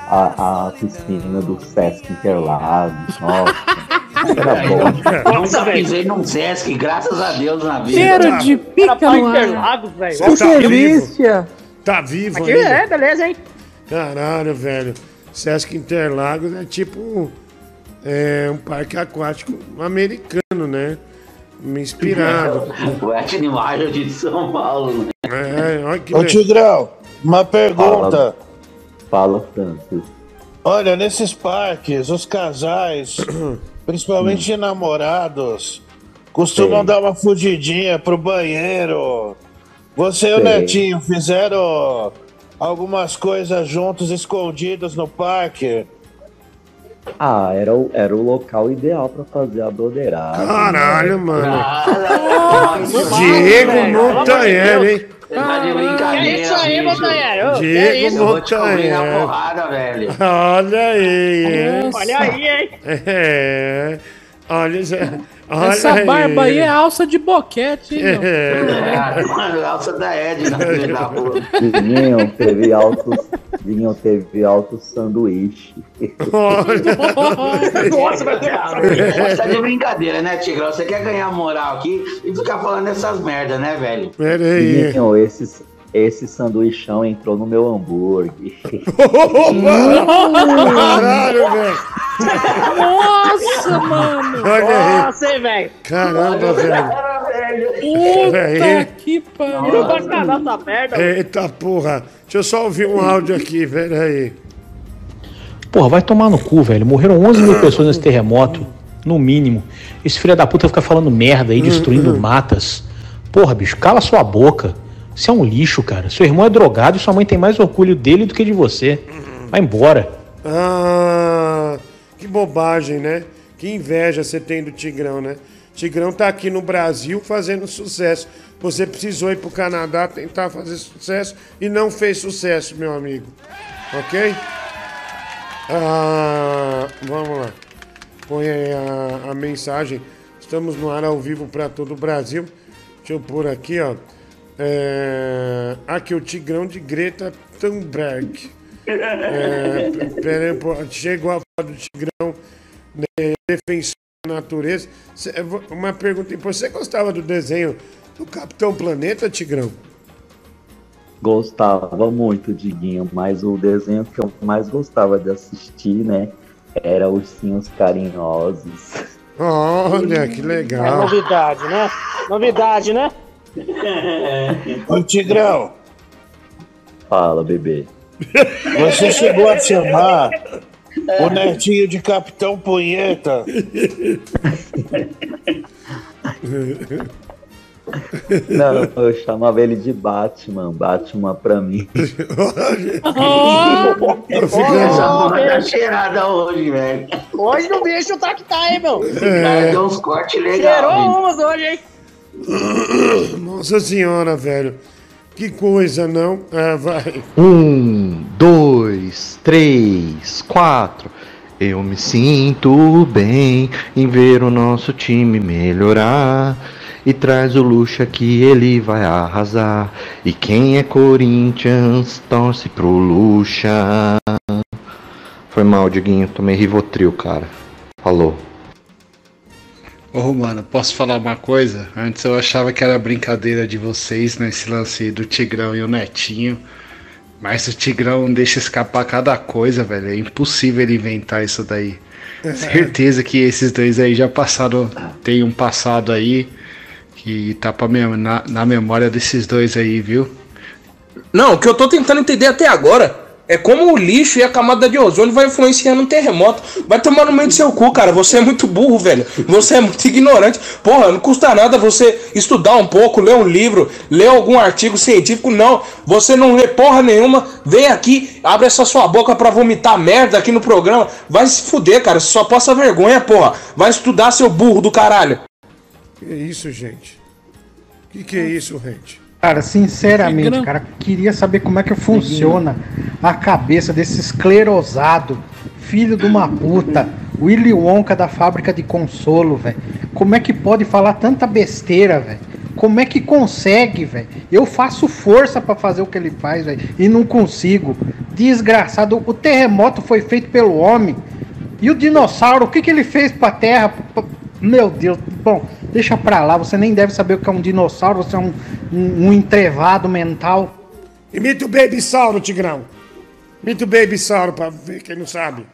a, a piscina do Sesc Interlagos. Nossa, era bom. Nunca pisei num Sesc, graças a Deus na vida. Cheiro de pica Era no ar. Interlagos, velho. Você tá delícia. Tá vivo Aqui ainda? é, beleza, hein? Caralho, velho. Sesc Interlagos é tipo é, um parque aquático americano, né? Me inspirado. O Wet Animal de São Paulo, né? É, olha que Ô le- Tigrão, uma pergunta. Fala, Francis. Olha, nesses parques, os casais, principalmente namorados, costumam Sim. dar uma fugidinha pro banheiro. Você e o Sim. Netinho fizeram algumas coisas juntos, escondidos no parque? Ah, era o, era o local ideal pra fazer a broderagem. Caralho, né? mano. Nossa, Diego velho, Montanheri, hein? Você tá de brincadeira, Que isso aí, bicho. Montanheri? Ô, que Diego isso? Eu vou te comer na Montanheri. porrada, velho. Olha aí, hein? Olha aí, hein? É. Olha, Zé. Olha Essa aí. barba aí é alça de boquete, hein, meu? É. É, mano, alça da Edna, filho da puta. Vinho teve altos, Vinho teve altos sanduíche. Nossa, vai ter Você tá de brincadeira, né, Tigrão? Você quer ganhar moral aqui e ficar falando essas merdas, né, velho? Pera aí. Vinho, esse, esse sanduichão entrou no meu hambúrguer. Caralho, velho. Nossa, mano. Olha aí. Nossa, hein, velho? Caramba, velho. Puta Aí. que pariu. Não pode casar essa merda. Eita porra. Deixa eu só ouvir um áudio aqui, velho. Aí. Porra, vai tomar no cu, velho. Morreram onze mil pessoas nesse terremoto, no mínimo. Esse filho da puta fica falando merda aí, destruindo matas. Porra, bicho, cala sua boca. Você é um lixo, cara. Seu irmão é drogado e sua mãe tem mais orgulho dele do que de você. Vai embora. Ah, que bobagem, né? Que inveja você tem do Tigrão, né? Tigrão tá aqui no Brasil fazendo sucesso. Você precisou ir pro Canadá tentar fazer sucesso e não fez sucesso, meu amigo. Ok? Ah, vamos lá. Põe aí a, a mensagem. Estamos no ar ao vivo para todo o Brasil. Deixa eu pôr aqui, ó. É, aqui o Tigrão de Greta Thunberg. É, pera aí, pô, chegou a foto do Tigrão, né, defensor da natureza. Cê, uma pergunta importante. Você gostava do desenho do Capitão Planeta, Tigrão? Gostava muito, Diguinho, mas o desenho que eu mais gostava de assistir, né, era Ursinhos Carinhosos. Olha, que É legal. novidade, né? Novidade, né? Ô Tigrão, Fala, bebê. você chegou a chamar o Netinho de Capitão Punheta? Não, eu chamava ele de Batman, Batman pra mim. Essa porra tá cheirada hoje, velho. Hoje o bicho tá que tá, hein, meu? Cara, deu uns cortes legais. Cheirou umas hoje, hein? Nossa senhora, velho. Que coisa, não? Ah, vai. Um, dois, três, quatro. Eu me sinto bem em ver o nosso time melhorar. E traz o Lucha que ele vai arrasar. E quem é Corinthians torce pro Lucha. Foi mal, Diguinho. Tomei Rivotril, cara. Falou. Ô, mano, posso falar uma coisa? Antes eu achava que era brincadeira de vocês nesse lance do Tigrão e o Netinho. Mas o Tigrão deixa escapar cada coisa, velho. É impossível ele inventar isso daí. Certeza que esses dois aí já passaram. Tem um passado aí que tá pra mem- na, na memória desses dois aí, viu? Não, o que eu tô tentando entender até agora é como o lixo e a camada de ozônio vai influenciar no terremoto. Vai tomar no meio do seu cu, cara. Você é muito burro, velho. Você é muito ignorante. Porra, não custa nada você estudar um pouco, ler um livro, ler algum artigo científico. Não, você não lê porra nenhuma. Vem aqui, abre essa sua boca pra vomitar merda aqui no programa. Vai se fuder, cara. Você só passa vergonha, porra. Vai estudar, seu burro do caralho. Que isso, gente? Que que é isso, gente? Cara, sinceramente, cara, queria saber como é que funciona a cabeça desse esclerosado, filho de uma puta, Willy Wonka da fábrica de consolo, velho. Como é que pode falar tanta besteira, velho? Como é que consegue, velho? Eu faço força pra fazer o que ele faz, velho, e não consigo. Desgraçado, o terremoto foi feito pelo homem. E o dinossauro, o que, que ele fez pra terra? Meu Deus, bom, deixa pra lá, você nem deve saber o que é um dinossauro, você é um, um, um entrevado mental. Imita o Baby Sauro, Tigrão. Imita o Baby Sauro pra ver quem não sabe.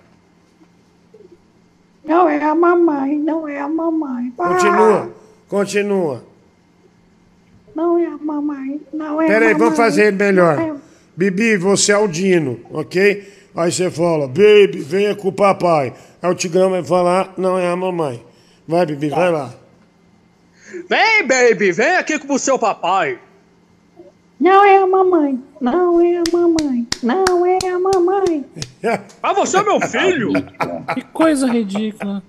Não é a mamãe, não é a mamãe. Ah, Continua, continua. não é a mamãe, não é a mamãe. Peraí, vamos fazer melhor. Não é- Bibi, você é o Dino, ok? Aí você fala, Baby, venha com o papai. Aí o Tigrão vai falar, não é a mamãe. Vai, Bibi, vai lá. Vem, baby, vem aqui com o seu papai. Não é a mamãe, não é a mamãe, não é a mamãe. Ah, você é meu filho. Que coisa ridícula.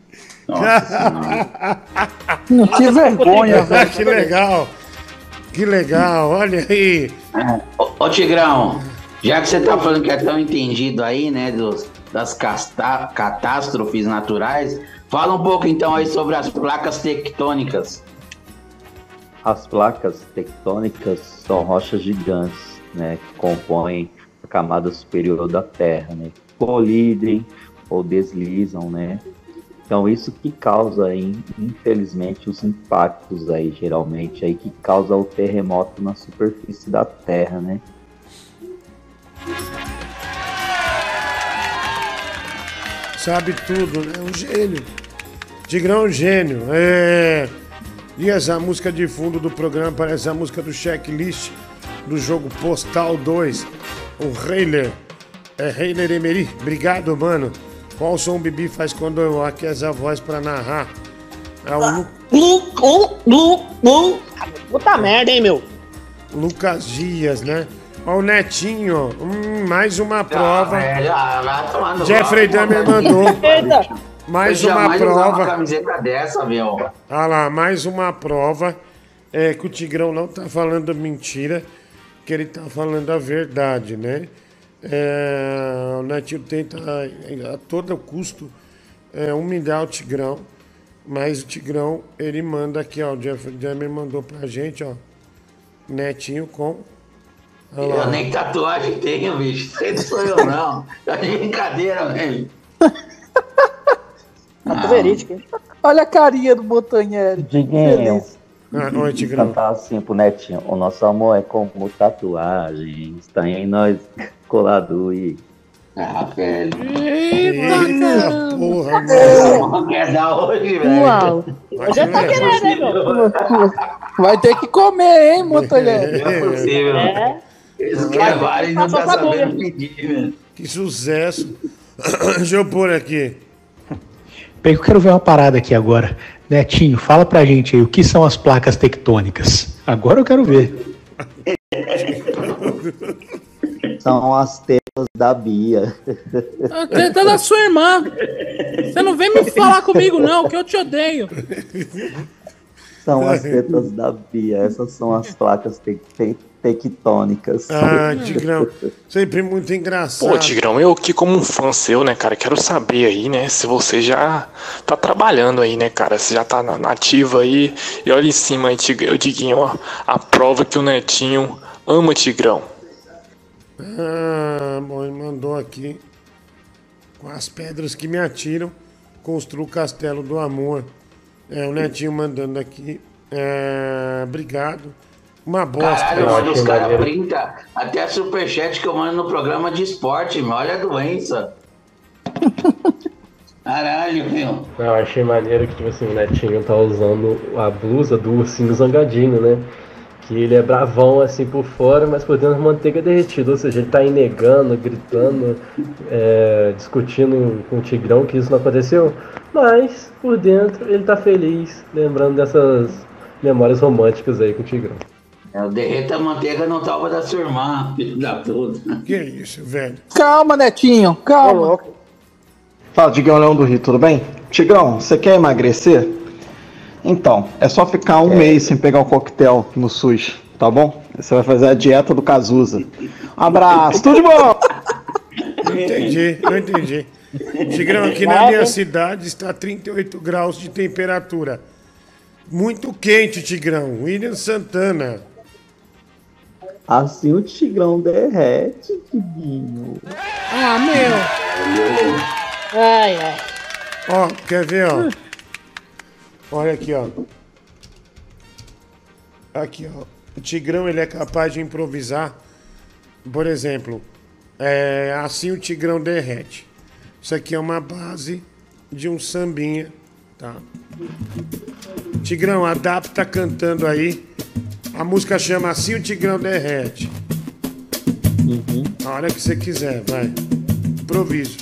Não, que vergonha, velho. Que legal. Que legal, olha aí. Ô, ô Tigrão, já que você tá falando que é tão entendido aí, né, dos, das casta- catástrofes naturais, fala um pouco então aí sobre as placas tectônicas. As placas tectônicas são rochas gigantes, né, que compõem a camada superior da Terra, né, que colidem ou deslizam, né. Então isso que causa, aí, infelizmente, os impactos aí, geralmente, aí que causa o terremoto na superfície da Terra, né. Sabe tudo, né? Um gênio. Tigrão é um gênio. É... E essa música de fundo do programa parece a música do checklist do jogo Postal dois. O Heiler. É Heiler Emery. Obrigado, mano. Qual som o Bibi faz quando eu aqueço a voz pra narrar? É o Lu... Lu, lu, lu, lu. Puta merda, hein, meu? Lucas Dias, né? Ó, o Netinho. Hum, mais uma prova. Jeffrey Dahmer mandou. Mais Eu uma jamais usava prova. uma camiseta dessa, meu. Ah lá, mais uma prova é, que o Tigrão não tá falando mentira, que ele tá falando a verdade, né? É, o Netinho tenta a todo custo é, humilhar o Tigrão, mas o Tigrão, ele manda aqui, ó, o Jeff Dahmer mandou pra gente, ó, Netinho com... Olha lá. Eu nem tatuagem tenho, bicho. Não sou eu, não. Tá de brincadeira, velho. Muito verídico, hein? Olha a carinha do Montanheri. Diguinho, Ah, oi, Tigrão. cantar assim pro Netinho. O nosso amor é como tatuagem, está em nós colado e... Ah, velho. Eita, porra, Não quer dar hoje, velho. Uau. Eu já tô querendo, hein, meu? Vai ter que comer, hein, Montanheri? Não é possível. É. Isso que é vale e não tá sabendo pedir, velho. Que sucesso. Deixa eu pôr aqui. Bem, eu quero ver uma parada aqui agora. Netinho, fala pra gente aí, o que são as placas tectônicas? Agora eu quero ver. São as tetas da Bia. A teta da sua irmã. Você não vem me falar comigo, não, que eu te odeio. São as tetas da Bia. Essas são as placas te te tectônicas. Ah, Tigrão, sempre muito engraçado. Pô, Tigrão, eu aqui como um fã seu, né, cara, quero saber aí, né, se você já tá trabalhando aí, né, cara, se já tá na nativa aí, e olha em cima aí, Tigrão, Diguinho, ó, a prova que o Netinho ama Tigrão. Ah, bom, ele mandou aqui. Com as pedras que me atiram, construo o castelo do amor. É, o Netinho mandando aqui. É, obrigado. Uma bosta. Caralho, mano, os caras brincam. Até a superchat que eu mando no programa de esporte, meu. Olha a doença. Caralho, meu. Não, eu achei maneiro que, tipo assim, o Netinho tá usando a blusa do ursinho zangadinho, né? Que ele é bravão assim por fora, mas por dentro manteiga derretida. Ou seja, ele tá aí negando, gritando, é, discutindo com o Tigrão que isso não aconteceu. Mas, por dentro, ele tá feliz, lembrando dessas memórias românticas aí com o Tigrão. É, o derreta a manteiga não tava da sua irmã, filho da puta. Que isso, velho? Calma, Netinho, calma. Fala, Digão Leão do Rio, tudo bem? Tigrão, você quer emagrecer? Então, é só ficar um é. mês sem pegar o coquetel no SUS, tá bom? Você vai fazer a dieta do Cazuza. Um abraço, tudo de bom! Não entendi, não entendi. Tigrão, aqui na minha cidade está trinta e oito graus de temperatura. Muito quente, Tigrão. William Santana. Assim o Tigrão derrete, Diguinho. Ah, meu. Ai, ai. Ó, quer ver, ó? Olha aqui, ó. Aqui, ó. O Tigrão, ele é capaz de improvisar. Por exemplo, é, assim o Tigrão derrete. Isso aqui é uma base de um sambinha, tá? Tigrão, adapta cantando aí. A música chama Assim o Tigrão Derrete. Uhum. A hora que você quiser, vai. Improviso.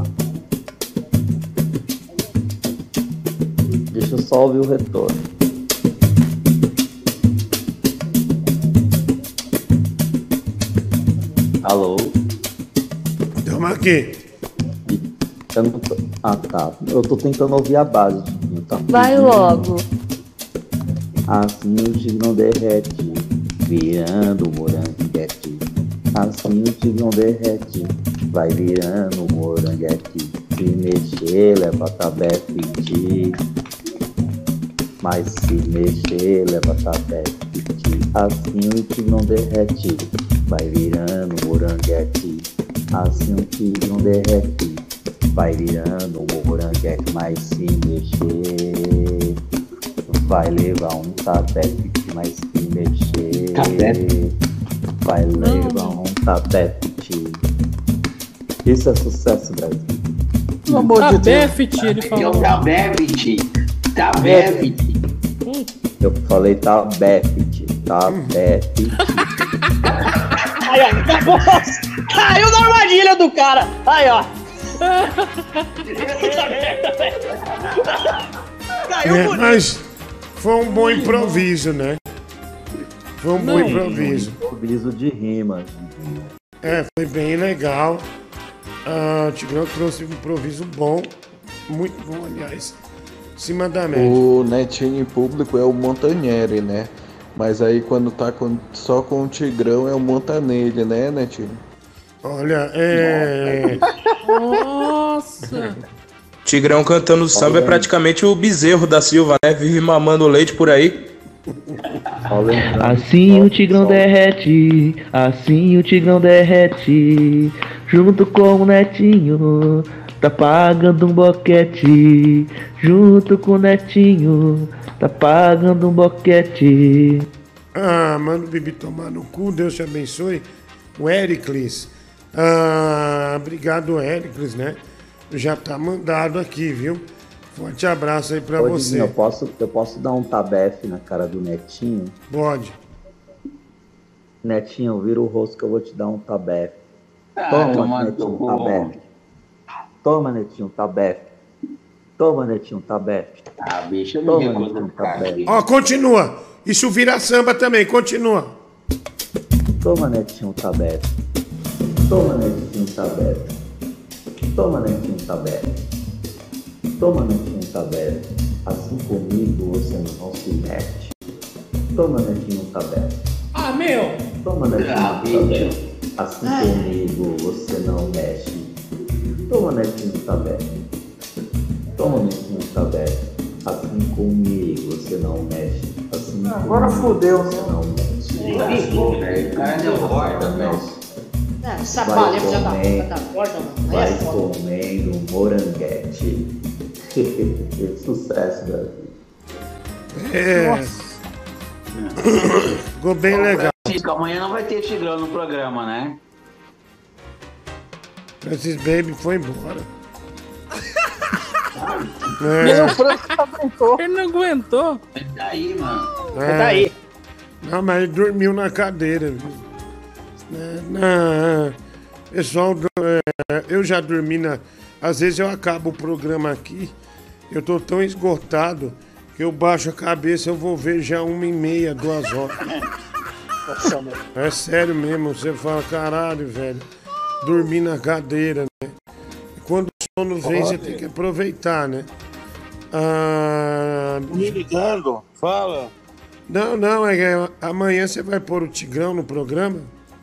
Deixa eu só ouvir o retorno. Alô? Tamo aqui. Eu não tô... Ah, tá. Eu tô tentando ouvir a base. Tá? Vai logo. Assim o Tigrão derrete, virando moranguete. Assim o Tigrão derrete, vai virando moranguete. Se mexer, leva tabefite. Mas se mexer, leva tabefite. Assim o Tigrão derrete, vai virando moranguete. Assim o Tigrão derrete, vai virando moranguete. Mas se mexer, vai levar um tabefite. Mas se mexer, Tabefite. vai levar um tabefite. Isso é sucesso, Brasil. Pelo amor de Deus. Tabefite, ele falou. Tabefite. Tabefite. Eu falei tabefite. Tabefite. Aí, ó, acabou. Caiu na armadilha do cara. Aí, ó. Caiu É, bonito. mas foi um bom improviso, né? Foi um bom Não, improviso. Improviso de rima. É, foi bem legal. Ah, o Tigrão trouxe um improviso bom. Muito bom, aliás. Acima da média. O Netinho em público é o Montanheri, né? Mas aí quando tá com- só com o Tigrão é o Montanelli, né, Netinho? Olha, é. Nossa. Tigrão cantando samba é praticamente o bezerro da Silva, né? Vive mamando leite por aí. Assim o Tigrão derrete, assim o Tigrão derrete, junto com o Netinho, tá pagando um boquete, junto com o Netinho, tá pagando um boquete. Ah, manda o Bibi tomar no cu, Deus te abençoe. O Ericles. Ah, obrigado, Ericles, né? Já tá mandado aqui, viu? Forte abraço aí pra Ô, você. Diguinho, eu posso, eu posso dar um tabefe na cara do Netinho? Pode. Netinho, vira o rosto que eu vou te dar um tabefe. Ah, Toma, toma Netinho, no cu. tabefe. Toma, Netinho, tabefe. Toma, Netinho, tabefe. Ah, bicho, eu não Toma, recuso Netinho, do cara. tabefe. Ó, continua. Isso vira samba também, continua. Toma, Netinho, tabefe. Toma, Netinho, tabefe. Toma, Netinho, tabefe. Toma, Netinho, tabefe. Assim comigo você não se mete. Toma, Netinho, tabefe. Ah, meu. Toma, Netinho, Ah, tabefe. Assim comigo você não mexe. Toma, Netinho, tabefe. Toma, Netinho, tabefe. Assim comigo você não mexe. Assim Agora comigo fodeu. você não mexe. O cara deu corda, mexe. Ah, essa Vai baleia filha da comer. puta da corda, mano. Aí Vai é foda. comendo moranguete. Sucesso, Brasil. É. Ficou bem legal. Francisco, amanhã não vai ter Tigrão no programa, né? Francis Baby foi embora. Ele, o Franco não aguentou. Ele não aguentou. É daí, mano. É. daí. Não, mas ele dormiu na cadeira. Viu? É, não, pessoal, é, eu já dormi na. Às vezes eu acabo o programa aqui, eu tô tão esgotado que eu baixo a cabeça, eu vou ver já uma e meia, duas horas. Nossa, mano. É sério mesmo, você fala, caralho, velho, dormir na cadeira, né? E quando o sono vem, você tem que aproveitar, né? Ah, Me ligando, fala. não, não, é que amanhã você vai pôr o Tigrão no programa?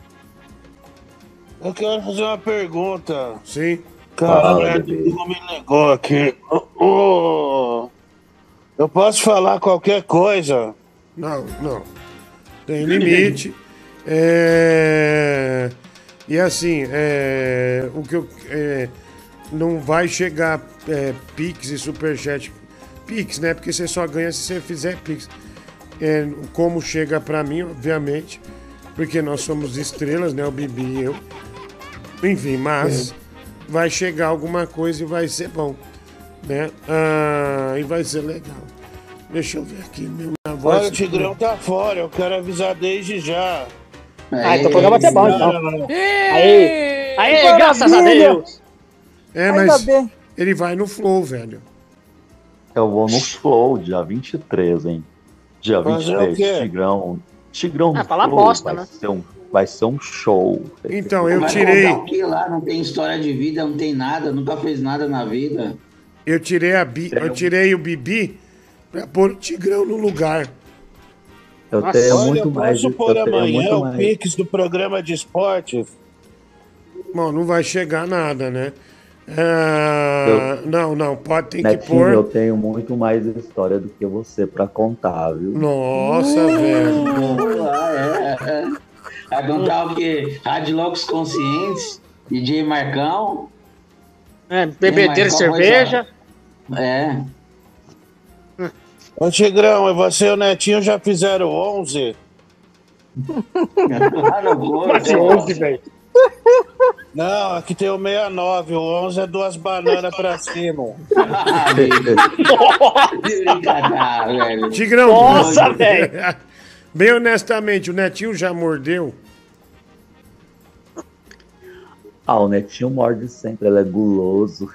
Eu quero fazer uma pergunta. Sim. Cara, não me ligou aqui. Ô, ô, eu posso falar qualquer coisa? Não, não. Tem limite. É... E assim, é... o que eu... É... Não vai chegar é, Pix e Superchat. Pix, né? Porque você só ganha se você fizer Pix. É, como chega pra mim, obviamente, porque nós somos estrelas, né? O Bibi e eu. Enfim, mas é. vai chegar alguma coisa e vai ser bom, né? Ah, e vai ser legal. Deixa eu ver aqui, minha voz. Olha, o Tigrão tá fora, eu quero avisar desde já. Ah, então o programa vai ser bom, então. Aê! Aê, graças a Deus! É, mas ele vai no Flow, velho. Eu vou no Flow, dia vinte e três, hein? Dia Fazer o vinte e três, quê? Tigrão. Tigrão no Ah, fala Flow, bosta, vai, né? ser um, vai ser um show. Então, eu Vai tirei. contar o que lá? Não tem história de vida, não tem nada, nunca fez nada na vida. Eu tirei a Bi... eu tirei o Bibi pra pôr o Tigrão no lugar. Eu Nossa, tenho olha, muito eu mais. posso Eu pôr tenho amanhã muito o mais. Pix do programa de esportes? Bom, não vai chegar nada, né? Ah, não, não, pode ter que Netinho, pôr. eu tenho muito mais história do que você pra contar, viu? Nossa, velho. Ah, é, é. Vai contar o quê? Rádio Loucos Conscientes, D J Marcão. É, bebedeira e cerveja. É. Ô Tigrão, e você e o Netinho já fizeram onze? Mas onze, velho. Não, aqui tem o sessenta e nove, o onze é duas bananas pra cima. Tigrão. Nossa, velho. Bem honestamente, o Netinho já mordeu? Ah, o Netinho morde sempre, ele é guloso.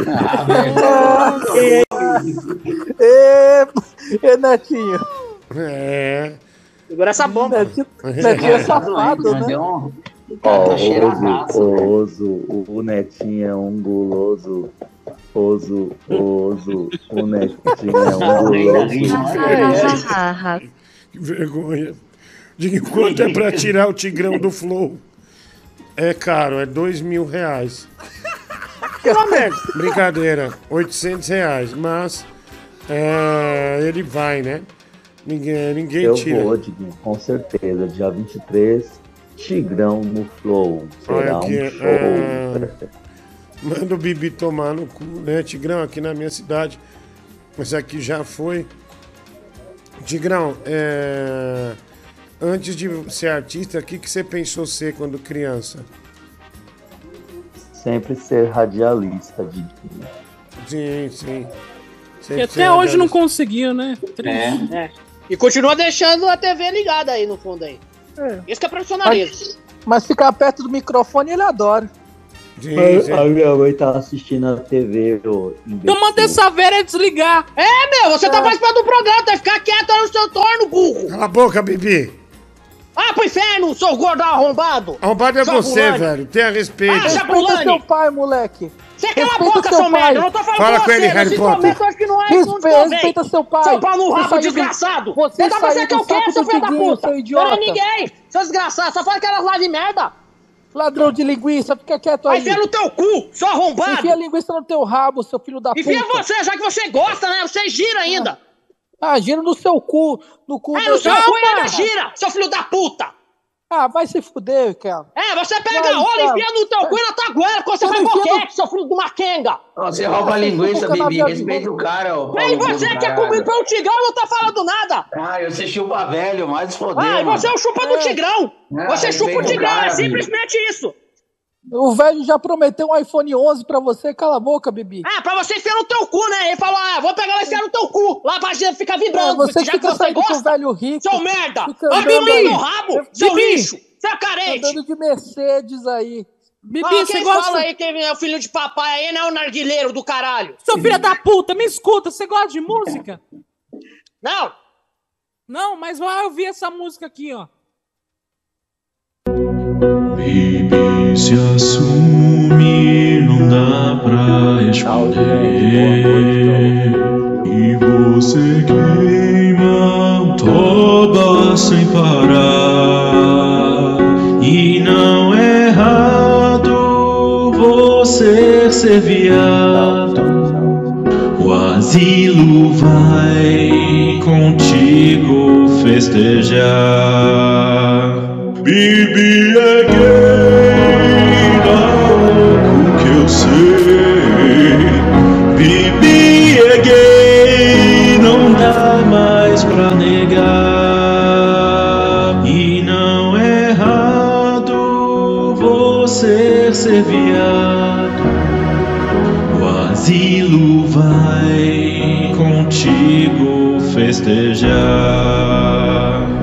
Ê, ê, Netinho. É. Segura essa bomba. Netinho, Netinho é safado, né? Ó, o oso, o oso, o, o Netinho é um guloso. Oso, oso, o Netinho é um guloso. Que vergonha. Diga quanto é pra tirar o Tigrão do Flow. É caro, é dois mil reais. Brincadeira, oitocentos reais, mas é, ele vai, né? Ninguém, ninguém Eu tira. vou, Diguinho, com certeza. Dia vinte e três, Tigrão no Flow. Será Olha um aqui, show. é, manda o Bibi tomar no cu, né? Tigrão, aqui na minha cidade. Mas aqui já foi. Tigrão, é, antes de ser artista, o que, que você pensou ser quando criança? Sempre ser radialista, Diguinho. Sim, sim. Que até hoje não conseguiu, né? Triste. É. E continua deixando a T V ligada aí no fundo aí. É. Isso que é profissionalismo. Mas ficar perto do microfone ele adora. A, a minha mãe tá assistindo a T V. Ô, Então manda essa vera desligar. É, meu, você tá participando do programa, tem que ficar quieto aí no seu torno, burro. Cala a boca, Bibi. Ah, pro inferno, seu gordo arrombado. Arrombado é você, Jabulani. velho. Tenha respeito. Ah, Respeita Jabulani. seu pai, moleque. Você cala a Respeita boca, seu seu pai. merda. Eu não tô falando Fala com com você. ele, Harry Nesse Potter. momento, eu acho que não é Respe- onde eu venho. respeita seu pai. Seu pau no Você rabo, saiu do- desgraçado. você Você tá saiu fazendo que do eu quero, saco seu do filho da Diguinho, puta. seu idiota. Eu não é ninguém. Seu desgraçado, só faz aquelas lives merda. Ladrão de linguiça, fica quieto aí. Vai enfia no teu cu, seu arrombado. Enfia a linguiça no teu rabo, seu filho da puta. Enfia você, já que você gosta, né? Você gira ainda. Ah, gira no seu cu. No cu É, do- no seu Ah, cu ainda porra. gira, seu filho da puta. Ah, vai se fuder, cara. É, você pega Vai, a rola e cara. enfia no teu cu e na tua goela quando você Eu faz enfio no- boquete, seu filho de uma quenga. Você rouba a linguiça, Nunca na Bibi. minha Respeita o cara, ô. Aí Paulo você do que é caralho. comido pelo Tigrão não tá falando nada. Ah, você chupa velho, mais foder. Ah, e você é o chupa do Tigrão. Ah, Você chupa o respeita o Tigrão, cara, é simplesmente isso. O velho já prometeu um iPhone onze pra você. Cala a boca, Bibi. Ah, pra você enfiar no teu cu, né? Ele falou, ah, vou pegar e enfiar no teu cu. Lá pra gente ficar vibrando, É, você já fica que você saindo com o gosta. velho rico. Seu merda. Fica Ah, andando Bibi, aí. no rabo, seu Bibi. lixo, seu carente. Andando de Mercedes aí. Bibi, Ah, você quem gosta... fala aí que é o filho de papai aí, não é o narguileiro do caralho. Seu filho da puta, me escuta, você gosta de música? Não. Não, mas vai ouvir essa música aqui, ó. Bibi se assumir, não dá pra esconder. E você queima toda sem parar. E não é errado você ser viado. O asilo vai contigo festejar. Bibi é gay, algo que eu sei. Bibi é gay, não dá mais pra negar. E não é errado você ser viado. O asilo vai contigo festejar.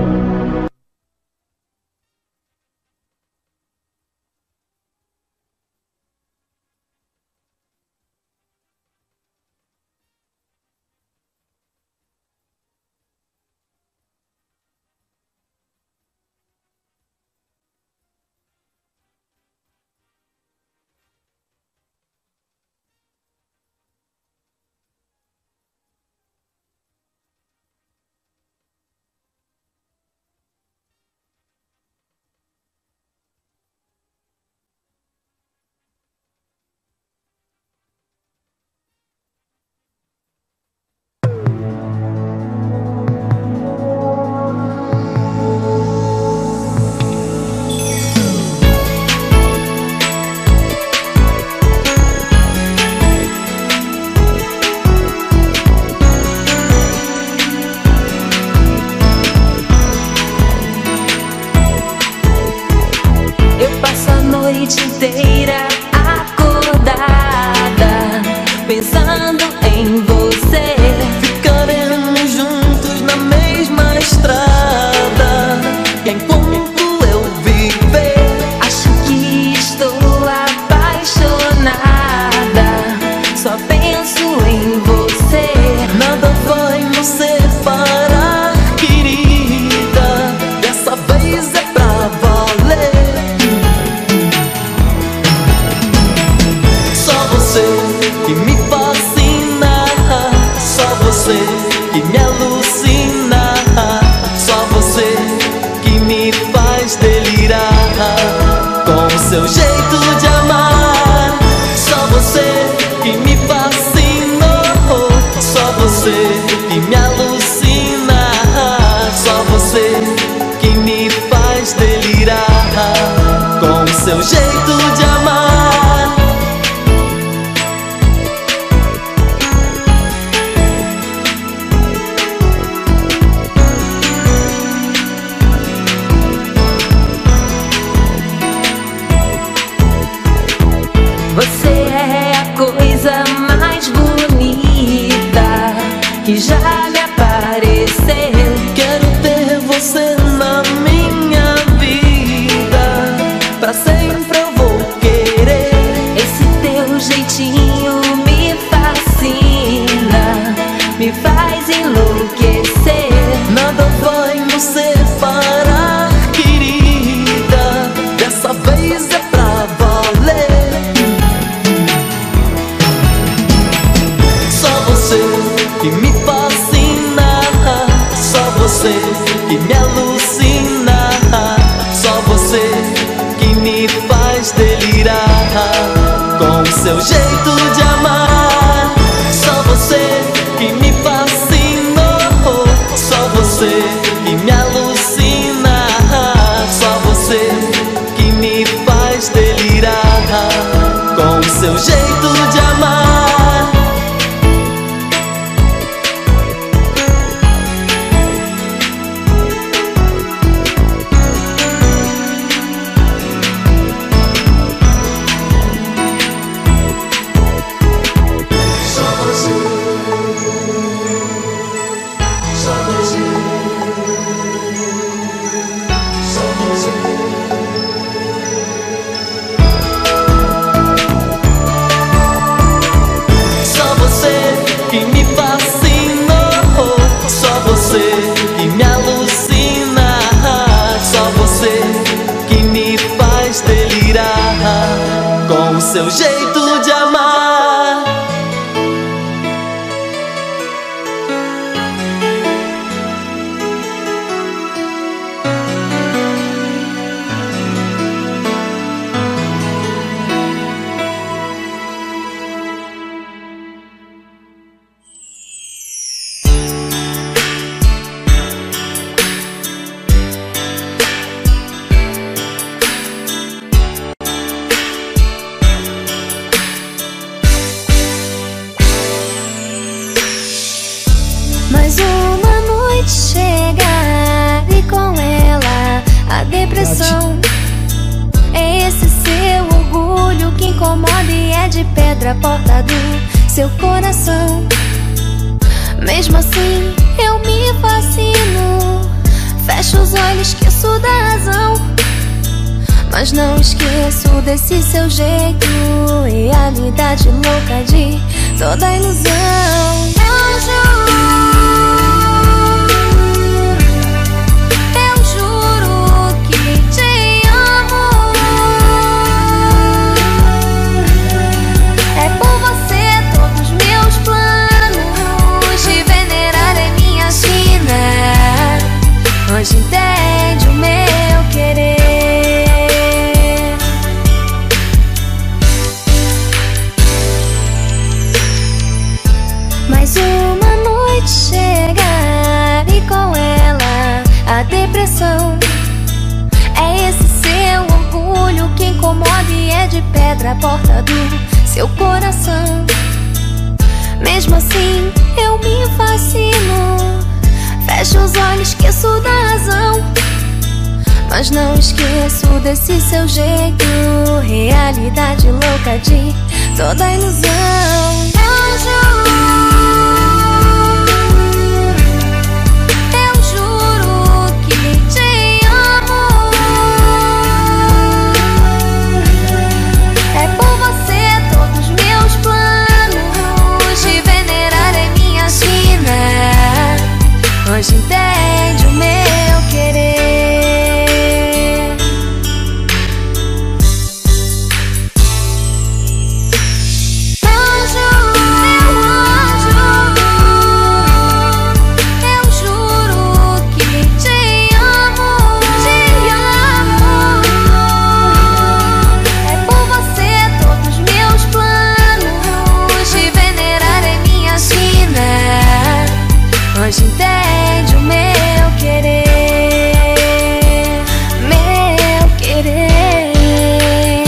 Seu jeito de amar. depressão. É esse seu orgulho que incomoda e é de pedra a porta do seu coração. Mesmo assim eu me fascino, fecho os olhos, esqueço da razão, mas não esqueço desse seu jeito, realidade louca de toda ilusão. Eu juro, eu juro que te amo. É por você todos meus planos, te venerar é minha sina. Hoje entende o meu querer. Mais uma noite chegar e com ela a depressão. É esse seu orgulho que incomoda e é de pedra a porta do seu coração. Mesmo assim eu me fascino, fecho os olhos, esqueço da razão, mas não esqueço desse seu jeito, realidade louca de toda ilusão. Eu juro, eu juro que te amo. É por você todos meus planos, te venerar é minha sina. Hoje entende o meu querer. Hoje entende o meu querer, meu querer.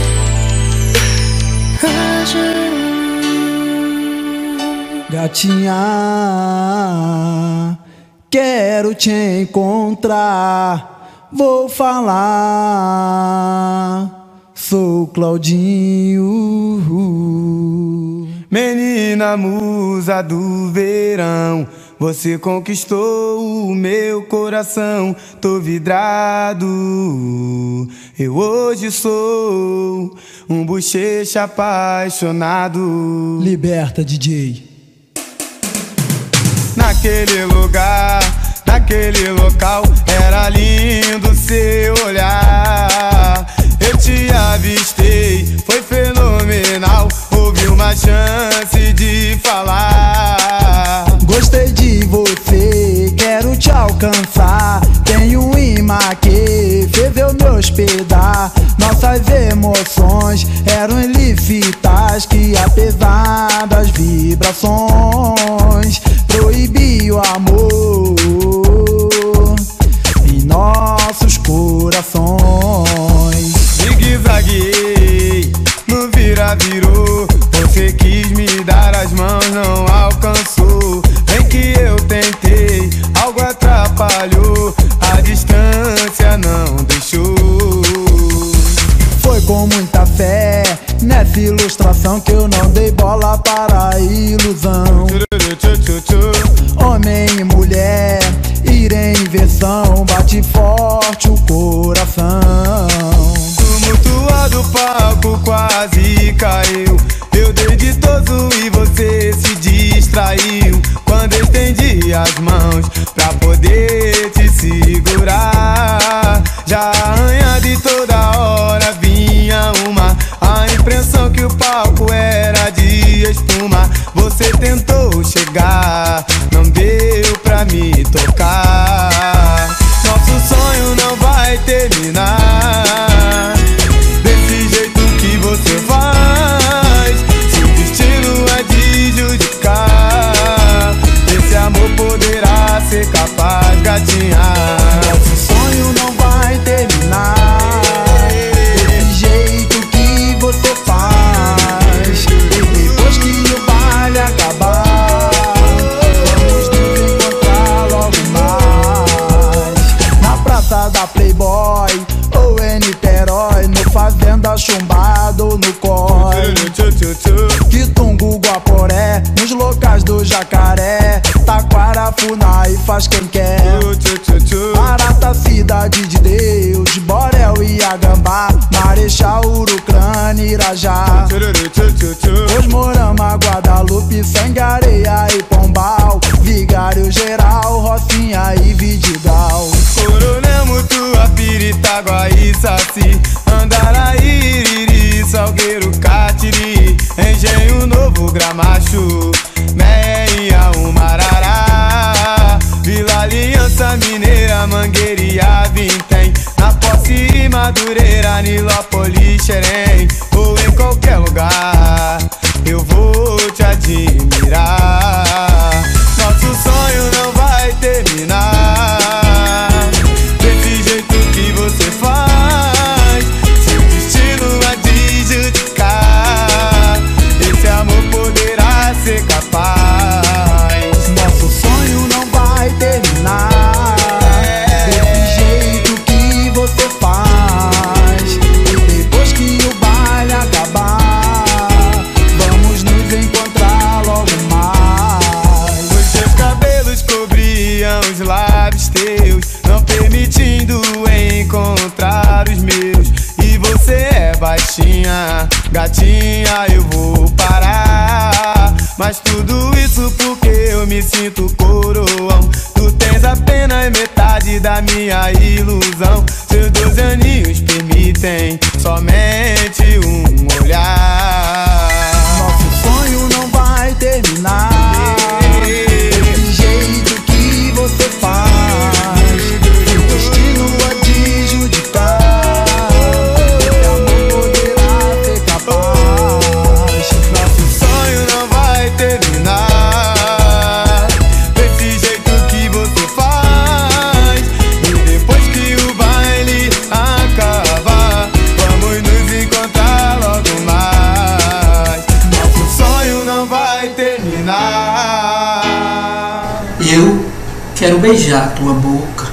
Gatinha, quero te encontrar, vou falar, sou Claudinho. Menina musa do verão, você conquistou o meu coração. Tô vidrado, eu hoje sou um bochecha apaixonado. Liberta, D J. Naquele lugar, naquele local, era lindo seu olhar. Eu te avistei, foi fenomenal. Houve uma chance de falar. Gostei de você, quero te alcançar. Tenho um imã que fez eu me hospedar. Nossas emoções eram ilícitas, que apesar das vibrações proibia o amor em nossos corações. Zigue-zagueei, no vira-virou. Você quis me dar as mãos, não alcançou. Bem que eu tentei, algo atrapalhou. A distância não deixou. Foi com muita fé nessa ilustração que eu não dei bola para a ilusão. Homem e mulher, irem em versão, bate forte o coração. Tumultuado o palco quase caiu. Eu dei de todo e você se distraiu. Quando eu estendi as mãos pra poder te segurar, já arranha de toda hora vinha uma a impressão que o palco era de espuma. Você tentou chegar, não deu pra me tocar. Nosso sonho não vai terminar desse jeito que você faz. Seu destino é de judicar. Esse amor poderá ser capaz, gatinha. Nosso sonho não vai terminar desse jeito que você faz. E depois que o baile acabar, bocas do Jacaré, Taquara, Funa e faz quem quer. Marata, cidade de Deus, Borel e Agambá, Marechal, Urucrânia, Irajá, Osmorama, Guadalupe, Sangareia e Pombal, Vigário Geral, Rocinha e Vidigal. Coronel, Mutuapira, Itaguaí, Saci, Andaraí, Iriri, Salgueiro, Catiri, Engenho Novo, Gramacho, Meia, Umarará, Vila Aliança Mineira, Mangueira e Vintém, na Posse e Madureira, Nilópolis, Xerém, ou em qualquer lugar eu vou te admirar. Nosso sonho não vai terminar desse jeito que você faz. Seu destino é de judicar, esse amor poderá ser capaz. Nosso sonho não vai terminar desse jeito que você faz. E depois que o baile acabar, vamos nos encontrar logo mais. Os seus cabelos cobriam os lábios teus, não permitindo encontrar os meus. E você é baixinha, gatinha, eu vou parar. Mas tudo isso porque eu me sinto coroão. Tu tens apenas metade da minha ilusão. Seus doze aninhos permitem somente um olhar. Nosso sonho não vai terminar desse jeito que você faz. Seu destino é de judicar, esse amor poderá ser capaz. Nosso sonho não vai terminar desse jeito que você faz. E depois que o baile acabar, vamos nos encontrar logo mais. Nosso sonho não vai terminar. Eu quero beijar tua boca.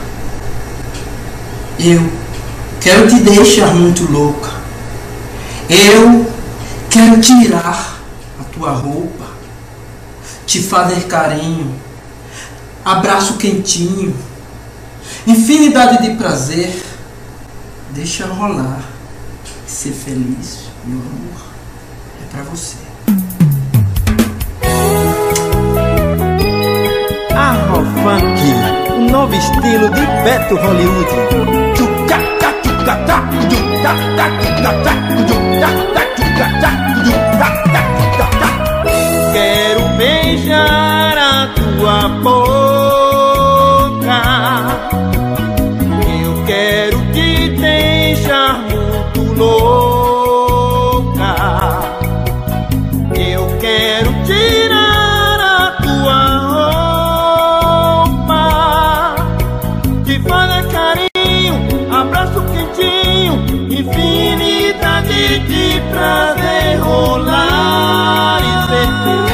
Eu quero te deixar muito louca. Eu quero tirar a tua roupa, te fazer carinho, abraço quentinho, infinidade de prazer. Deixa rolar e ser feliz, meu amor, é pra você. Afro-funk, um novo estilo de Beto Hollywood. Quero beijar a tua boca, eu quero te deixar muito louca, eu quero tirar a tua roupa, te fazer carinho, abraço quentinho, infinidade de prazer rolar e ser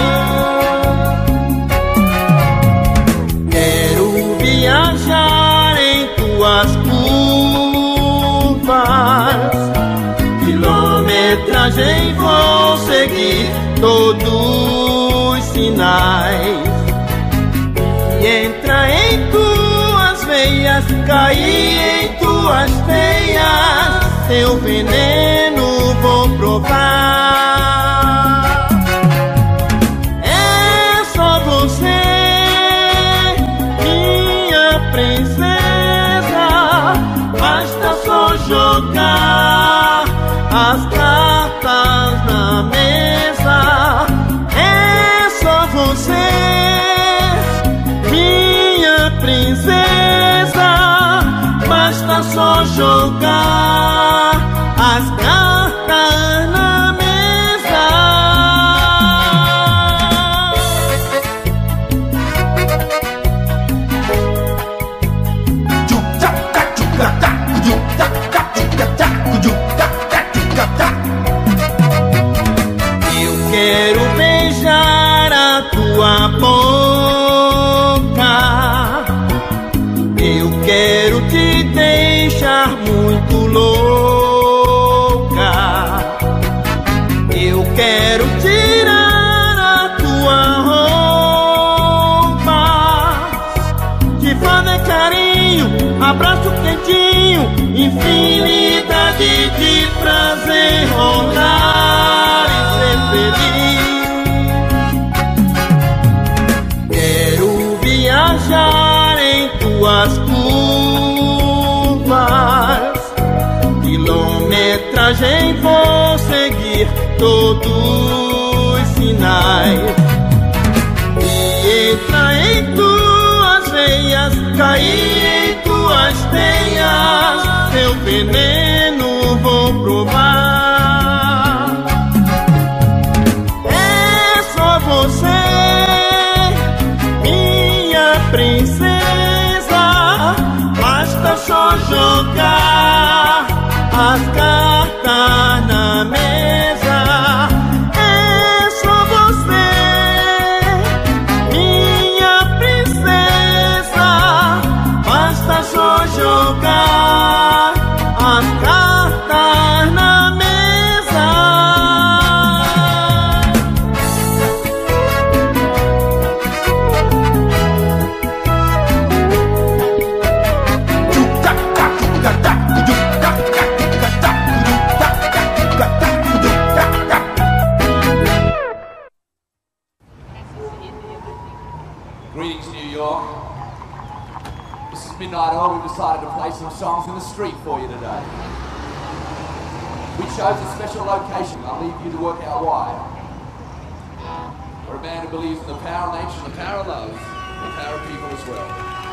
feliz. Quero viajar em tuas curvas, quilometragem vou seguir todos os sinais e entrar em tuas veias, cair em tuas veias, teu veneno vou provar. É só você, minha princesa, basta só jogar as cartas na mesa. É só você, minha princesa, basta só jogar as cartas na mesa. Eu quero beijar a tua boca, eu quero te deixar muito louca, infinidade de prazer rolar e ser feliz. Quero viajar em tuas curvas, quilometragem vou seguir todos os sinais e entrar em tuas veias, cair em tuas teias, teu veneno vou provar. É só você, minha princesa, basta só jogar as cartas na mesa. É só você, minha princesa, basta só jogar as cartas na mesa. Greetings, New York. This is Midnight Oil. We've decided to play some songs in the street for you today. We chose a special location. I'll leave you to work out why. We're a band who believes in the power of nature, the power of love, the power of people as well.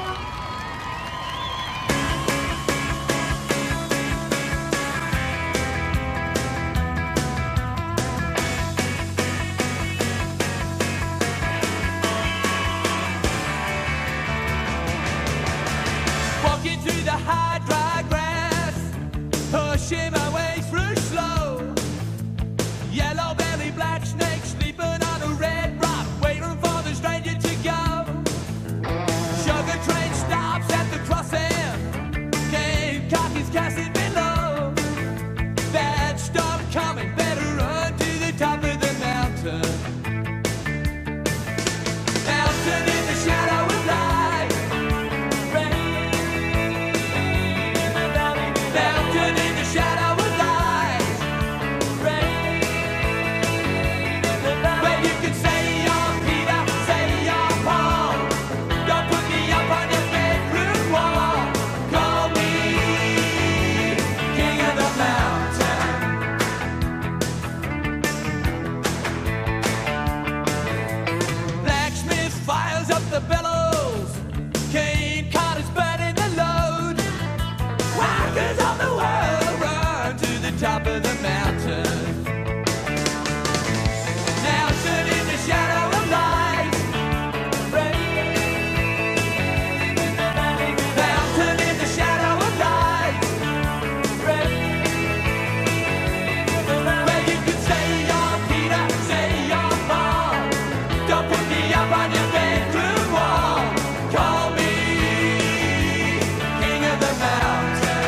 Walking through the high, dry grass, pushing my way through slow. Yellow belly, black snake, sleeping on a red rock, waiting for the stranger to go. Sugar train stops at the crossing, Cape Cock is casting below. Bad storm coming, better run to the top of the mountain. Mountain in the shadow of light. Mountain in the shadow of light. Where you can say you're Peter, say you're Paul. Don't put me up on your bedroom wall. Call me king of the mountain. Blacksmith fires up the bellows. Cane Carter's burning the load. Walkers of the world run to the top of the mountain. Mountain in the shadow of light. Mountain in the shadow of light. Where you can say you're Peter, say you're Paul. Don't put me up on your bedroom wall. Call me king of the mountain.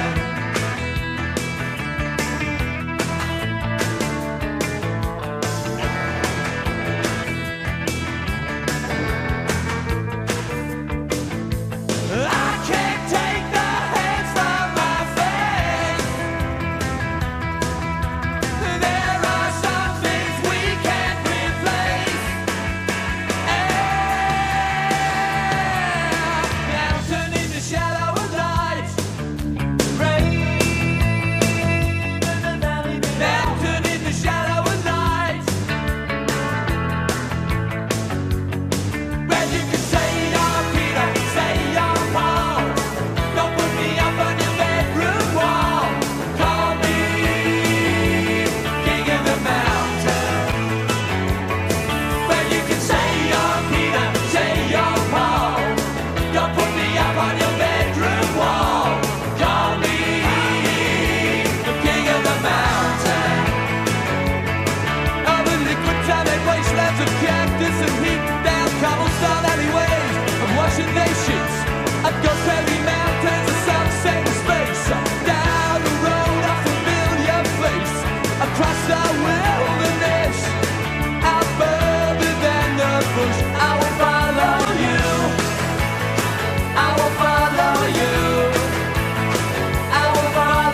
I can't take the hands from my face. There are some things we can't replace. Mountain in the shadow of light. Mountain in the shadow of light. Where you can say you're Peter, say you're Paul. Don't put me up on your bedroom wall. Call me king of the mountain. Where you can say you're Peter, say you're Paul. Don't put me up on your bedroom wall. Call me the king of the mountain. Over liquid tonic wastelands of cactus and heat, down cobblestone alleyways of Washington nations. I'd go ferry mountains, the sunset in space. Down the road, a familiar face. Across the wilderness, out further than the bush. I will follow you. I will follow you. I will follow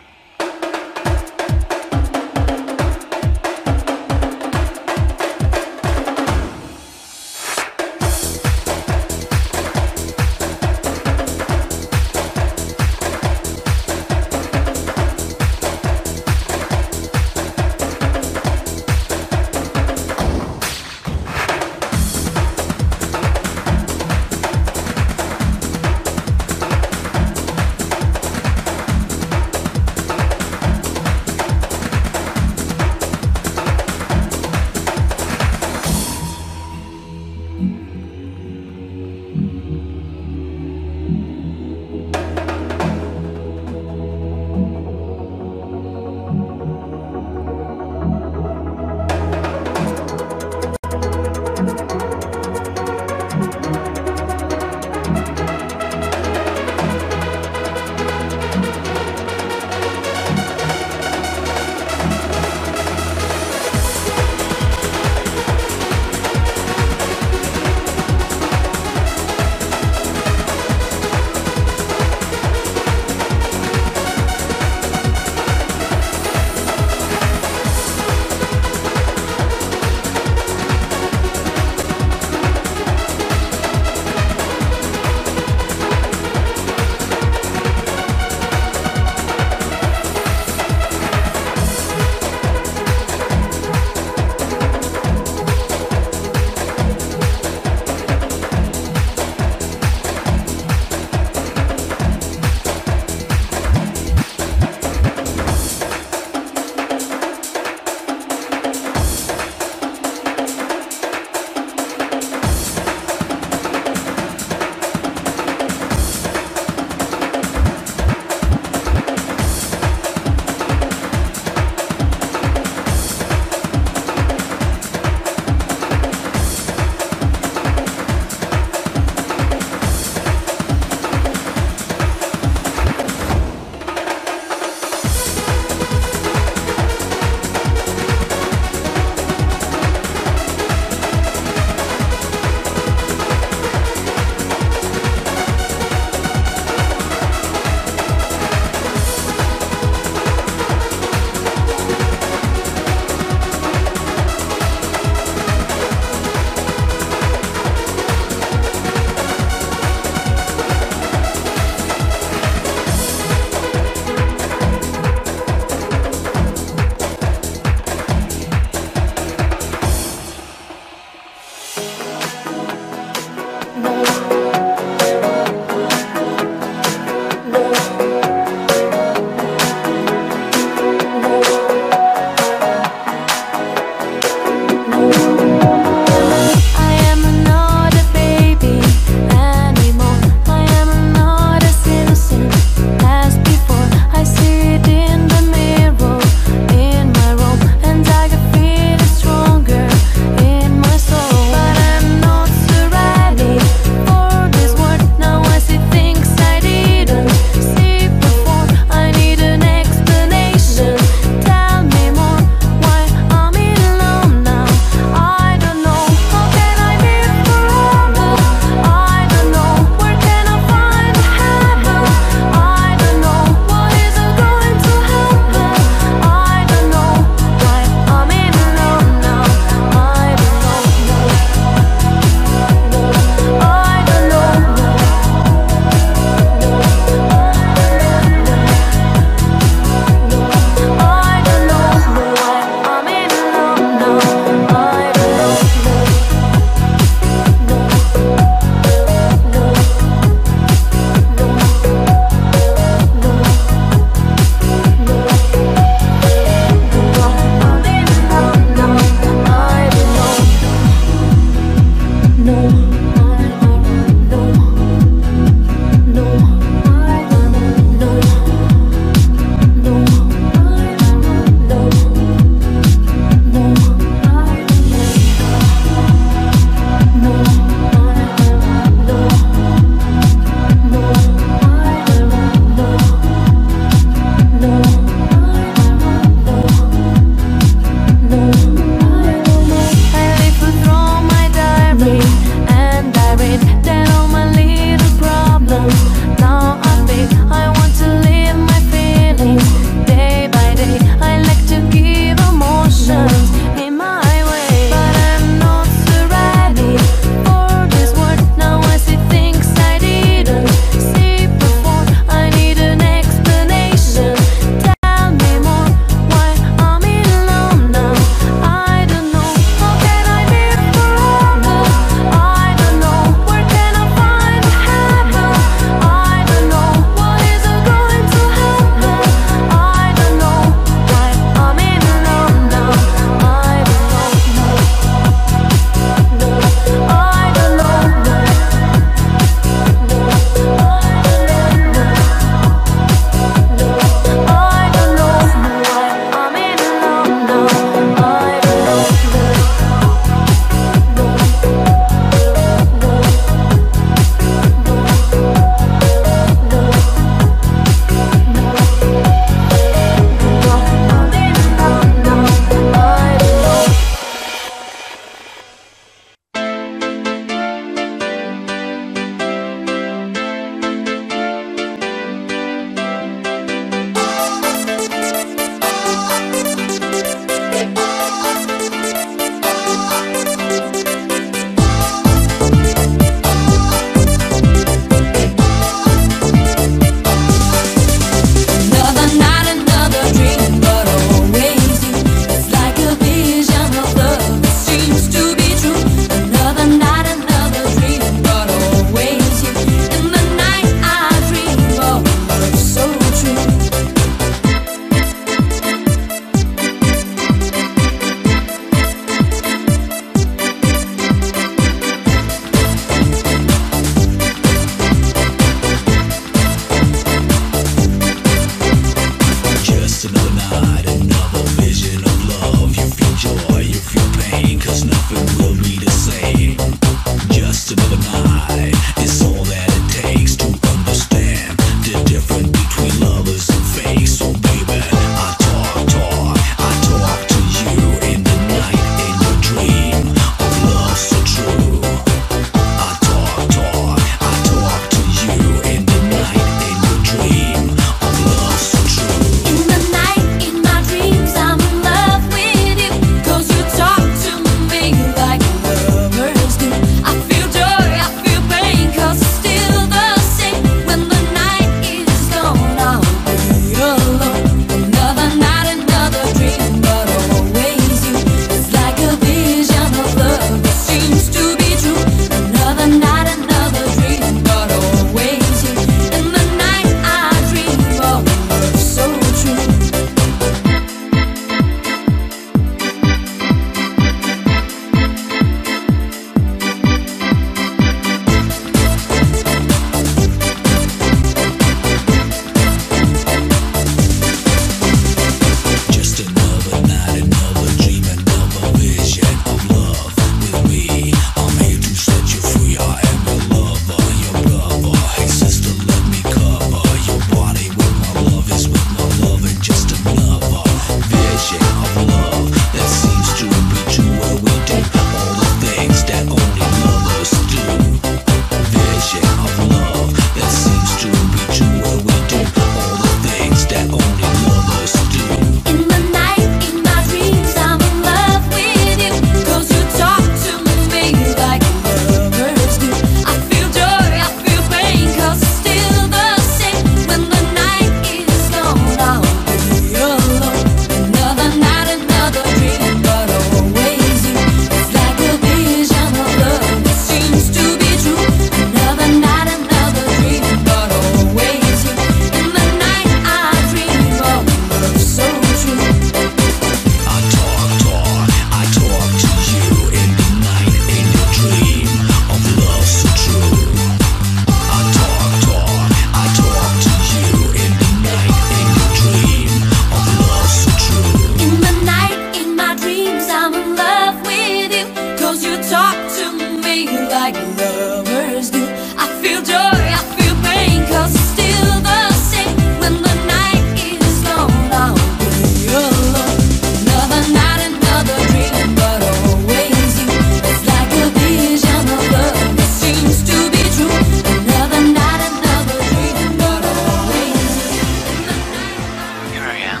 like lovers do. I feel joy, I feel pain, cause it's still the same. When the night is gone, I'll be alone. Another night, another dream, but always you. It's like a vision of love that seems to be true. Another night, another dream, but always you. Here I am.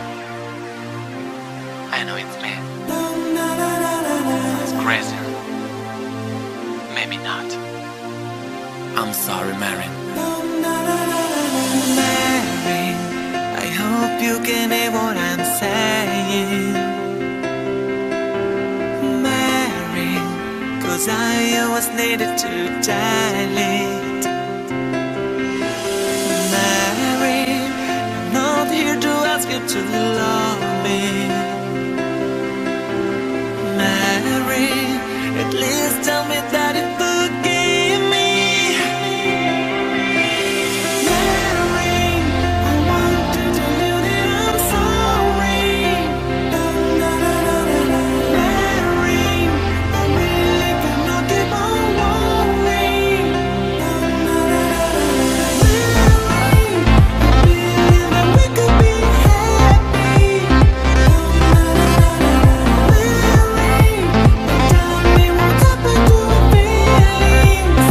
I know it's me. It's crazy. Maybe not. I'm sorry, Mary. Mary, I hope you can hear what I'm saying. Mary, cause I always needed to dilate. Mary, I'm not here to ask you to love me. Mary, at least tell me that you forgive me. Mary, I want to tell you that I'm sorry. Mary, I really cannot keep on worrying. Mary, I believe that we could be happy. Mary, tell me what's happened to our feelings.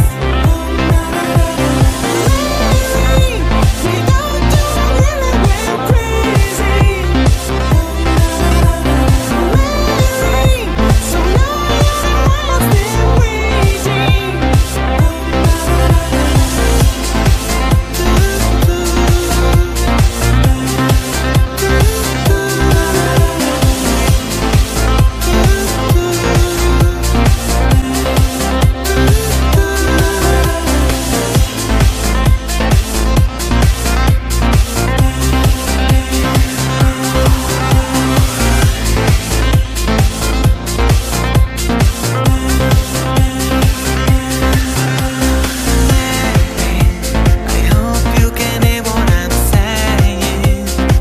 Mary, without you I really went crazy. Mary, so now I'm still waiting. I hope you can hear what I'm saying.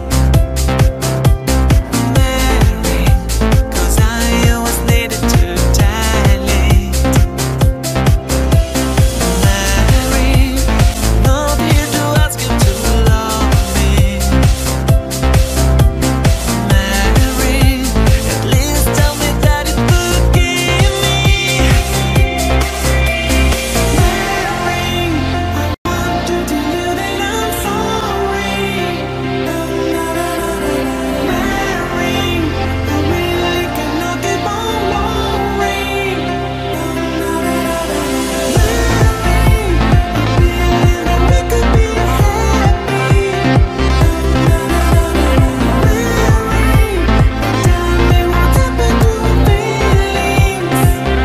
Mary, cause I always needed to dilate. Mary, I'm not here to ask you to love me. Mary, at least tell me that you forgive me. Mary, I want to tell you that I'm sorry. Mary, I really cannot keep on worrying. Mary, I believe that we could be happy. Mary, tell me what's happened to our feelings.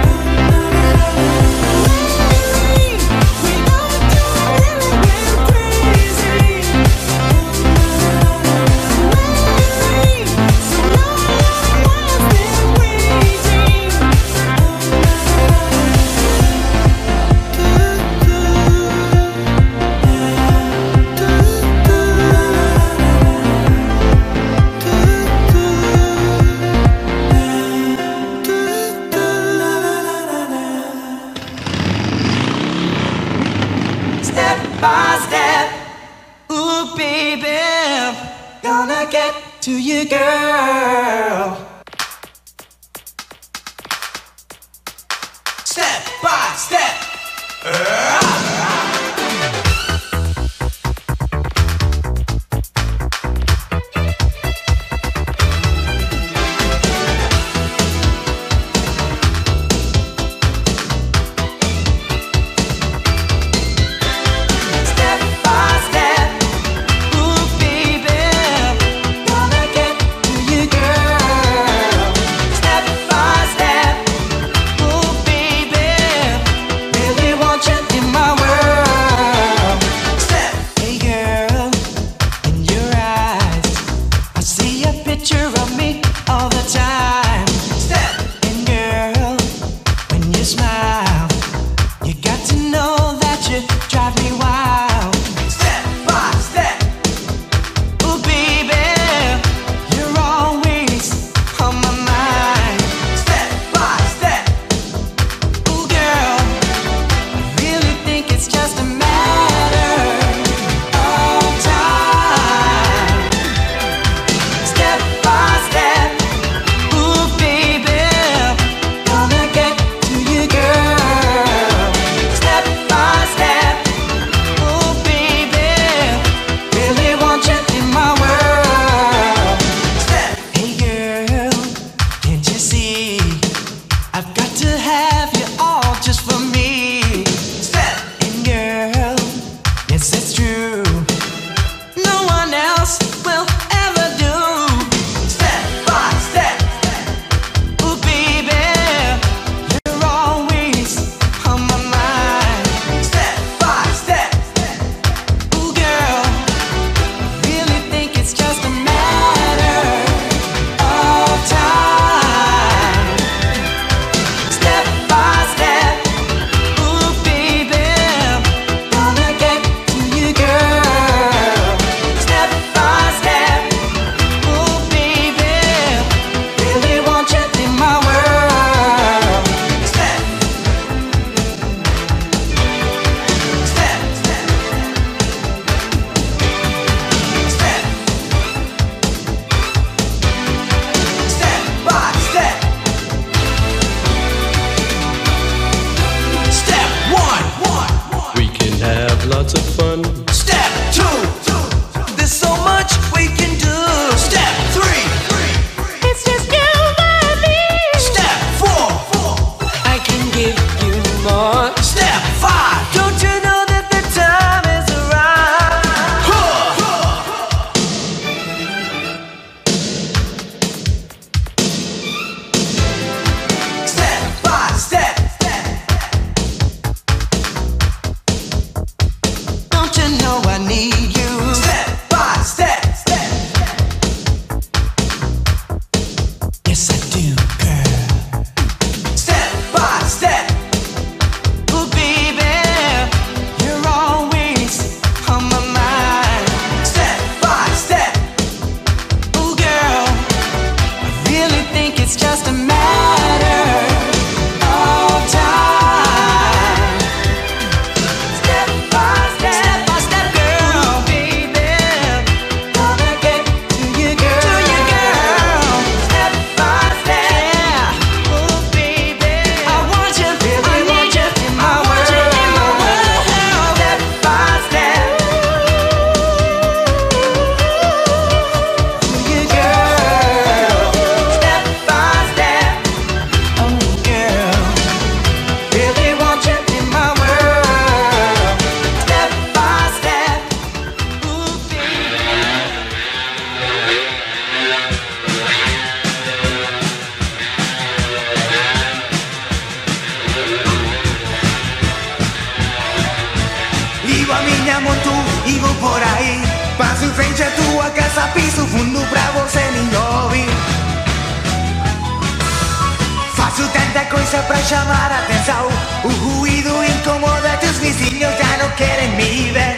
Mary, without you I really went crazy. Mary, so now I'm still waiting. Step by step, ooh baby, gonna get to you, girl. Step by step. Step by step, ooh baby, gonna get to you, girl. Step by step, ooh baby, really want you in my world. Step, hey girl, in your eyes, I see a picture of me all the time. Step, and girl, when you smile, you got to know that you drive me wild. Step by step, ooh baby, you're always on my mind. Step by step, ooh girl, have lots of fun. Step two, there's so much we can do. Step three, it's just you and me. Step four, I can give you more. Step five, don't you know that the time is arrived? Step by step, don't you know I need you? Step by step, yes I do, girl. Step by step, oh baby, you're always on my mind. Step by step, oh girl, I really think it's just a matter of time. Step by step, step by step, girl, oh baby, gonna get to you, girl, to you, girl. Step by step, oh baby, I want you, I need you in my world, in my world. Step by step, to you, girl. Step by step, oh girl, really want you in my world. Step by step, ooh Digo a minha moto e vou por aí. Passo em frente à tua casa, piso fundo pra você nem ouvir. Faço tanta coisa pra chamar a atenção. O ruído incomoda, teus vizinhos já não querem me ver.